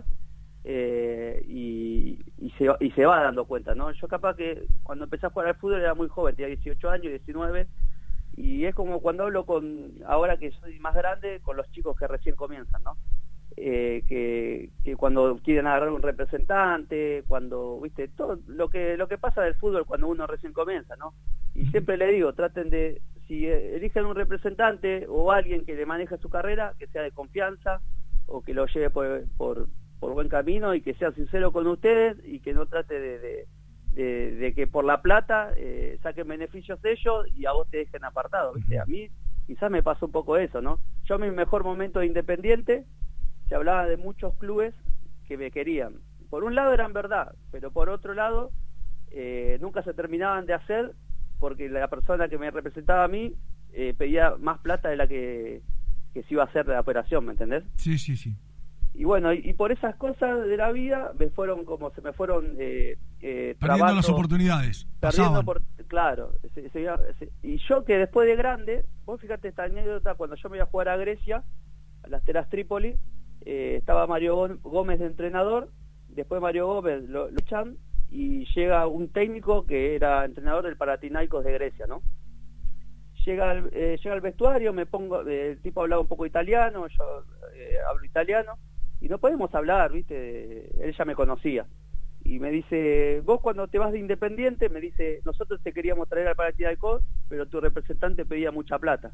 eh, y, y, se, y se va dando cuenta, ¿no? Yo capaz que cuando empecé a jugar al fútbol era muy joven, tenía dieciocho años, diecinueve, y es como cuando hablo con, ahora que soy más grande, con los chicos que recién comienzan, ¿no? Eh, que, que cuando quieren agarrar un representante, cuando, viste, todo lo que lo que pasa del fútbol cuando uno recién comienza, ¿no? Y siempre le digo, traten de, si eligen un representante o alguien que le maneje su carrera, que sea de confianza o que lo lleve por, por, por buen camino y que sea sincero con ustedes y que no trate de, de, de, de que por la plata eh, saquen beneficios de ellos y a vos te dejen apartado, ¿viste? A mí quizás me pasó un poco eso, ¿no? Yo en mi mejor momento de Independiente se hablaba de muchos clubes que me querían. Por un lado eran verdad, pero por otro lado eh, nunca se terminaban de hacer porque la persona que me representaba a mí eh, pedía más plata de la que, que se iba a hacer de la operación, ¿me entendés? Sí, sí, sí. Y bueno, y, y por esas cosas de la vida me fueron como se me fueron eh, eh, perdiendo trabando, las oportunidades. Perdiendo por, claro. Se, se, se, y yo que después de grande, vos fíjate esta anécdota, cuando yo me iba a jugar a Grecia, a las Teras Trípoli, eh, estaba Mario Gómez de entrenador, después Mario Gómez lo, lo echan y llega un técnico que era entrenador del Panathinaikos de Grecia, ¿no? Llega al, eh, llega al vestuario, me pongo, eh, el tipo hablaba un poco italiano, yo eh, hablo italiano, y no podemos hablar, ¿viste? Él ya me conocía. Y me dice, vos cuando te vas de Independiente, me dice, nosotros te queríamos traer al Panathinaikos, pero tu representante pedía mucha plata.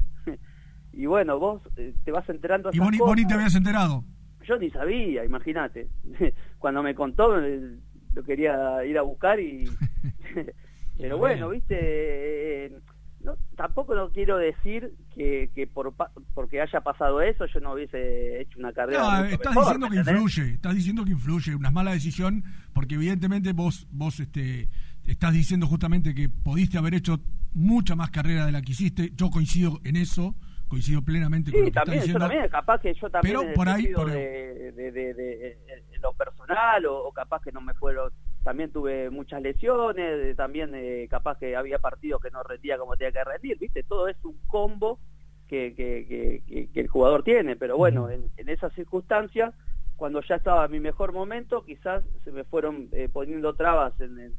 Y bueno, vos eh, te vas enterando... ¿Y vos ni, vos ni te habías enterado? Yo ni sabía, imagínate. Cuando me contó... Eh, lo quería ir a buscar y pero bueno, viste, eh, no, tampoco no quiero decir que, que por porque haya pasado eso yo no hubiese hecho una carrera. No, estás mejor, diciendo que influye, estás diciendo que influye, una mala decisión, porque evidentemente vos vos este estás diciendo justamente que pudiste haber hecho mucha más carrera de la que hiciste. Yo coincido en eso. Coincido plenamente sí, con lo que también, está diciendo. Yo también, capaz que yo también pero por ahí, por... De, de, de, de, de, de lo personal o, o capaz que no me fueron, también tuve muchas lesiones, también eh, capaz que había partidos que no rendía como tenía que rendir, viste, todo es un combo que, que, que, que, que el jugador tiene, pero bueno, en, en esas circunstancias, cuando ya estaba en mi mejor momento, quizás se me fueron eh, poniendo trabas en, en,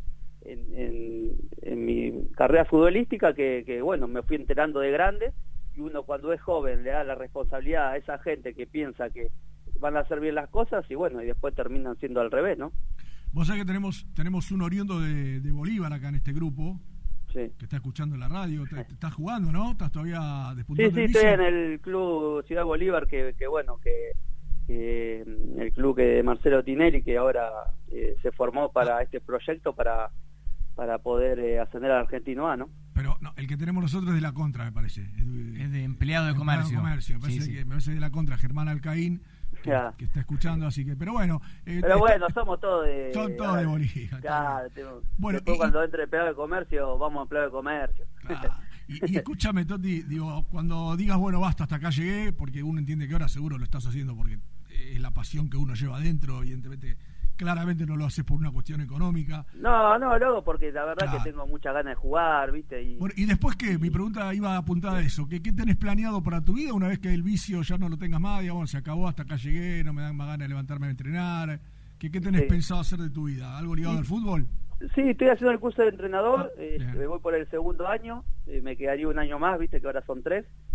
en, en mi carrera futbolística que, que bueno, me fui enterando de grande. Y uno cuando es joven le da la responsabilidad a esa gente que piensa que van a hacer bien las cosas y bueno, y después terminan siendo al revés, ¿no? Vos sabés que tenemos tenemos un oriundo de, de Bolívar acá en este grupo, sí, que está escuchando la radio, te, te estás jugando, ¿no? ¿Estás todavía despuntando? Sí, sí, estoy en el club Ciudad Bolívar, que, que bueno, que, que el club que de Marcelo Tinelli, que ahora eh, se formó para este proyecto para para poder eh, ascender al Argentino A, ¿no? Pero no, el que tenemos nosotros es de la Contra, me parece. Es de, es de empleado de comercio. De comercio. Me parece, sí, que, sí. me parece de la Contra, Germán Alcaín, que, que está escuchando, así que, pero bueno. Eh, pero bueno, está, somos todos de... Son todos de Bolívar. Claro, tengo, bueno, después y, cuando entre empleado de comercio, vamos a empleado de comercio. Claro. Y, y escúchame, Toti, digo, cuando digas, bueno, basta, hasta acá llegué, porque uno entiende que ahora seguro lo estás haciendo porque es la pasión que uno lleva adentro, evidentemente... Claramente no lo haces por una cuestión económica. No, no, lo hago porque la verdad claro. que tengo muchas ganas de jugar, ¿viste? Y, bueno, ¿y después qué? Mi pregunta iba apuntada a eso. ¿Qué, ¿Qué tenés planeado para tu vida una vez que el vicio ya no lo tengas más? Digamos, se acabó, hasta acá llegué, no me dan más ganas de levantarme a entrenar. ¿Qué, qué tenés sí. pensado hacer de tu vida? ¿Algo ligado sí. al fútbol? Sí, estoy haciendo el curso de entrenador. Ah, eh, me voy por el segundo año. Eh, me quedaría un año más, ¿viste? Que ahora son tres.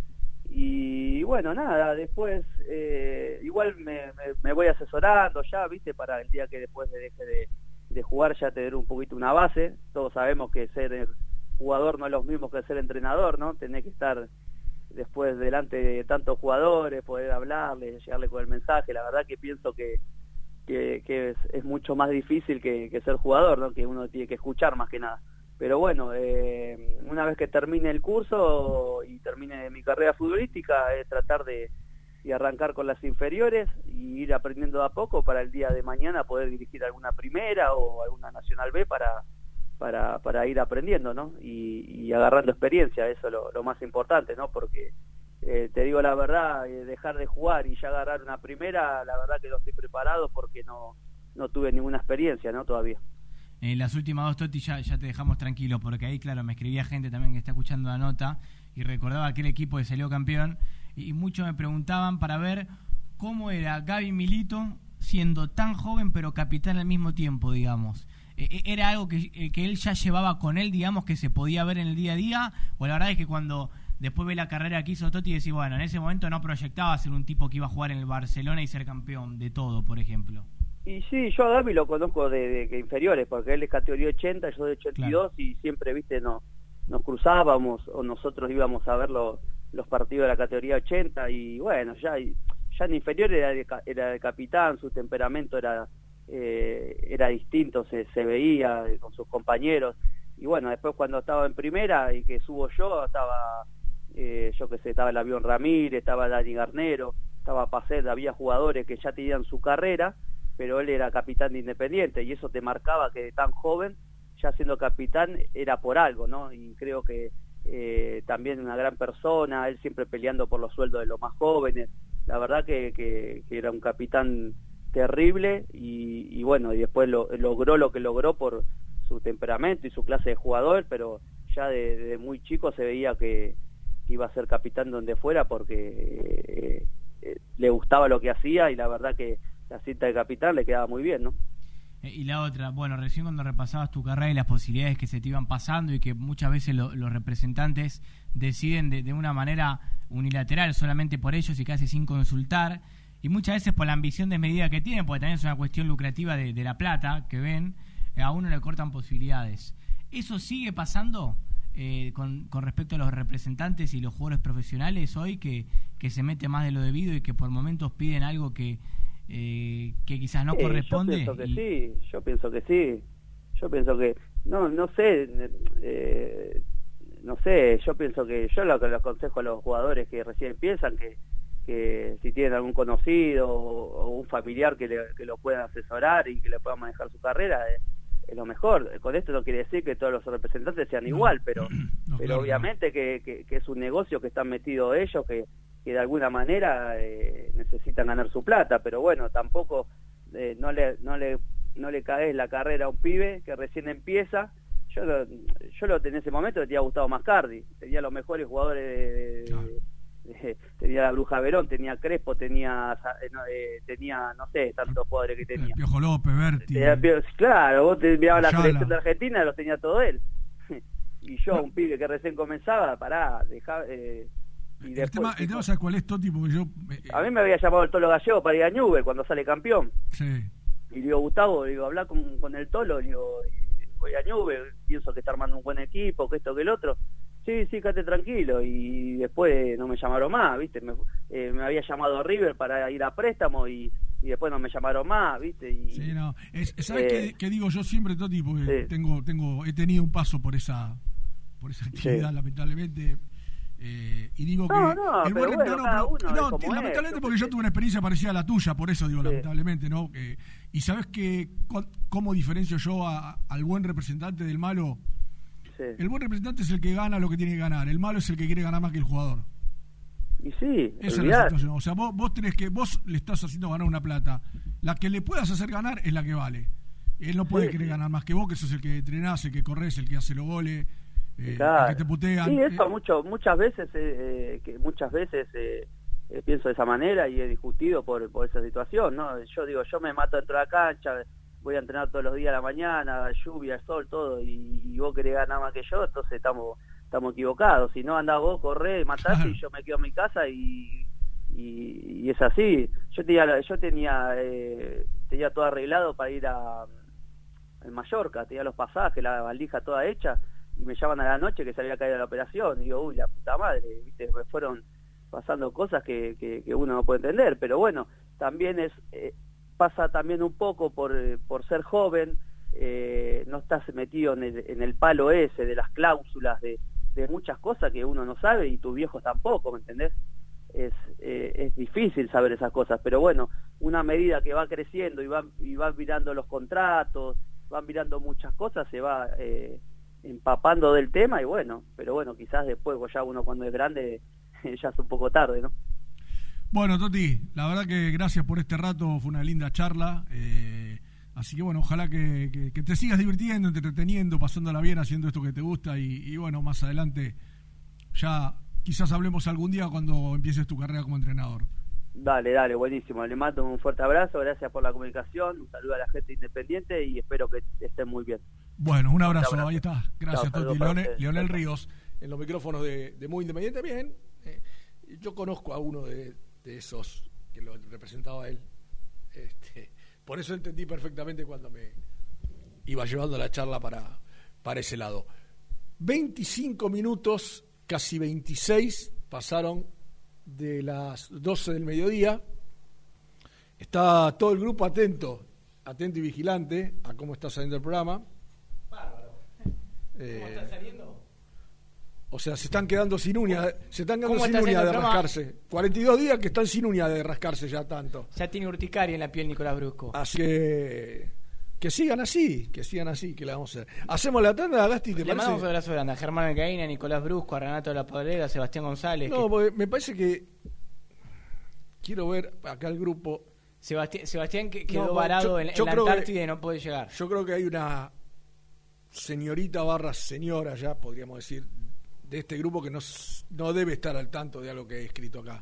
Y bueno, nada, después eh, igual me, me, me voy asesorando ya, viste, para el día que después de deje de, de jugar ya tener un poquito una base. Todos sabemos que ser jugador no es lo mismo que ser entrenador, ¿no? Tenés que estar después delante de tantos jugadores, poder hablarles, llegarle con el mensaje. La verdad que pienso que, que, que es, es mucho más difícil que, que ser jugador, ¿no? Que uno tiene que escuchar más que nada. Pero bueno, eh, una vez que termine el curso y termine mi carrera futbolística, es tratar de, de arrancar con las inferiores y ir aprendiendo de a poco para el día de mañana poder dirigir alguna primera o alguna Nacional B para, para, para ir aprendiendo, ¿no? Y, y agarrando experiencia, eso es lo, lo más importante, ¿no? Porque eh, te digo la verdad, eh, dejar de jugar y ya agarrar una primera, la verdad que no estoy preparado porque no, no tuve ninguna experiencia, ¿no? Todavía. En las últimas dos, Toti, ya, ya te dejamos tranquilo, porque ahí, claro, me escribía gente también que está escuchando la nota y recordaba aquel equipo que salió campeón, y, y muchos me preguntaban para ver cómo era Gaby Milito siendo tan joven pero capitán al mismo tiempo, digamos. Eh, ¿Era algo que, eh, que él ya llevaba con él, digamos, que se podía ver en el día a día? O la verdad es que cuando después ve la carrera que hizo Toti, decís, bueno, en ese momento no proyectaba ser un tipo que iba a jugar en el Barcelona y ser campeón de todo, por ejemplo. Y sí, yo a Gaby lo conozco de, de, de inferiores, porque él es categoría ochenta, yo soy de ochenta y dos, claro. Y siempre, viste, no, nos cruzábamos o nosotros íbamos a ver los, los partidos de la categoría ochenta y bueno, ya, ya en inferior era de, era de capitán, su temperamento era eh, era distinto, se, se veía con sus compañeros. Y bueno, después cuando estaba en primera y que subo yo, estaba, eh, yo que sé, estaba el Avión Ramírez, estaba Dani Garnero, estaba Pacet, había jugadores que ya tenían su carrera, pero él era capitán de Independiente y eso te marcaba que de tan joven, ya siendo capitán, era por algo, ¿no? Y creo que eh, también una gran persona, él siempre peleando por los sueldos de los más jóvenes, la verdad que, que, que era un capitán terrible y, y bueno, y después lo, logró lo que logró por su temperamento y su clase de jugador, pero ya de, de muy chico se veía que, que iba a ser capitán donde fuera porque eh, eh, le gustaba lo que hacía y la verdad que la cinta de capitán le quedaba muy bien, ¿no? Y la otra, bueno, recién cuando repasabas tu carrera y las posibilidades que se te iban pasando y que muchas veces lo, los representantes deciden de, de una manera unilateral solamente por ellos y casi sin consultar, y muchas veces por la ambición desmedida que tienen, porque también es una cuestión lucrativa de, de la plata que ven, a uno le cortan posibilidades. ¿Eso sigue pasando eh, con, con respecto a los representantes y los jugadores profesionales hoy, que, que se mete más de lo debido y que por momentos piden algo que Eh, que quizás no sí, corresponde? Yo pienso que y... sí, yo pienso que sí, yo pienso que, no, no sé, eh, no sé, yo pienso que yo lo que les aconsejo a los jugadores que recién empiezan, que, que si tienen algún conocido o, o un familiar que, le, que lo puedan asesorar y que le puedan manejar su carrera, es, es lo mejor. Con esto no quiere decir que todos los representantes sean no, igual, pero, no, pero claro, obviamente no. que, que, que es un negocio que están metidos ellos, que que de alguna manera eh, necesitan ganar su plata, pero bueno, tampoco eh, no le no le no le caes la carrera a un pibe que recién empieza. Yo lo, yo lo en ese momento tenía Gustavo Mascardi, tenía los mejores jugadores de, claro. de, de, tenía la Bruja Verón, tenía Crespo, tenía eh, no, eh, tenía no sé, tantos jugadores que tenía. El Piojo López, Berti. Tenía, claro, vos te mirabas la selección de Argentina, los tenía todo él. Y yo, no. un pibe que recién comenzaba, pará, dejá, eh, Y el, tema, el tema, ¿sabes cuál es, Toti? Porque yo, eh, a mí me había llamado el Tolo Gallego para ir a Newell cuando sale campeón. Sí. Y le digo, Gustavo, le digo, habla con, con el Tolo, le digo, voy a Newell, pienso que está armando un buen equipo, que esto, que el otro. Sí, sí, quédate tranquilo. Y después no me llamaron más, ¿viste? Me, eh, me había llamado a River para ir a préstamo y, y después no me llamaron más, ¿viste? Y, sí, no. Es, ¿Sabes eh, qué, qué digo yo siempre, Toti? Porque sí. tengo, tengo, he tenido un paso por esa, por esa actividad, sí. lamentablemente. Eh, y digo no, que no, el buen bueno, no, no, no t- lamentablemente es, porque yo tuve una experiencia parecida a la tuya, por eso digo sí. lamentablemente, ¿no? Eh, y sabes que cómo diferencio yo a, al buen representante del malo. Sí. El buen representante es el que gana lo que tiene que ganar, el malo es el que quiere ganar más que el jugador. Y sí, esa olvidar. Es la situación. O sea, vos, vos tenés que, vos le estás haciendo ganar una plata, la que le puedas hacer ganar es la que vale. Él no puede sí, querer sí. ganar más que vos, que sos el que entrenás, el que corres, el que hace los goles. Eh, claro. que te putean. Sí, eso eh, mucho, muchas veces eh, eh, que muchas veces eh, eh, pienso de esa manera y he discutido por, por esa situación, ¿no? Yo digo, yo me mato dentro de la cancha, voy a entrenar todos los días a la mañana, lluvia, sol, todo, y, y vos querés ganar más que yo, entonces estamos estamos equivocados. Si no, andás vos, corré, matás Claro. y yo me quedo en mi casa y, y, y es así. Yo tenía yo tenía eh, tenía todo arreglado para ir a, a Mallorca, tenía los pasajes, la valija toda hecha, y me llaman a la noche que se había caído la operación, y digo, uy, la puta madre, ¿viste? Me fueron pasando cosas que, que, que uno no puede entender, pero bueno, también es eh, pasa también un poco por, eh, por ser joven, eh, no estás metido en el, en el palo ese de las cláusulas, de, de muchas cosas que uno no sabe y tus viejos tampoco, ¿me entendés? Es, eh, es difícil saber esas cosas, pero bueno, una medida que va creciendo y va, y va mirando los contratos, van mirando muchas cosas, se va eh, empapando del tema y bueno, pero bueno, quizás después ya uno cuando es grande ya es un poco tarde, ¿no? Bueno, Toti, la verdad que gracias por este rato, fue una linda charla, eh, así que bueno, ojalá que, que, que te sigas divirtiendo, entreteniendo, pasándola bien, haciendo esto que te gusta y, y bueno, más adelante ya quizás hablemos algún día cuando empieces tu carrera como entrenador. Dale, dale, buenísimo, le mando un fuerte abrazo, gracias por la comunicación, un saludo a la gente independiente y espero que estén muy bien. Bueno, un abrazo, abrazo. ahí está, gracias Chao, Toti. saludos para Leonel, ustedes. Leonel Chao, chao. Ríos, en los micrófonos de, de Muy Independiente, bien. Eh, yo conozco a uno de, de esos que lo representaba él. Este, por eso entendí perfectamente cuando me iba llevando la charla para, para ese lado. veinticinco minutos, casi veintiséis, pasaron de las doce del mediodía. Está todo el grupo atento, atento y vigilante a cómo está saliendo el programa. Bárbaro. Eh, ¿Cómo está saliendo? O sea, se están quedando sin uña, se están quedando ¿Cómo sin está uña haciendo de el programa? rascarse. cuarenta y dos días que están sin uña de rascarse ya tanto. Ya tiene urticaria en la piel Nicolás Brusco. Así que que sigan así, que sigan así, que la vamos a hacer. Hacemos la tanda, Gasti, ¿te Le mandamos un parece? abrazo grande a Germán Alcaína, a Nicolás Brusco, a Renato de la Padrera, a Sebastián González. No, que- porque me parece que quiero ver acá el grupo. Sebastián, Sebastián que quedó No, varado yo- en, en yo la creo que- Antártida y no puede llegar. Yo creo que hay una señorita barra señora ya, podríamos decir, de este grupo que no, s- no debe estar al tanto de algo que he escrito acá.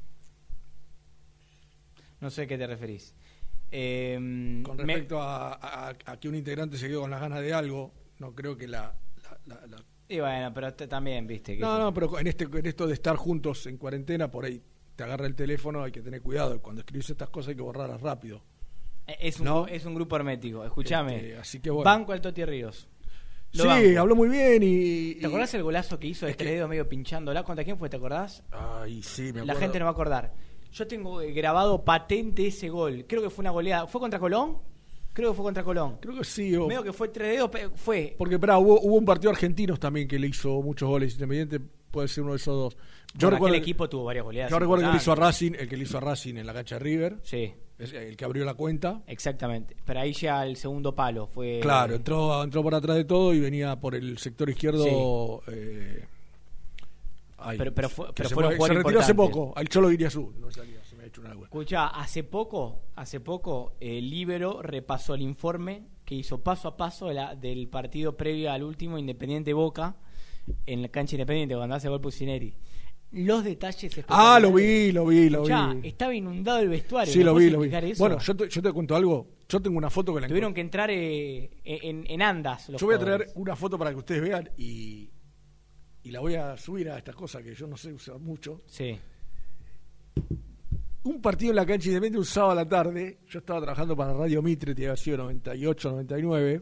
No sé a qué te referís. Eh, Con me- respecto a, a- a que un integrante se quedó con las ganas de algo, no creo que la... la- la- la- Y bueno, pero t- también, viste. Que No, no, pero en, este, en esto de estar juntos en cuarentena, por ahí te agarra el teléfono, hay que tener cuidado. Cuando escribís estas cosas hay que borrarlas rápido. Es un, ¿no? es un grupo hermético, escúchame. Este, así que bueno. Banco al Toti Ríos. Lo Sí, banco. habló muy bien y... ¿Te acordás el golazo que hizo de es que- tres dedos medio pinchándola? ¿Contra quién fue? ¿Te acordás? Ay, sí, me acuerdo. La gente no va a acordar. Yo tengo eh, grabado patente ese gol. Creo que fue una goleada. ¿Fue contra Colón? Creo que fue contra Colón. Creo que sí. O... Medio que fue tres dedos, pe- fue. Porque, pará, hubo, hubo un partido argentino también que le hizo muchos goles. Independiente puede ser uno de esos dos. Yo Bueno, recuerdo, aquel equipo tuvo varias goleadas. yo recuerdo que le hizo a importantes. Racing, el que le hizo a Racing en la cancha de River. Sí, Es el que abrió la cuenta. exactamente. Pero ahí ya el segundo palo fue. Claro, entró, entró por atrás de todo y venía por el sector izquierdo. eh, ay, Pero- pero fue- que pero se, fueron fue- se jugadores retiró hace importantes. poco. Al Cholo Iriazú. No salía, se me ha hecho una agua. Escucha, hace poco, hace poco, el Libero repasó el informe que hizo paso a paso de la- del partido previo al último Independiente Boca en la cancha Independiente cuando hace gol Pusineri. Los detalles. Ah, espectaculares. lo vi, lo vi, lo Escuchá, vi. estaba inundado el vestuario. Sí, ¿me lo podés vi, lo vi. explicar eso? Bueno, yo te, yo te cuento algo. Yo tengo una foto que la Tuvieron encontré. que entrar eh, en, en andas. Los Yo voy a traer jugadores. una foto para que ustedes vean y, y la voy a subir a estas cosas que yo no sé usar mucho. Sí. Un partido en la cancha Independiente un sábado a la tarde. Yo estaba trabajando para Radio Mitre, que había sido noventa y ocho, noventa y nueve.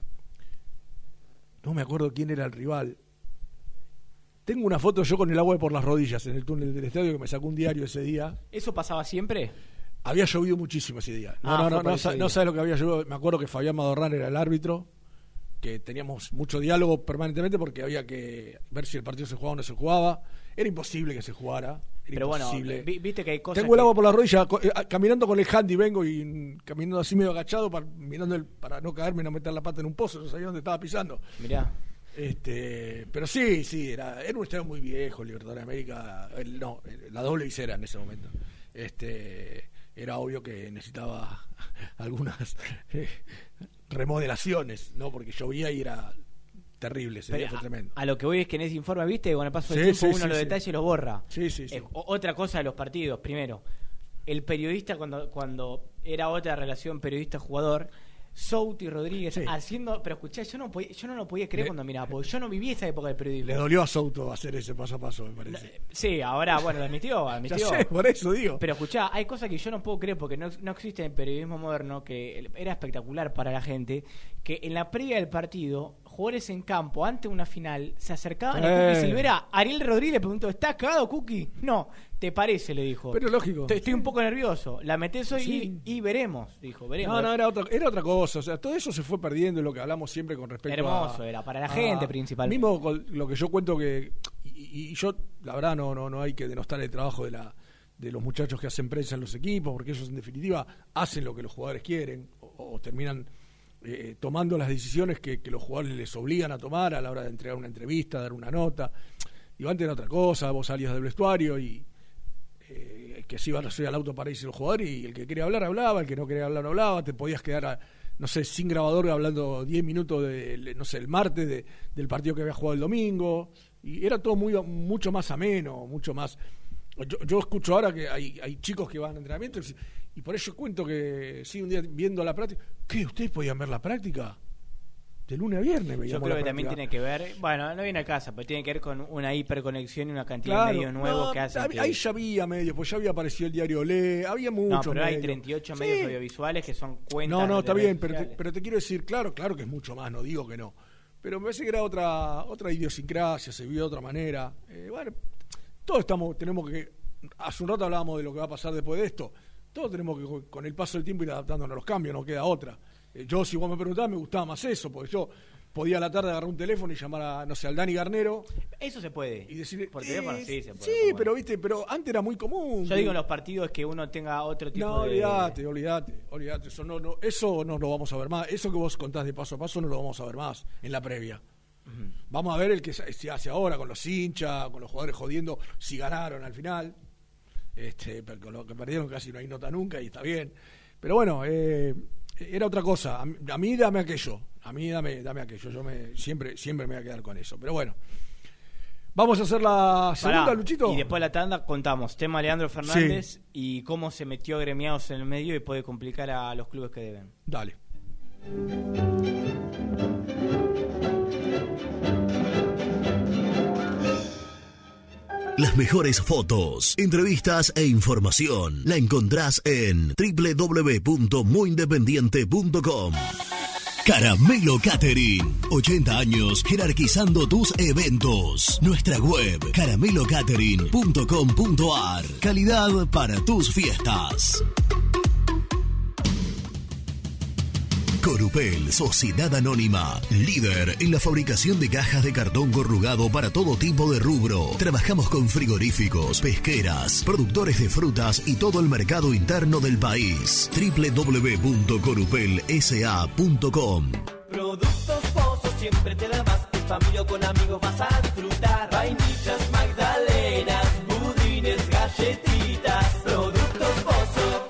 No me acuerdo quién era el rival. Tengo una foto yo con el agua por las rodillas en el túnel del estadio que me sacó un diario ese día. ¿Eso pasaba siempre? Había llovido muchísimo ese día. No, Ah, no, fue no, por no, ese sa- día. no sabes lo que había llovido. Me acuerdo que Fabián Madorrán era el árbitro, que teníamos mucho diálogo permanentemente porque había que ver si el partido se jugaba o no se jugaba. Era imposible que se jugara. Era Pero bueno, imposible. vi- viste que hay cosas. Tengo el que- agua por la rodilla, co- eh, caminando con el handy vengo y mm, caminando así medio agachado para, mirando el, para no caerme y no meter la pata en un pozo, no sabía dónde estaba pisando. Mirá. Este, pero sí, sí, era, era un estadio muy viejo, Libertadores de América, el- no, el- la doble visera en ese momento. Este, era obvio que necesitaba algunas eh, remodelaciones, ¿no? Porque llovía y era terrible, ese Pero día fue a, tremendo. a lo que voy es que en ese informe, viste, con el paso del Sí, tiempo sí, uno sí, los sí. detalles los borra. Sí, sí, sí. Eh, o- otra cosa de los partidos, primero, el periodista cuando, cuando era otra relación periodista-jugador, Souto y Rodríguez Sí. haciendo, pero escuchá, yo no podía, yo no lo podía creer Le- cuando miraba, porque yo no viví esa época del periodismo. Le dolió a Souto hacer ese paso a paso, me parece. Sí, ahora, bueno, lo admitió, Ya admitió. sé, por eso digo. Pero escuchá, hay cosas que yo no puedo creer porque no, no existe en el periodismo moderno, que era espectacular para la gente, que en la previa del partido, jugadores en campo, ante una final, se acercaban a Eh. Cookie Silvera. Ariel Rodríguez le preguntó, ¿estás cagado, Cookie? No, ¿te parece? Le dijo. Pero lógico. Estoy, estoy un poco nervioso. La metés hoy Sí. y, y veremos, dijo, veremos. No, no, era otra, era otra cosa. O sea, todo eso se fue perdiendo, lo que hablamos siempre con respecto Hermoso a... era, para la a- gente principalmente. Mismo con lo que yo cuento que... Y, y yo, la verdad, no, no, no hay que denostar el trabajo de la de los muchachos que hacen prensa en los equipos, porque ellos en definitiva hacen lo que los jugadores quieren o, o terminan eh, tomando las decisiones que, que los jugadores les obligan a tomar a la hora de entregar una entrevista, dar una nota. Y antes era otra cosa, vos salías del vestuario y eh, que se iban a subir al auto para irse los jugadores y el que quería hablar hablaba, el que no quería hablar no hablaba, te podías quedar a, no sé, sin grabador hablando diez minutos de, no sé, el martes de, del partido que había jugado el domingo, y era todo muy mucho más ameno, mucho más... Yo, yo escucho ahora que hay, hay chicos que van a entrenamiento y, y por eso cuento que sí, un día viendo la práctica, ¿qué? ¿Ustedes podían ver la práctica? De lunes a viernes veíamos Yo creo la que también práctica. tiene que ver, bueno, no viene a casa, pero tiene que ver con una hiperconexión y una cantidad Claro, de medios nuevos no, que hacen ahí, que... ahí ya había medios, pues ya había aparecido el diario Olé, había muchos No, pero hay medios. treinta y ocho Sí. medios audiovisuales que son cuentas No, no, de está redes bien, pero te, sociales. pero te quiero decir, claro, claro que es mucho más, no digo que no. Pero me parece que era otra otra idiosincrasia, se vio de otra manera. Eh, bueno, todos estamos, tenemos que, hace un rato hablábamos de lo que va a pasar después de esto, todos tenemos que con el paso del tiempo ir adaptándonos a los cambios, no queda otra. Eh, yo, si vos me preguntabas, me gustaba más eso, porque yo podía a la tarde agarrar un teléfono y llamar a, no sé, al Dani Garnero. Eso se puede. Y decirle, Por eh, teléfono sí se puede. Sí, como pero viste, pero antes era muy común. Yo que- digo en los partidos que uno tenga otro tipo No, de... olvídate, olvídate, olvídate. Eso no, no, eso no lo vamos a ver más. Eso que vos contás de paso a paso no lo vamos a ver más en la previa. Ujú. Vamos a ver el que se se hace ahora con los hinchas, con los jugadores jodiendo si ganaron al final. Este, pero con lo que perdieron casi no hay nota nunca y está bien. Pero bueno, eh, era otra cosa. A mí, a mí dame aquello. A mí dame, dame aquello. Yo me siempre, siempre me voy a quedar con eso. Pero bueno. Vamos a hacer la segunda, Pará, Luchito. Y después de la tanda contamos tema Leandro Fernández y cómo se metió Gremiados en el medio y puede complicar a los clubes que deben. Dale. Las mejores fotos, entrevistas e información la encontrás en doble u doble u doble u punto muy independiente punto com. Caramelo Catering, ochenta años jerarquizando tus eventos. Nuestra web, caramelo catering punto com punto a r. Calidad para tus fiestas. Corupel, Sociedad Anónima, líder en la fabricación de cajas de cartón corrugado para todo tipo de rubro. Trabajamos con frigoríficos, pesqueras, productores de frutas y todo el mercado interno del país. doble u doble u doble u punto corupel s a punto com. Productos Pozos siempre te da más. En familia o con amigos vas a disfrutar. Vainillas, magdalenas, budines, galletitas. Productos Pozos.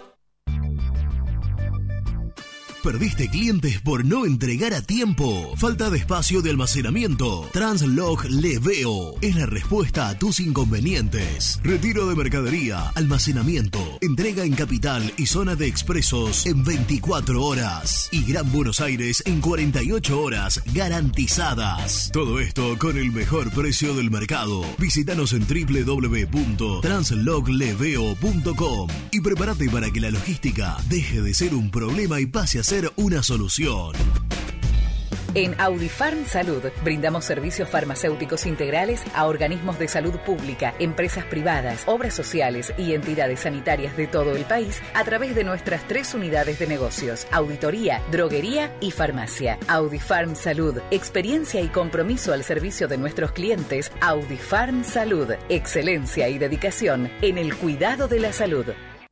¿Perdiste clientes por no entregar a tiempo? ¿Falta de espacio de almacenamiento? Translog Leveo es la respuesta a tus inconvenientes. Retiro de mercadería, almacenamiento, entrega en Capital y zona de expresos en veinticuatro horas y Gran Buenos Aires en cuarenta y ocho horas garantizadas. Todo esto con el mejor precio del mercado. Visítanos en doble u doble u doble u punto translog leveo punto com y prepárate para que la logística deje de ser un problema y pase a ser una solución. En Audifarm Salud brindamos servicios farmacéuticos integrales a organismos de salud pública, empresas privadas, obras sociales y entidades sanitarias de todo el país a través de nuestras tres unidades de negocios: auditoría, droguería y farmacia. Audifarm Salud, experiencia y compromiso al servicio de nuestros clientes. Audifarm Salud, excelencia y dedicación en el cuidado de la salud.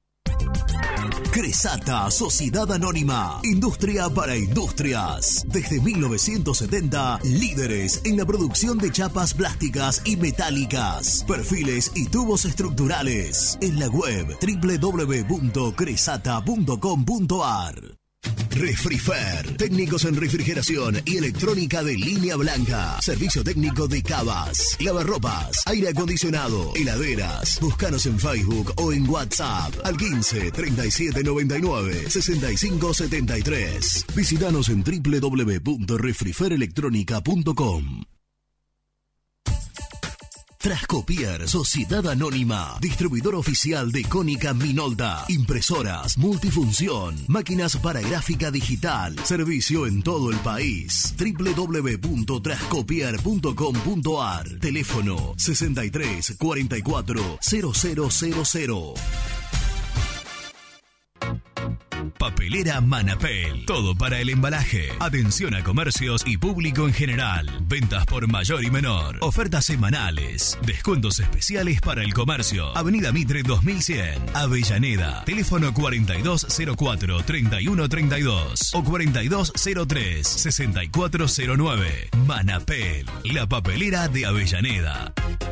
Cresata, Sociedad Anónima, industria para industrias. Desde mil novecientos setenta, líderes en la producción de chapas plásticas y metálicas, perfiles y tubos estructurales. En la web doble u doble u doble u punto cresata punto com punto a r. Refrifer, técnicos en refrigeración y electrónica de línea blanca. Servicio técnico de cavas, lavarropas, aire acondicionado, heladeras. Búscanos en Facebook o en WhatsApp al quince, treinta y siete, noventa y nueve, sesenta y cinco, setenta y tres. Visítanos en doble u doble u doble u punto refrifer electrónica punto com. Trascopier, Sociedad Anónima, distribuidor oficial de Cónica Minolta, impresoras, multifunción, máquinas para gráfica digital, servicio en todo el país. doble u doble u doble u punto trascopier punto com punto a r, teléfono sesenta y tres, cuarenta y cuatro, cero cero cero cero. Papelera Manapel. Todo para el embalaje. Atención a comercios y público en general. Ventas por mayor y menor. Ofertas semanales. Descuentos especiales para el comercio. Avenida Mitre dos mil cien. Avellaneda. Teléfono cuarenta y dos cero cuatro, treinta y uno treinta y dos o cuarenta y dos cero tres, sesenta y cuatro cero nueve. Manapel. La papelera de Avellaneda.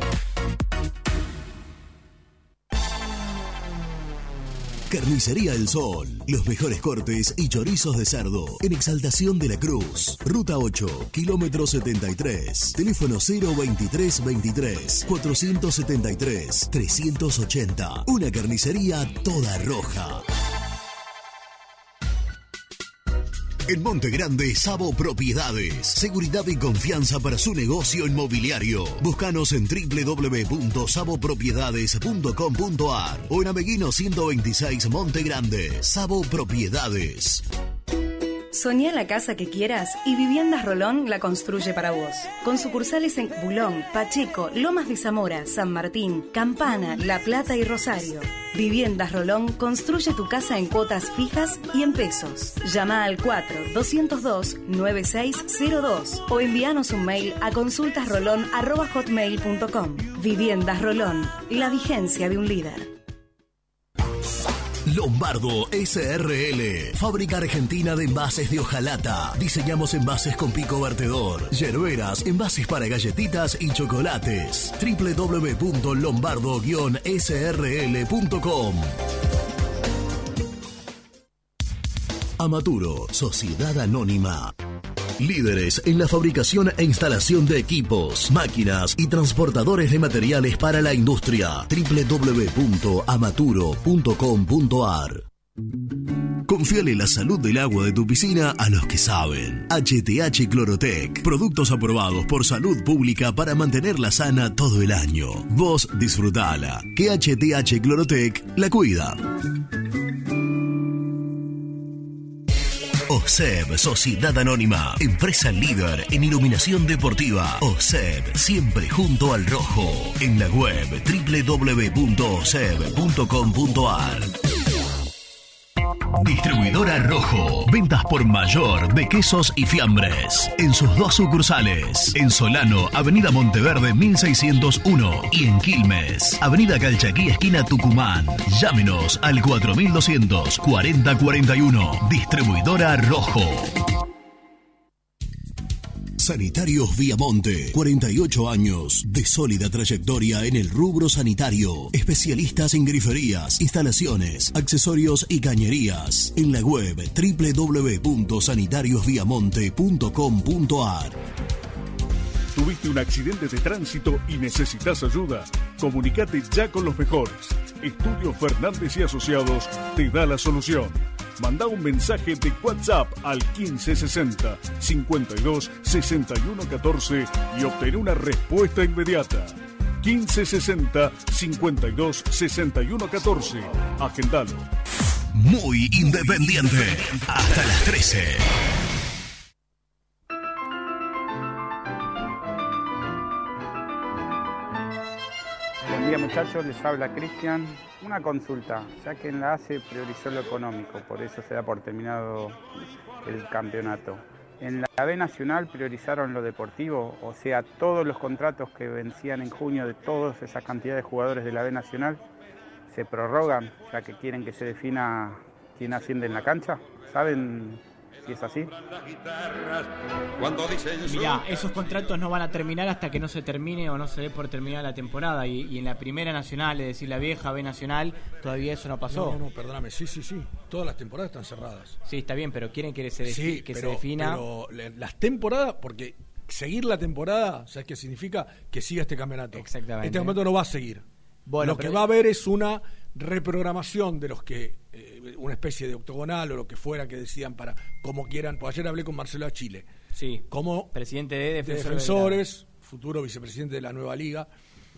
Carnicería El Sol. Los mejores cortes y chorizos de cerdo. En Exaltación de la Cruz. Ruta ocho, kilómetro setenta y tres. Teléfono cero veintitrés veintitrés, cuatrocientos setenta y tres, trescientos ochenta. Una carnicería toda roja. En Monte Grande, Sabo Propiedades. Seguridad y confianza para su negocio inmobiliario. Búscanos en doble u doble u doble u punto sabo propiedades punto com punto a r o en Ameguino ciento veintiséis, Monte Grande. Sabo Propiedades. Soñá la casa que quieras y Viviendas Rolón la construye para vos. Con sucursales en Bulón, Pacheco, Lomas de Zamora, San Martín, Campana, La Plata y Rosario. Viviendas Rolón construye tu casa en cuotas fijas y en pesos. Llama al cuatro, doscientos dos, noventa y seis cero dos o envíanos un mail a consultasrolón arroba hotmail punto com. Viviendas Rolón, la vigencia de un líder. Lombardo S R L, fábrica argentina de envases de hojalata. Diseñamos envases con pico vertedor, yerberas, envases para galletitas y chocolates. doble u doble u doble u punto lombardo guion s r l punto com. Amaturo, Sociedad Anónima. Líderes en la fabricación e instalación de equipos, máquinas y transportadores de materiales para la industria. doble u doble u doble u punto amaturo punto com punto a r. Confíale la salud del agua de tu piscina a los que saben. H T H Clorotec. Productos aprobados por salud pública para mantenerla sana todo el año. Vos disfrutala, que H T H Clorotec la cuida. O S E B, Sociedad Anónima, empresa líder en iluminación deportiva. O S E B, siempre junto al rojo. En la web doble u doble u doble u punto o s e b punto com punto a r. Distribuidora Rojo. Ventas por mayor de quesos y fiambres. En sus dos sucursales. En Solano, Avenida Monteverde mil seiscientos uno. Y en Quilmes, Avenida Calchaquí, esquina Tucumán. Llámenos al cuatro mil doscientos, cuarenta cuarenta y uno. Distribuidora Rojo. Sanitarios Viamonte, cuarenta y ocho años de sólida trayectoria en el rubro sanitario. Especialistas en griferías, instalaciones, accesorios y cañerías. En la web doble u doble u doble u punto sanitarios viamonte punto com punto a r. ¿Tuviste un accidente de tránsito y necesitas ayuda? Comunicate ya con los mejores. Estudio Fernández y Asociados te da la solución. Manda un mensaje de WhatsApp al quince sesenta, cincuenta y dos, sesenta y uno catorce y obtén una respuesta inmediata. quince sesenta, cincuenta y dos, sesenta y uno catorce. Agendalo. Muy independiente. Hasta las trece. Buen día muchachos, les habla Cristian. Una consulta, ya que en la A C E priorizó lo económico, por eso se da por terminado el campeonato. En la B Nacional priorizaron lo deportivo, o sea, todos los contratos que vencían en junio de todas esas cantidades de jugadores de la B Nacional se prorrogan, ya que quieren que se defina quién asciende en la cancha. ¿Saben si es así. Mirá, esos contratos no van a terminar hasta que no se termine o no se dé por terminada la temporada. Y, y en la primera nacional, es decir, la vieja B nacional, todavía eso no pasó. No, no, no, perdóname, sí, sí, sí. Todas las temporadas están cerradas. Sí, está bien, pero quieren que se, defi sí, que pero, se defina. Pero las temporadas, porque seguir la temporada, ¿sabes qué significa? Que siga este campeonato. Exactamente. Este campeonato no va a seguir. Bueno, lo pero... que va a haber es una reprogramación de los que, eh, una especie de octogonal o lo que fuera que decidan para, como quieran. Pues ayer hablé con Marcelo Achille. Sí, como presidente de Defensores, de defensores de la... futuro vicepresidente de la nueva liga.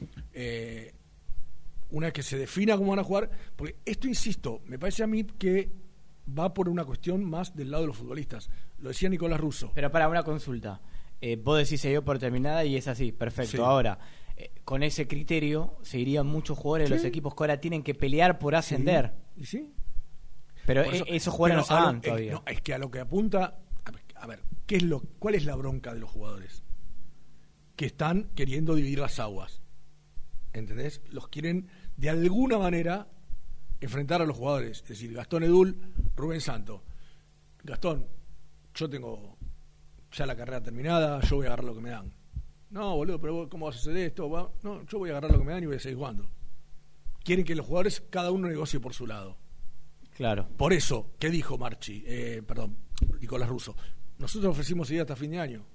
Eh, una vez que se defina cómo van a jugar, porque esto, insisto, me parece a mí que va por una cuestión más del lado de los futbolistas. Lo decía Nicolás Russo. Pero para una consulta, eh, vos decís se dio por terminada y es así, perfecto. Sí. Ahora, eh, con ese criterio se irían muchos jugadores de ¿sí? los equipos que ahora tienen que pelear por ascender. ¿Y sí? sí? Pero eso, eh, esos jugadores no se van lo, todavía. Es, no, es que a lo que apunta, a ver, a ver, ¿qué es lo, ¿cuál es la bronca de los jugadores? Que están queriendo dividir las aguas. ¿Entendés? Los quieren de alguna manera enfrentar a los jugadores. Es decir, Gastón Edul, Rubén Santos. Gastón, yo tengo ya la carrera terminada, yo voy a agarrar lo que me dan. No, boludo, pero vos, ¿cómo vas a hacer esto? Va? No, yo voy a agarrar lo que me dan y voy a seguir jugando. Quieren que los jugadores, cada uno negocie por su lado. Claro. Por eso, ¿qué dijo Marchi? Eh, perdón, Nicolás Russo. Nosotros ofrecimos ir hasta fin de año.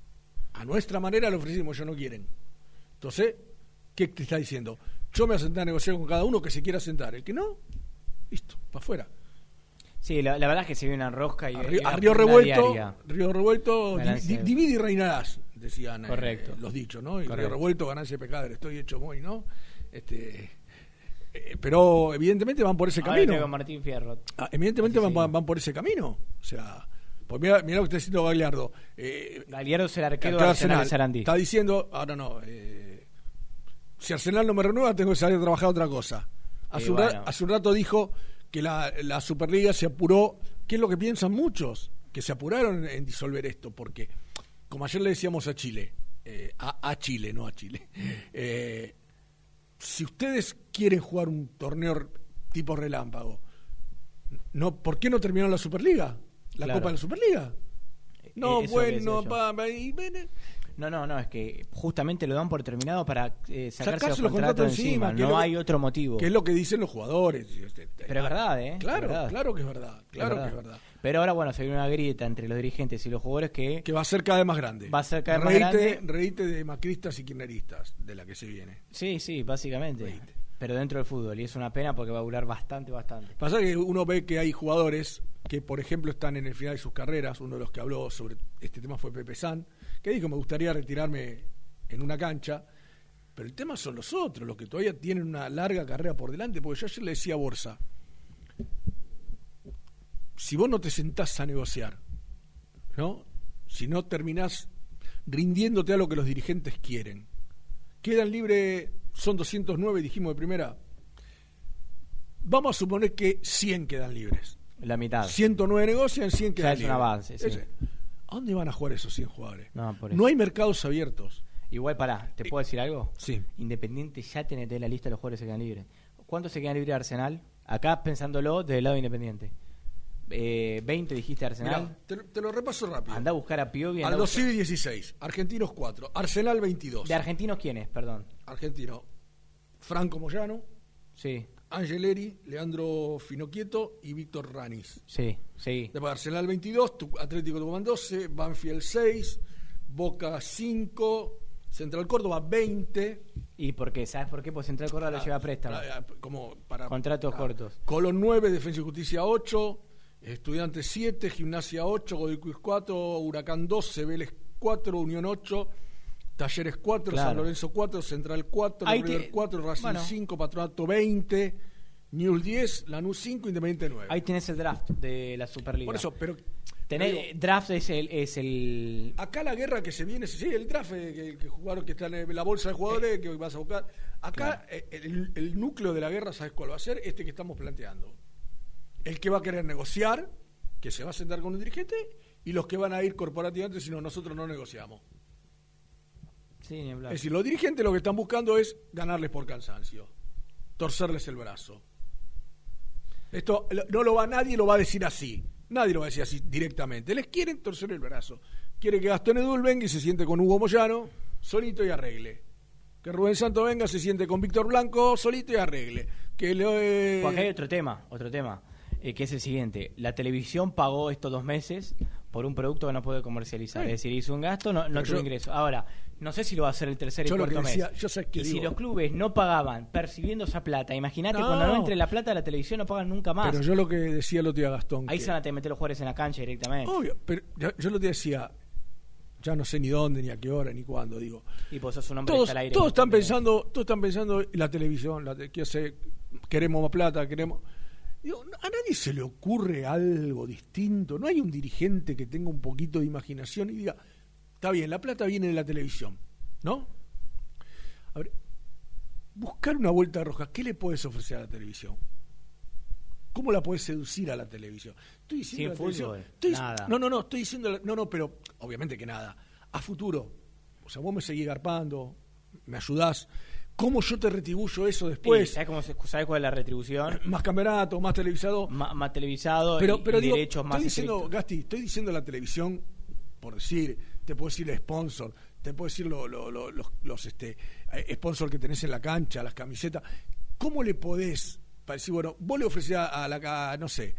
A nuestra manera lo ofrecimos, ellos no quieren. Entonces, ¿qué te está diciendo? Yo me voy a sentar a negociar con cada uno que se quiera sentar. El que no, listo, para afuera. Sí, la, la verdad es que se vio una rosca y a Río, y una, a Río Revuelto, diaria. Río Revuelto, di, di, divide y reinarás, decían eh, los dichos, ¿no? Y Correcto. Río Revuelto, ganancia de pecado, estoy hecho muy, ¿no? Este, eh, pero evidentemente van por ese Ahora camino. Con Martín Fierro. Ah, evidentemente van, van, van por ese camino. O sea, pues mira, mira lo que está diciendo Gagliardo. Eh, Gagliardo es el arquero de Arsenal, Arsenal Sarandí. Está diciendo, ahora no, eh, si Arsenal no me renueva, tengo que salir a trabajar otra cosa. Hace, un, bueno. hace un rato dijo que la, la Superliga se apuró, que es lo que piensan muchos, que se apuraron en disolver esto, porque, como ayer le decíamos a Chile, eh, a, a Chile, no a Chile, eh, si ustedes quieren jugar un torneo tipo relámpago, no, ¿por qué no terminaron la Superliga? La claro. Copa de la Superliga. No, Eso bueno, pa, pa, y, No, no, no, es que justamente lo dan por terminado para eh, sacarse, sacarse los, los contratos, contratos encima, encima. No hay que, otro motivo. Que es lo que dicen los jugadores. Pero es verdad, ¿eh? Claro, es verdad. claro que es verdad. Claro es verdad. que es verdad. Pero ahora, bueno, se viene una grieta entre los dirigentes y los jugadores que... Que va a ser cada vez más grande. Va a ser cada vez reíte, más grande. Reíte de macristas y kirchneristas, de la que se viene. Sí, sí, básicamente. Reíte. Pero dentro del fútbol. Y es una pena porque va a durar bastante, bastante. Pasa que uno ve que hay jugadores que, por ejemplo, están en el final de sus carreras. Uno de los que habló sobre este tema fue Pepe San, que dijo, me gustaría retirarme en una cancha, pero el tema son los otros, los que todavía tienen una larga carrera por delante, porque yo ayer le decía a Borsa, si vos no te sentás a negociar, ¿no? Si no terminás rindiéndote a lo que los dirigentes quieren, quedan libres, son doscientos nueve, dijimos de primera, vamos a suponer que cien quedan libres. La mitad. ciento nueve negocian, cien quedan o sea, es libres. Un avance, sí. Es, ¿a dónde van a jugar esos cien jugadores? No, por eso. No hay mercados abiertos. Igual, pará, ¿te puedo decir algo? Sí. Independiente ya tenés la lista de los jugadores que se quedan libres. ¿Cuántos se quedan libres de Arsenal? Acá pensándolo desde el lado de Independiente. Eh, veinte dijiste Arsenal. Mirá, te, te lo repaso rápido. Anda a buscar a Piovi. Aldo Civi dieciséis, Argentinos cuatro, Arsenal veintidós. ¿De argentinos quiénes? Perdón. Argentino, Franco Moyano. Sí. Angeleri, Leandro Finocchieto y Víctor Ranis. Sí, sí. Después Arsenal veintidós, Atlético Tucumán doce, Banfield seis, Boca cinco, Central Córdoba veinte. ¿Y por qué? ¿Sabes por qué? Pues Central Córdoba ah, lo lleva a préstamo. Para, como para, Contratos para, cortos. Colón nueve, Defensa y Justicia ocho, Estudiantes siete, Gimnasia ocho, Godoy Cruz cuatro, Huracán doce, Vélez cuatro, Unión ocho, Talleres cuatro, claro. San Lorenzo cuatro, Central cuatro, River te... cuatro, Racing bueno. cinco, Patronato veinte, Newell's diez, Lanús cinco, Independiente nueve. Ahí tenés el draft de la Superliga. Por eso, pero... Tenés, digo, draft es el, es el... Acá la guerra que se viene, sí, el draft, que, que jugaron, que está en la bolsa de jugadores, eh, que vas a buscar. Acá claro. el, el núcleo de la guerra, ¿sabes cuál va a ser? Este que estamos planteando. El que va a querer negociar, que se va a sentar con un dirigente, y los que van a ir corporativamente, si no, nosotros no negociamos. Sí, ni hablar. Es decir, los dirigentes lo que están buscando es ganarles por cansancio, torcerles el brazo. Esto no lo va, nadie lo va a decir así. Nadie lo va a decir así directamente. Les quieren torcer el brazo. Quiere que Gastón Edul venga y se siente con Hugo Moyano, solito y arregle. Que Rubén Santos venga, se siente con Víctor Blanco, solito y arregle. Que le, eh... Porque hay otro tema, otro tema, eh, que es el siguiente. La televisión pagó estos dos meses por un producto que no puede comercializar. Sí. Es decir, hizo un gasto, no, no tuvo ingreso. Ahora, no sé si lo va a hacer el tercer y yo cuarto lo que decía, mes. Yo sé que y digo, si los clubes no pagaban percibiendo esa plata, imagínate no, cuando no entre la plata de la televisión no pagan nunca más. Pero yo lo que decía el otro día, Gastón. Ahí que... se van a meter los jugadores en la cancha directamente. Obvio, pero yo, yo lo que decía, ya no sé ni dónde, ni a qué hora, ni cuándo, digo. Y pues sos un hombre todos, que está al aire. Todos están pensando, todos están pensando la televisión, la te, ¿qué hace? Queremos más plata, queremos... Digo, a nadie se le ocurre algo distinto. No hay un dirigente que tenga un poquito de imaginación y diga, está bien, la plata viene de la televisión, ¿no? A ver, buscar una vuelta roja, ¿qué le puedes ofrecer a la televisión? ¿Cómo la puedes seducir a la televisión? Estoy diciendo Sin la fútbol, estoy, nada. No, no, no, estoy diciendo, no, no, pero obviamente que nada. A futuro, o sea, vos me seguís garpando, me ayudás. ¿Cómo yo te retribuyo eso después? Sí, ¿sabes, cómo se, ¿Sabes cuál es la retribución? Más campeonato, más televisado. Más, más televisado pero, pero y digo, derechos más estoy diciendo, estrictos. Gasti, estoy diciendo la televisión, por decir, te puedo decir el sponsor, te puedo decir lo, lo, lo, los, los este, sponsor que tenés en la cancha, las camisetas. ¿Cómo le podés, para decir, bueno, vos le ofrecés a la, a, no sé,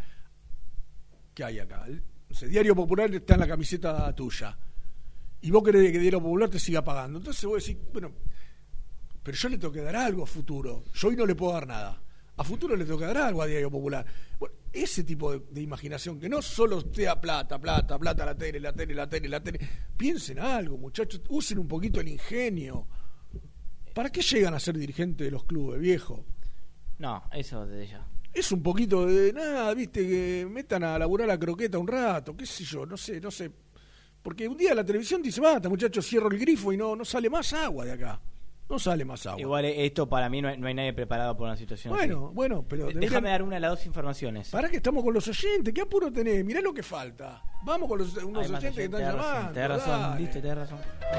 ¿qué hay acá? No sé, Diario Popular está en la camiseta tuya. Y vos querés que Diario Popular te siga pagando. Entonces vos decís, bueno... pero yo le tengo que dar algo a futuro. Yo hoy no le puedo dar nada. A futuro le tengo que dar algo a Diario Popular. Bueno, ese tipo de, de imaginación, que no solo sea plata, plata, plata, la tele, la tele, la tele, la tele. Piensen algo, muchachos. Usen un poquito el ingenio. ¿Para qué llegan a ser dirigentes de los clubes, viejo? No, eso desde ya. Es un poquito de nada, viste, que metan a laburar la croqueta un rato, qué sé yo, no sé, no sé. Porque un día la televisión dice, basta, muchachos, cierro el grifo y no, no sale más agua de acá. No sale más agua. Igual esto para mí no hay, no hay nadie preparado por una situación bueno, así. Bueno, pero... Déjame deberían... dar una de las dos informaciones. ¿Para que estamos con los oyentes? ¿Qué apuro tenés? Mirá lo que falta. Vamos con los, unos oyentes, oyentes que están llamando. Tenés razón, viste, tenés razón.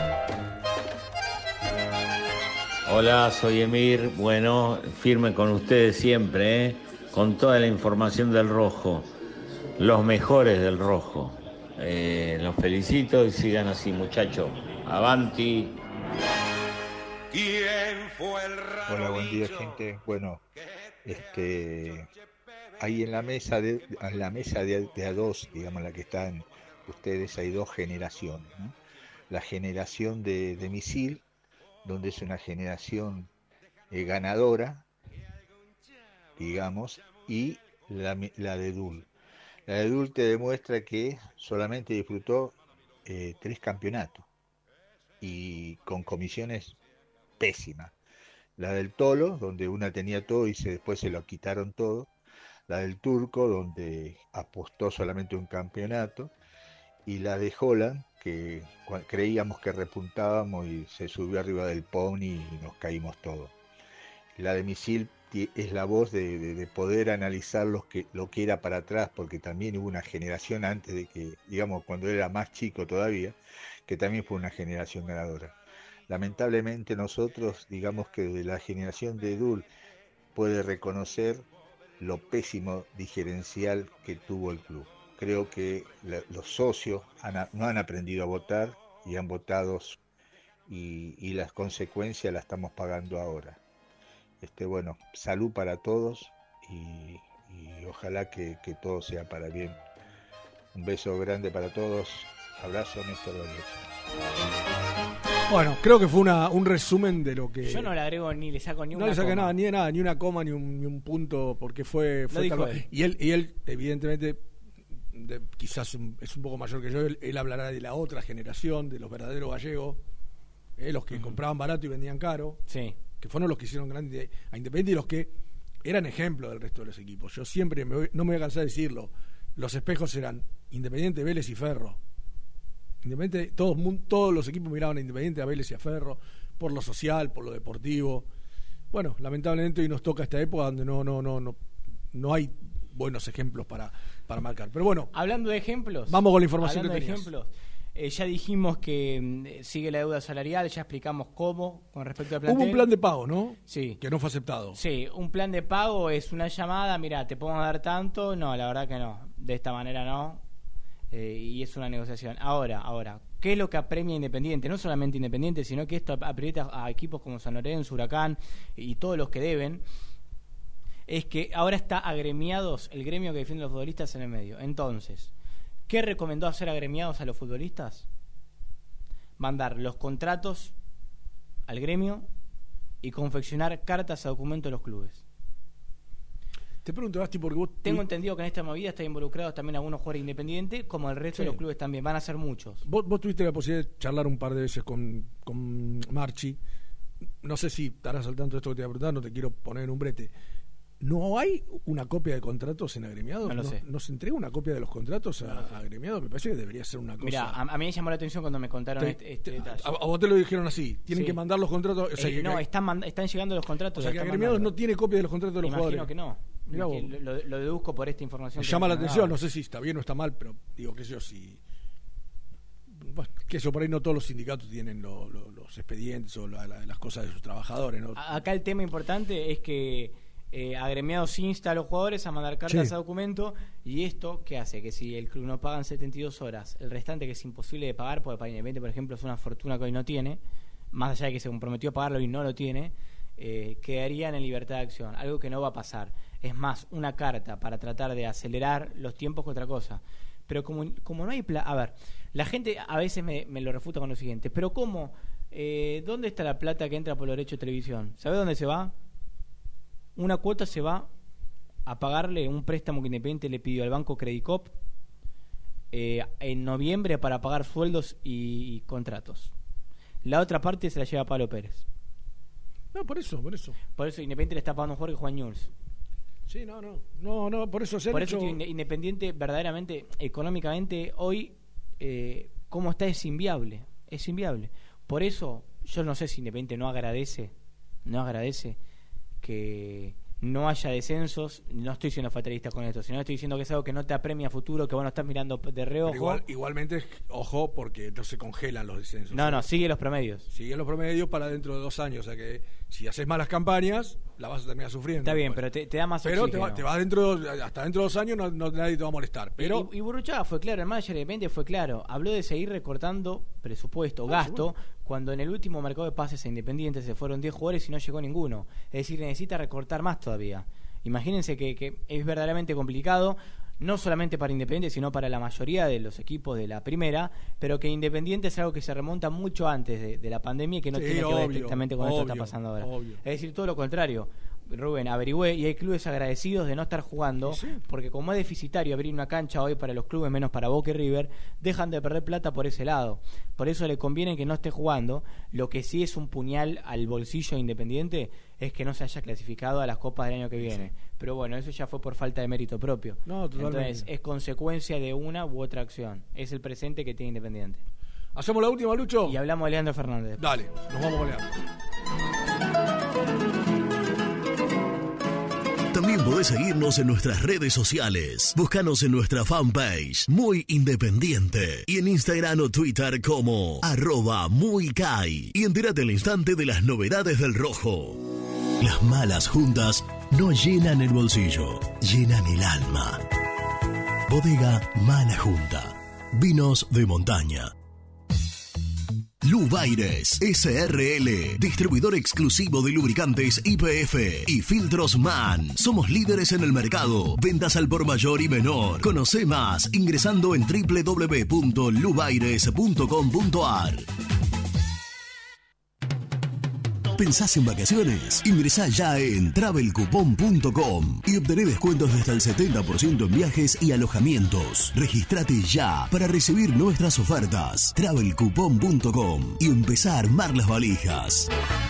Hola, soy Emir. Bueno, firme con ustedes siempre, ¿eh? Con toda la información del Rojo. Los mejores del Rojo. Eh, los felicito y sigan así, muchachos. Avanti. ¿Quién fue el raro? Hola, buen día, gente. Bueno, este, ahí en la mesa de, en la mesa de, de a dos, digamos, la que están ustedes, hay dos generaciones, ¿no? La generación de, de Misil, donde es una generación eh, ganadora, digamos, y la, la de Dul. La de Dul te demuestra que solamente disfrutó eh, tres campeonatos y con comisiones pésima. La del Tolo, donde una tenía todo y se, después se lo quitaron todo. La del Turco, donde apostó solamente un campeonato. Y la de Holland, que creíamos que repuntábamos y se subió arriba del pony y nos caímos todos. La de Misil es la voz de, de, de poder analizar lo que, lo que era para atrás, porque también hubo una generación antes de que, digamos, cuando era más chico todavía, que también fue una generación ganadora. Lamentablemente nosotros, digamos que de la generación de Edul puede reconocer lo pésimo dirigencial que tuvo el club. Creo que la, los socios han, no han aprendido a votar y han votado y, y las consecuencias las estamos pagando ahora. Este, bueno, salud para todos y, y ojalá que, que todo sea para bien. Un beso grande para todos. Abrazo, Néstor Valdés. Bueno, creo que fue una, un resumen de lo que... Yo no le agrego ni le saco ni no una le saqué coma. nada, ni de nada, ni una coma, ni un, ni un punto, porque fue... fue dijo tal... él. Y él, y él evidentemente, de, quizás un, es un poco mayor que yo, él, él hablará de la otra generación, de los verdaderos gallegos, eh, los que uh-huh. compraban barato y vendían caro, sí. que fueron los que hicieron grande a Independiente y los que eran ejemplo del resto de los equipos. Yo siempre, me voy, no me voy a cansar de decirlo, los espejos eran Independiente, Vélez y Ferro. Independiente, todos, todos los equipos miraban a Independiente, a Vélez y a Ferro, por lo social, por lo deportivo. Bueno, lamentablemente hoy nos toca esta época donde no, no, no, no, no hay buenos ejemplos para, para marcar. Pero bueno, hablando de ejemplos, vamos con la información hablando que de tenías. ejemplos, Eh, ya dijimos que mm, sigue la deuda salarial, ya explicamos cómo con respecto al plantel. Hubo un plan de pago, ¿no? Sí. Que no fue aceptado. Sí, un plan de pago es una llamada, mira, te podemos dar tanto, no, la verdad que no, de esta manera no, eh, y es una negociación. Ahora, ahora, ¿qué es lo que apremia Independiente? No solamente Independiente, sino que esto aprieta a equipos como San Lorenzo, Huracán y todos los que deben, es que ahora está agremiados el gremio que defiende a los futbolistas en el medio. Entonces, ¿qué recomendó hacer agremiados a los futbolistas? Mandar los contratos al gremio y confeccionar cartas a documento de los clubes. Te pregunto, Basti, porque vos... Tengo entendido que en esta movida están involucrados también algunos jugadores independientes, como el resto Sí. de los clubes también. Van a ser muchos. Vos, vos tuviste la posibilidad de charlar un par de veces con, con Marchi. No sé si estarás al tanto de esto que te voy a preguntar, no te quiero poner en un brete. ¿No hay una copia de contratos en agremiados? No lo sé. ¿No se entrega una copia de los contratos a, No lo sé. a agremiados? Me parece que debería ser una cosa... Mira, a, a mí me llamó la atención cuando me contaron Te- este, este te- detalle. a, a vos te lo dijeron así. Tienen Sí. que mandar los contratos... O sea, Eh, que, no, que- están, mand- están llegando los contratos. o sea, que están agremiados mandando. no tiene copia de los contratos de los Imagino jugadores. que no. Mirá vos. Que lo, lo deduzco por esta información. Me que llama me la han atención, dado. no sé si está bien o está mal, pero digo, qué sé yo, si... Bueno, que eso por ahí no todos los sindicatos tienen lo- lo- los expedientes o la- la- las cosas de sus trabajadores, ¿no? A- Acá el tema importante es que eh, agremiados insta a los jugadores a mandar cartas Sí. a documento, y esto, ¿qué hace? Que si el club no paga en setenta y dos horas, el restante que es imposible de pagar, porque para Independiente, por ejemplo, es una fortuna que hoy no tiene, más allá de que se comprometió a pagarlo y no lo tiene, eh, quedarían en libertad de acción, algo que no va a pasar. Es más, una carta para tratar de acelerar los tiempos que otra cosa. Pero como, como no hay... Pla a ver, la gente a veces me, me lo refuta con lo siguiente, pero ¿cómo? Eh, ¿Dónde está la plata que entra por los derechos de televisión? ¿Sabe dónde se va? Una cuota se va a pagarle un préstamo que Independiente le pidió al banco Credicop eh, en noviembre para pagar sueldos y, y contratos. La otra parte se la lleva Pablo Pérez. No, por eso, por eso. Por eso Independiente le está pagando a un jugador que Juan News. Sí, no, no. No, no, por eso se han Por hecho... eso Inde- Independiente verdaderamente, económicamente, hoy, eh, cómo está es inviable. Es inviable. Por eso, yo no sé si Independiente no agradece, no agradece que no haya descensos. No estoy siendo fatalista con esto, sino estoy diciendo que es algo que no te apremia a futuro, que vos no estás mirando de reojo. Pero igual, igualmente, ojo, porque no se congelan los descensos. No, no, sigue los promedios. Siguen los promedios para dentro de dos años. O sea que si haces malas campañas, la vas a terminar sufriendo. Está bien, después. pero te, te da más Pero te oxígeno. va, te va dentro, hasta dentro de dos años no, no- nadie te va a molestar. Pero Y, y Burruchaga fue claro, el manager de Independiente fue claro. Habló de seguir recortando presupuesto, Ah, gasto, seguro. cuando en el último mercado de pases a Independiente se fueron diez jugadores y no llegó ninguno. Es decir, necesita recortar más todavía. Imagínense que, que es verdaderamente complicado, no solamente para Independiente, sino para la mayoría de los equipos de la primera, pero que Independiente es algo que se remonta mucho antes de, de la pandemia y que no Sí, tiene que ver obvio, directamente con esto que está obvio, pasando ahora. obvio. Es decir, todo lo contrario. Rubén, averigüé y hay clubes agradecidos de no estar jugando, porque como es deficitario abrir una cancha hoy para los clubes, menos para Boca y River, dejan de perder plata por ese lado. Por eso le conviene que no esté jugando. Lo que sí es un puñal al bolsillo Independiente es que no se haya clasificado a las copas del año que viene. Pero bueno, eso ya fue por falta de mérito propio. No, totalmente. Entonces es consecuencia de una u otra acción. Es el presente que tiene Independiente. ¿hacemos la última, Lucho? Y hablamos de Leandro Fernández. Dale, nos vamos con Leandro. También podés seguirnos en nuestras redes sociales. Búscanos en nuestra fanpage, Muy Independiente. Y en Instagram o Twitter como arroba muycai. Y entérate al instante de las novedades del rojo. Las malas juntas no llenan el bolsillo, llenan el alma. Bodega Mala Junta. Vinos de montaña. Lubaires S R L, distribuidor exclusivo de lubricantes I P F y filtros MAN. Somos líderes en el mercado. Ventas al por mayor y menor. Conoce más ingresando en doble u doble u doble u punto lubaires punto com punto a r. ¿Pensás en vacaciones? Ingresá ya en travel coupon punto com y obtené descuentos de hasta el setenta por ciento en viajes y alojamientos. Regístrate ya para recibir nuestras ofertas. travel coupon punto com y empezá a armar las valijas.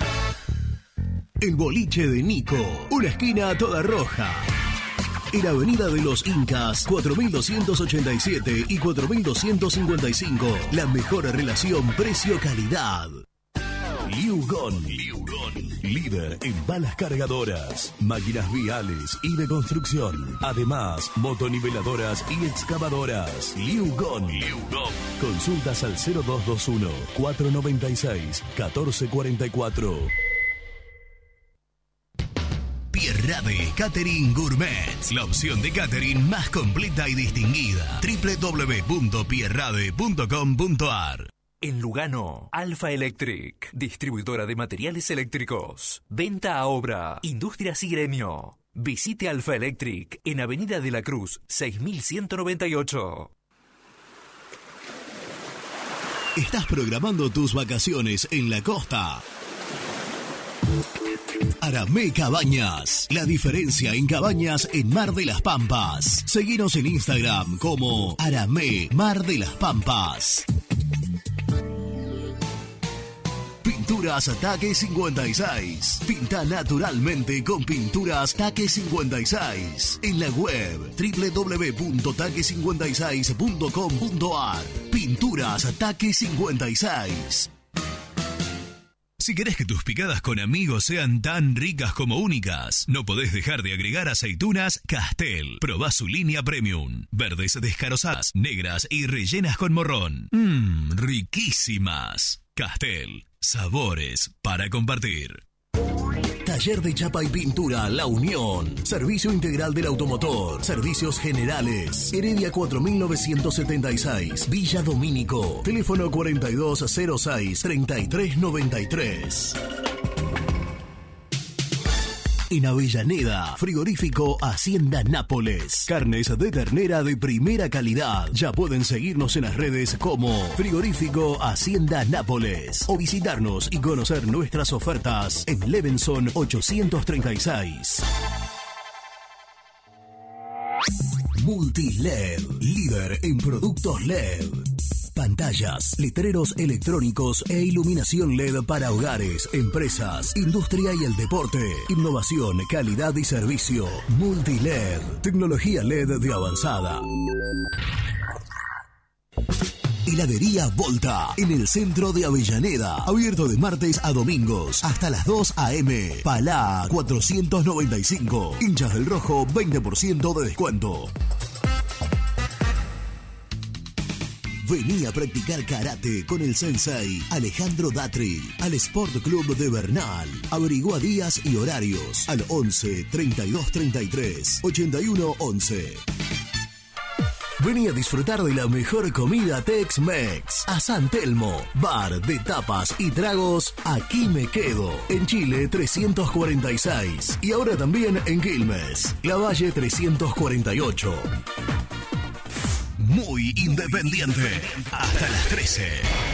El boliche de Nico, una esquina toda roja. En Avenida de los Incas, cuatro mil doscientos ochenta y siete y cuatro mil doscientos cincuenta y cinco. La mejor relación precio-calidad. Liugon. líder en balas cargadoras, máquinas viales y de construcción. Además, motoniveladoras y excavadoras. Liugon. Consultas al cero dos dos uno, cuatro noventa y seis, catorce cuarenta y cuatro. Pierrade Catering Gourmet, la opción de catering más completa y distinguida. doble u doble u doble u punto pierrade punto com punto a r. En Lugano, Alfa Electric, distribuidora de materiales eléctricos. Venta a obra, industrias y gremio. Visite Alfa Electric en Avenida de la Cruz, seis mil ciento noventa y ocho. ¿Estás programando tus vacaciones en la costa? Aramé Cabañas, la diferencia en cabañas en Mar de las Pampas. Seguinos en Instagram como Aramé Mar de las Pampas. Pinturas Taque cincuenta y seis. Pinta naturalmente con Pinturas Taque cincuenta y seis. En la web doble u doble u doble u punto taque cincuenta y seis punto com punto a r. Pinturas Taque cincuenta y seis. Si querés que tus picadas con amigos sean tan ricas como únicas, no podés dejar de agregar aceitunas Castel. Probá su línea premium. Verdes descarozadas, negras y rellenas con morrón. Mmm, riquísimas. Castel. Sabores para compartir. Taller de Chapa y Pintura La Unión. Servicio integral del automotor. Servicios generales. Heredia cuatro mil novecientos setenta y seis. Villa Domínico. Teléfono cuarenta y dos cero seis, treinta y tres noventa y tres. En Avellaneda, frigorífico Hacienda Nápoles. Carnes de ternera de primera calidad. Ya pueden seguirnos en las redes como frigorífico Hacienda Nápoles o visitarnos y conocer nuestras ofertas en Levenson ochocientos treinta y seis. Multiled, líder en productos L E D. Pantallas, letreros electrónicos e iluminación L E D para hogares, empresas, industria y el deporte. Innovación, calidad y servicio. Multiled, tecnología L E D de avanzada. Heladería Volta, en el centro de Avellaneda. Abierto de martes a domingos hasta las dos a eme. Palá cuatrocientos noventa y cinco. Hinchas del Rojo, veinte por ciento de descuento. Vení a practicar karate con el sensei Alejandro Datri al Sport Club de Bernal. Averigua días y horarios al once, treinta y dos, treinta y tres, ochenta y uno, once. Vení a disfrutar de la mejor comida Tex-Mex a San Telmo. Bar de tapas y tragos Aquí Me Quedo. En Chile trescientos cuarenta y seis. Y ahora también en Quilmes. Lavalle trescientos cuarenta y ocho. Muy independiente. Hasta las trece.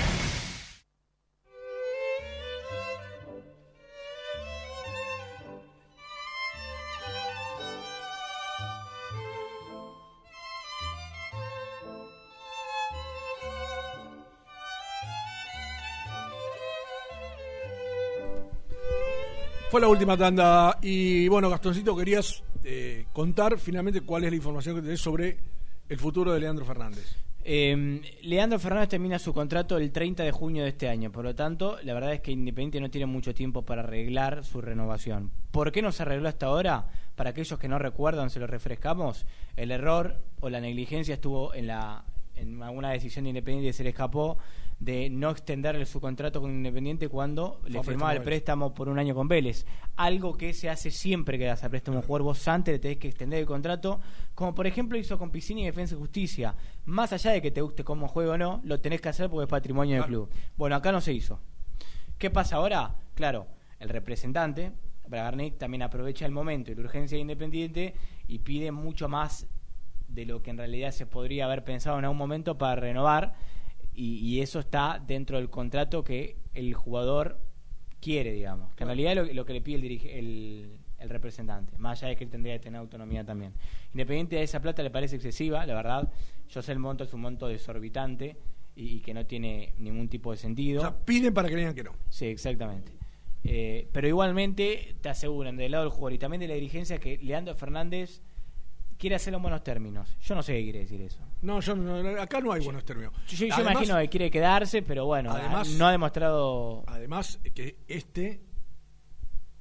Fue la última tanda y bueno, Gastoncito, querías eh, contar finalmente cuál es la información que tenés sobre el futuro de Leandro Fernández. Eh, Leandro Fernández termina su contrato el treinta de junio de este año, por lo tanto, la verdad es que Independiente no tiene mucho tiempo para arreglar su renovación. ¿Por qué no se arregló hasta ahora? Para aquellos que no recuerdan, se lo refrescamos, el error o la negligencia estuvo en la en alguna decisión de Independiente y se le escapó de no extenderle su contrato con Independiente cuando Fue le firmaba el préstamo por un año con Vélez. Algo que se hace siempre que das a préstamo a un jugador, vos antes le tenés que extender el contrato, como por ejemplo hizo con Piscini y Defensa y Justicia. Más allá de que te guste cómo juega o no, lo tenés que hacer porque es patrimonio del club. Bueno, acá no se hizo. ¿Qué pasa ahora? Claro, el representante, Bragarnik, también aprovecha el momento y la urgencia de Independiente y pide mucho más de lo que en realidad se podría haber pensado en algún momento para renovar, y, y eso está dentro del contrato que el jugador quiere, digamos, que en realidad es lo, lo que le pide el, dirige, el, el representante, más allá de que él tendría que tener autonomía también. Independiente de esa plata le parece excesiva, la verdad. Yo sé el monto, es un monto desorbitante y, y que no tiene ningún tipo de sentido. O sea, piden para que le digan que no. Sí, exactamente. Eh, pero igualmente te aseguran del lado del jugador y también de la dirigencia que Leandro Fernández quiere hacerlo en buenos términos. Yo no sé qué quiere decir eso. No, yo no, acá no hay buenos términos. Yo, yo además, imagino que quiere quedarse, pero bueno, además, no ha demostrado. Además, que este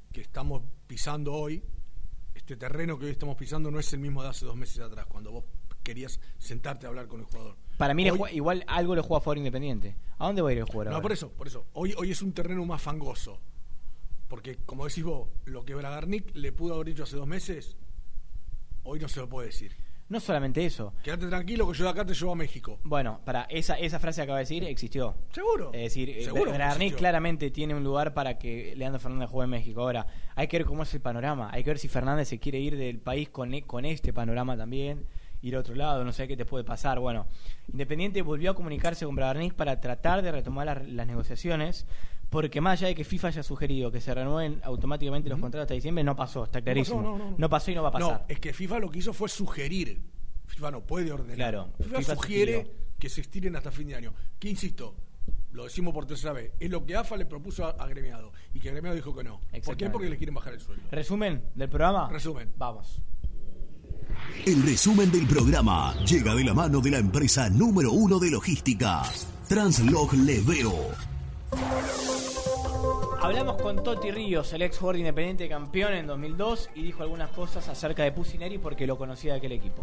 que estamos pisando hoy, este terreno que hoy estamos pisando no es el mismo de hace dos meses atrás, cuando vos querías sentarte a hablar con el jugador. Para mí hoy, le juega, igual algo le juega a favor Independiente. ¿A dónde va a ir el jugador No, ahora? por eso, por eso. Hoy, hoy es un terreno más fangoso. Porque, como decís vos, lo que Bragarnik le pudo haber dicho hace dos meses, hoy no se lo puede decir. No solamente eso. Quédate tranquilo que yo de acá te llevo a México. Bueno, para esa esa frase que acaba de decir existió. Seguro. Es decir, Seguro Bragarnik claramente tiene un lugar para que Leandro Fernández juegue en México. Ahora, hay que ver cómo es el panorama. Hay que ver si Fernández se quiere ir del país con, con este panorama también. Ir a otro lado, no sé qué te puede pasar. Bueno, Independiente volvió a comunicarse con Bragarnik para tratar de retomar la, las negociaciones, porque más allá de que FIFA haya sugerido que se renueven automáticamente los uh-huh. contratos hasta diciembre, no pasó, está clarísimo. No, pasó, no, no, no. no pasó y no va a pasar. No, es que FIFA lo que hizo fue sugerir. FIFA no puede ordenar. Claro, FIFA, FIFA sugiere sugirió. que se estiren hasta fin de año. Que insisto, lo decimos por tercera vez, es lo que AFA le propuso a, a Gremiado, y que Gremiado dijo que no. ¿Por qué? Porque les quieren bajar el sueldo. ¿Resumen del programa? Resumen. Vamos. El resumen del programa llega de la mano de la empresa número uno de logística, Translog Leveo. Hablamos con Toti Ríos, el ex jugador Independiente campeón en dos mil dos, y dijo algunas cosas acerca de Pusineri porque lo conocía de aquel equipo.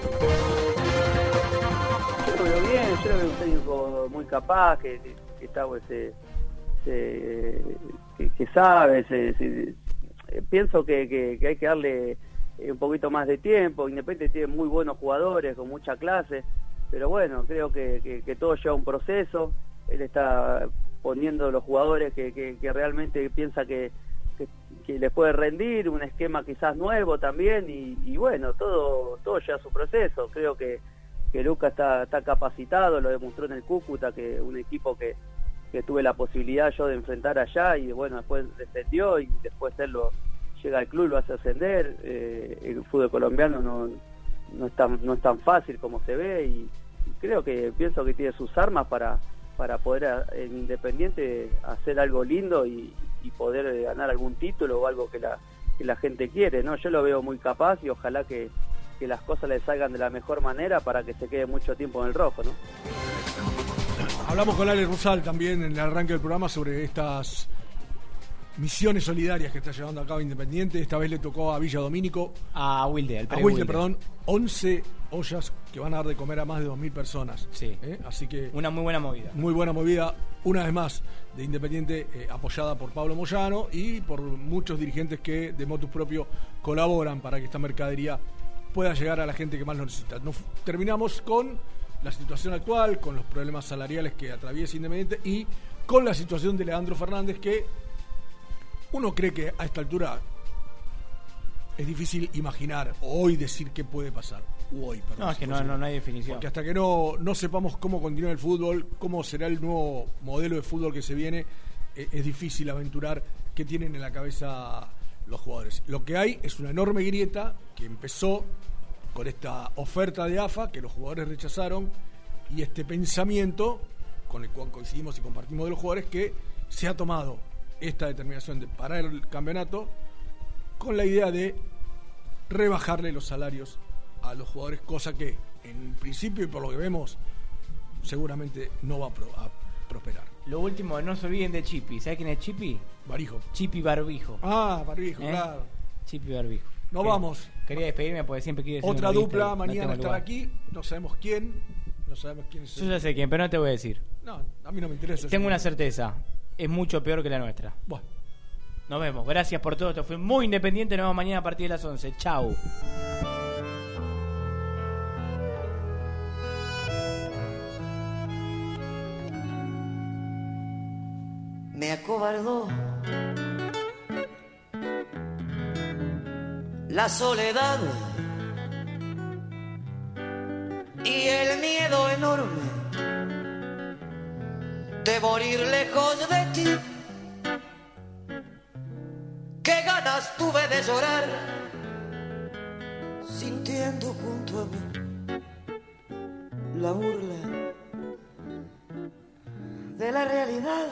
Yo lo veo bien, yo lo veo un técnico muy capaz, que, que, que está, pues, se, se, que, que sabe, se, se, pienso que, que, que hay que darle un poquito más de tiempo. Independiente tiene muy buenos jugadores, con mucha clase, pero bueno, creo que, que, que todo lleva un proceso. Él está poniendo los jugadores que, que, que realmente piensa que, que, que les puede rendir, un esquema quizás nuevo también, y, y bueno, todo todo lleva su proceso. Creo que, que Lucas está, está capacitado, lo demostró en el Cúcuta, que un equipo que, que tuve la posibilidad yo de enfrentar allá, y bueno, después descendió, y después él lo llega al club, lo hace ascender. Eh, el fútbol colombiano no, no, es tan, no es tan fácil como se ve, y, y creo que pienso que tiene sus armas para, para poder en Independiente hacer algo lindo y, y poder ganar algún título o algo que la, que la gente quiere, ¿no? Yo lo veo muy capaz, y ojalá que, que las cosas le salgan de la mejor manera para que se quede mucho tiempo en el rojo, ¿no? Hablamos con Ale Rusal también en el arranque del programa sobre estas misiones solidarias que está llevando a cabo Independiente. Esta vez le tocó a Villa Domínico, a Wilde, al a Wilde, perdón, once ollas que van a dar de comer a más de dos mil personas. Sí. ¿Eh? Así que una muy buena movida. Muy buena movida, una vez más, de Independiente, eh, apoyada por Pablo Moyano y por muchos dirigentes que de motus propio colaboran para que esta mercadería pueda llegar a la gente que más lo necesita. Nos terminamos con la situación actual, con los problemas salariales que atraviesa Independiente y con la situación de Leandro Fernández, que uno cree que a esta altura es difícil imaginar o hoy decir qué puede pasar. U hoy, perdón, no, es que no, no, no hay definición. Porque hasta que no, no sepamos cómo continúa el fútbol, cómo será el nuevo modelo de fútbol que se viene, eh, es difícil aventurar qué tienen en la cabeza los jugadores. Lo que hay es una enorme grieta que empezó con esta oferta de AFA que los jugadores rechazaron, y este pensamiento con el cual coincidimos y compartimos de los jugadores, que se ha tomado esta determinación de parar el campeonato con la idea de rebajarle los salarios a los jugadores, cosa que en principio y por lo que vemos seguramente no va a, pro, a prosperar. Lo último, no se olviden de Chipi. ¿Sabes quién es Chipi? Barijo. Chipi Barbijo. Ah, Barbijo, ¿Eh? claro. Chipi Barbijo. Nos Quería, vamos. Quería despedirme porque siempre quiero decir otra dupla mañana no estar aquí, no sabemos quién, no sabemos quién es. Yo ya sé quién, pero no te voy a decir. No, a mí no me interesa. Tengo una certeza. Es mucho peor que la nuestra. Bueno. Nos vemos. Gracias por todo. Esto fue Muy Independiente. Nos vemos mañana a partir de las once. Chau. Me acobardó la soledad y el miedo enorme de morir lejos de ti. Qué ganas tuve de llorar, sintiendo junto a mí la burla de la realidad,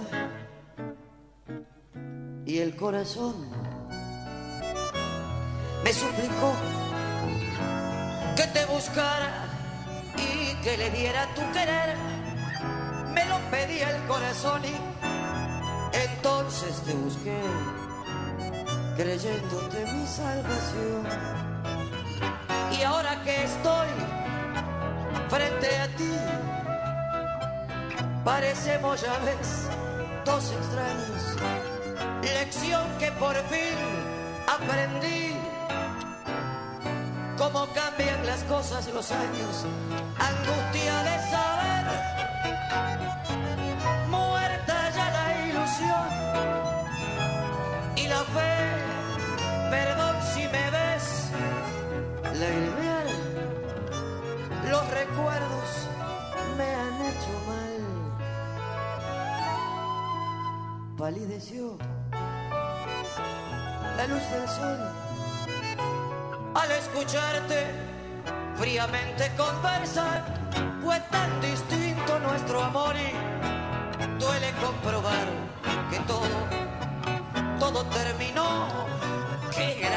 y el corazón me suplicó que te buscara y que le diera tu querer. Me lo pedía el corazón y entonces te busqué. creyéndote mi salvación. Y ahora que estoy frente a ti, parecemos, ya ves, dos extraños. Lección que por fin aprendí, cómo cambian las cosas los años. Angustia de saber, muerta ya la ilusión y la fe. Perdón si me ves lagrimear, los recuerdos me han hecho mal. Palideció la luz del sol al escucharte fríamente conversar. Fue tan distinto nuestro amor y duele comprobar que todo, todo terminó. Qué gran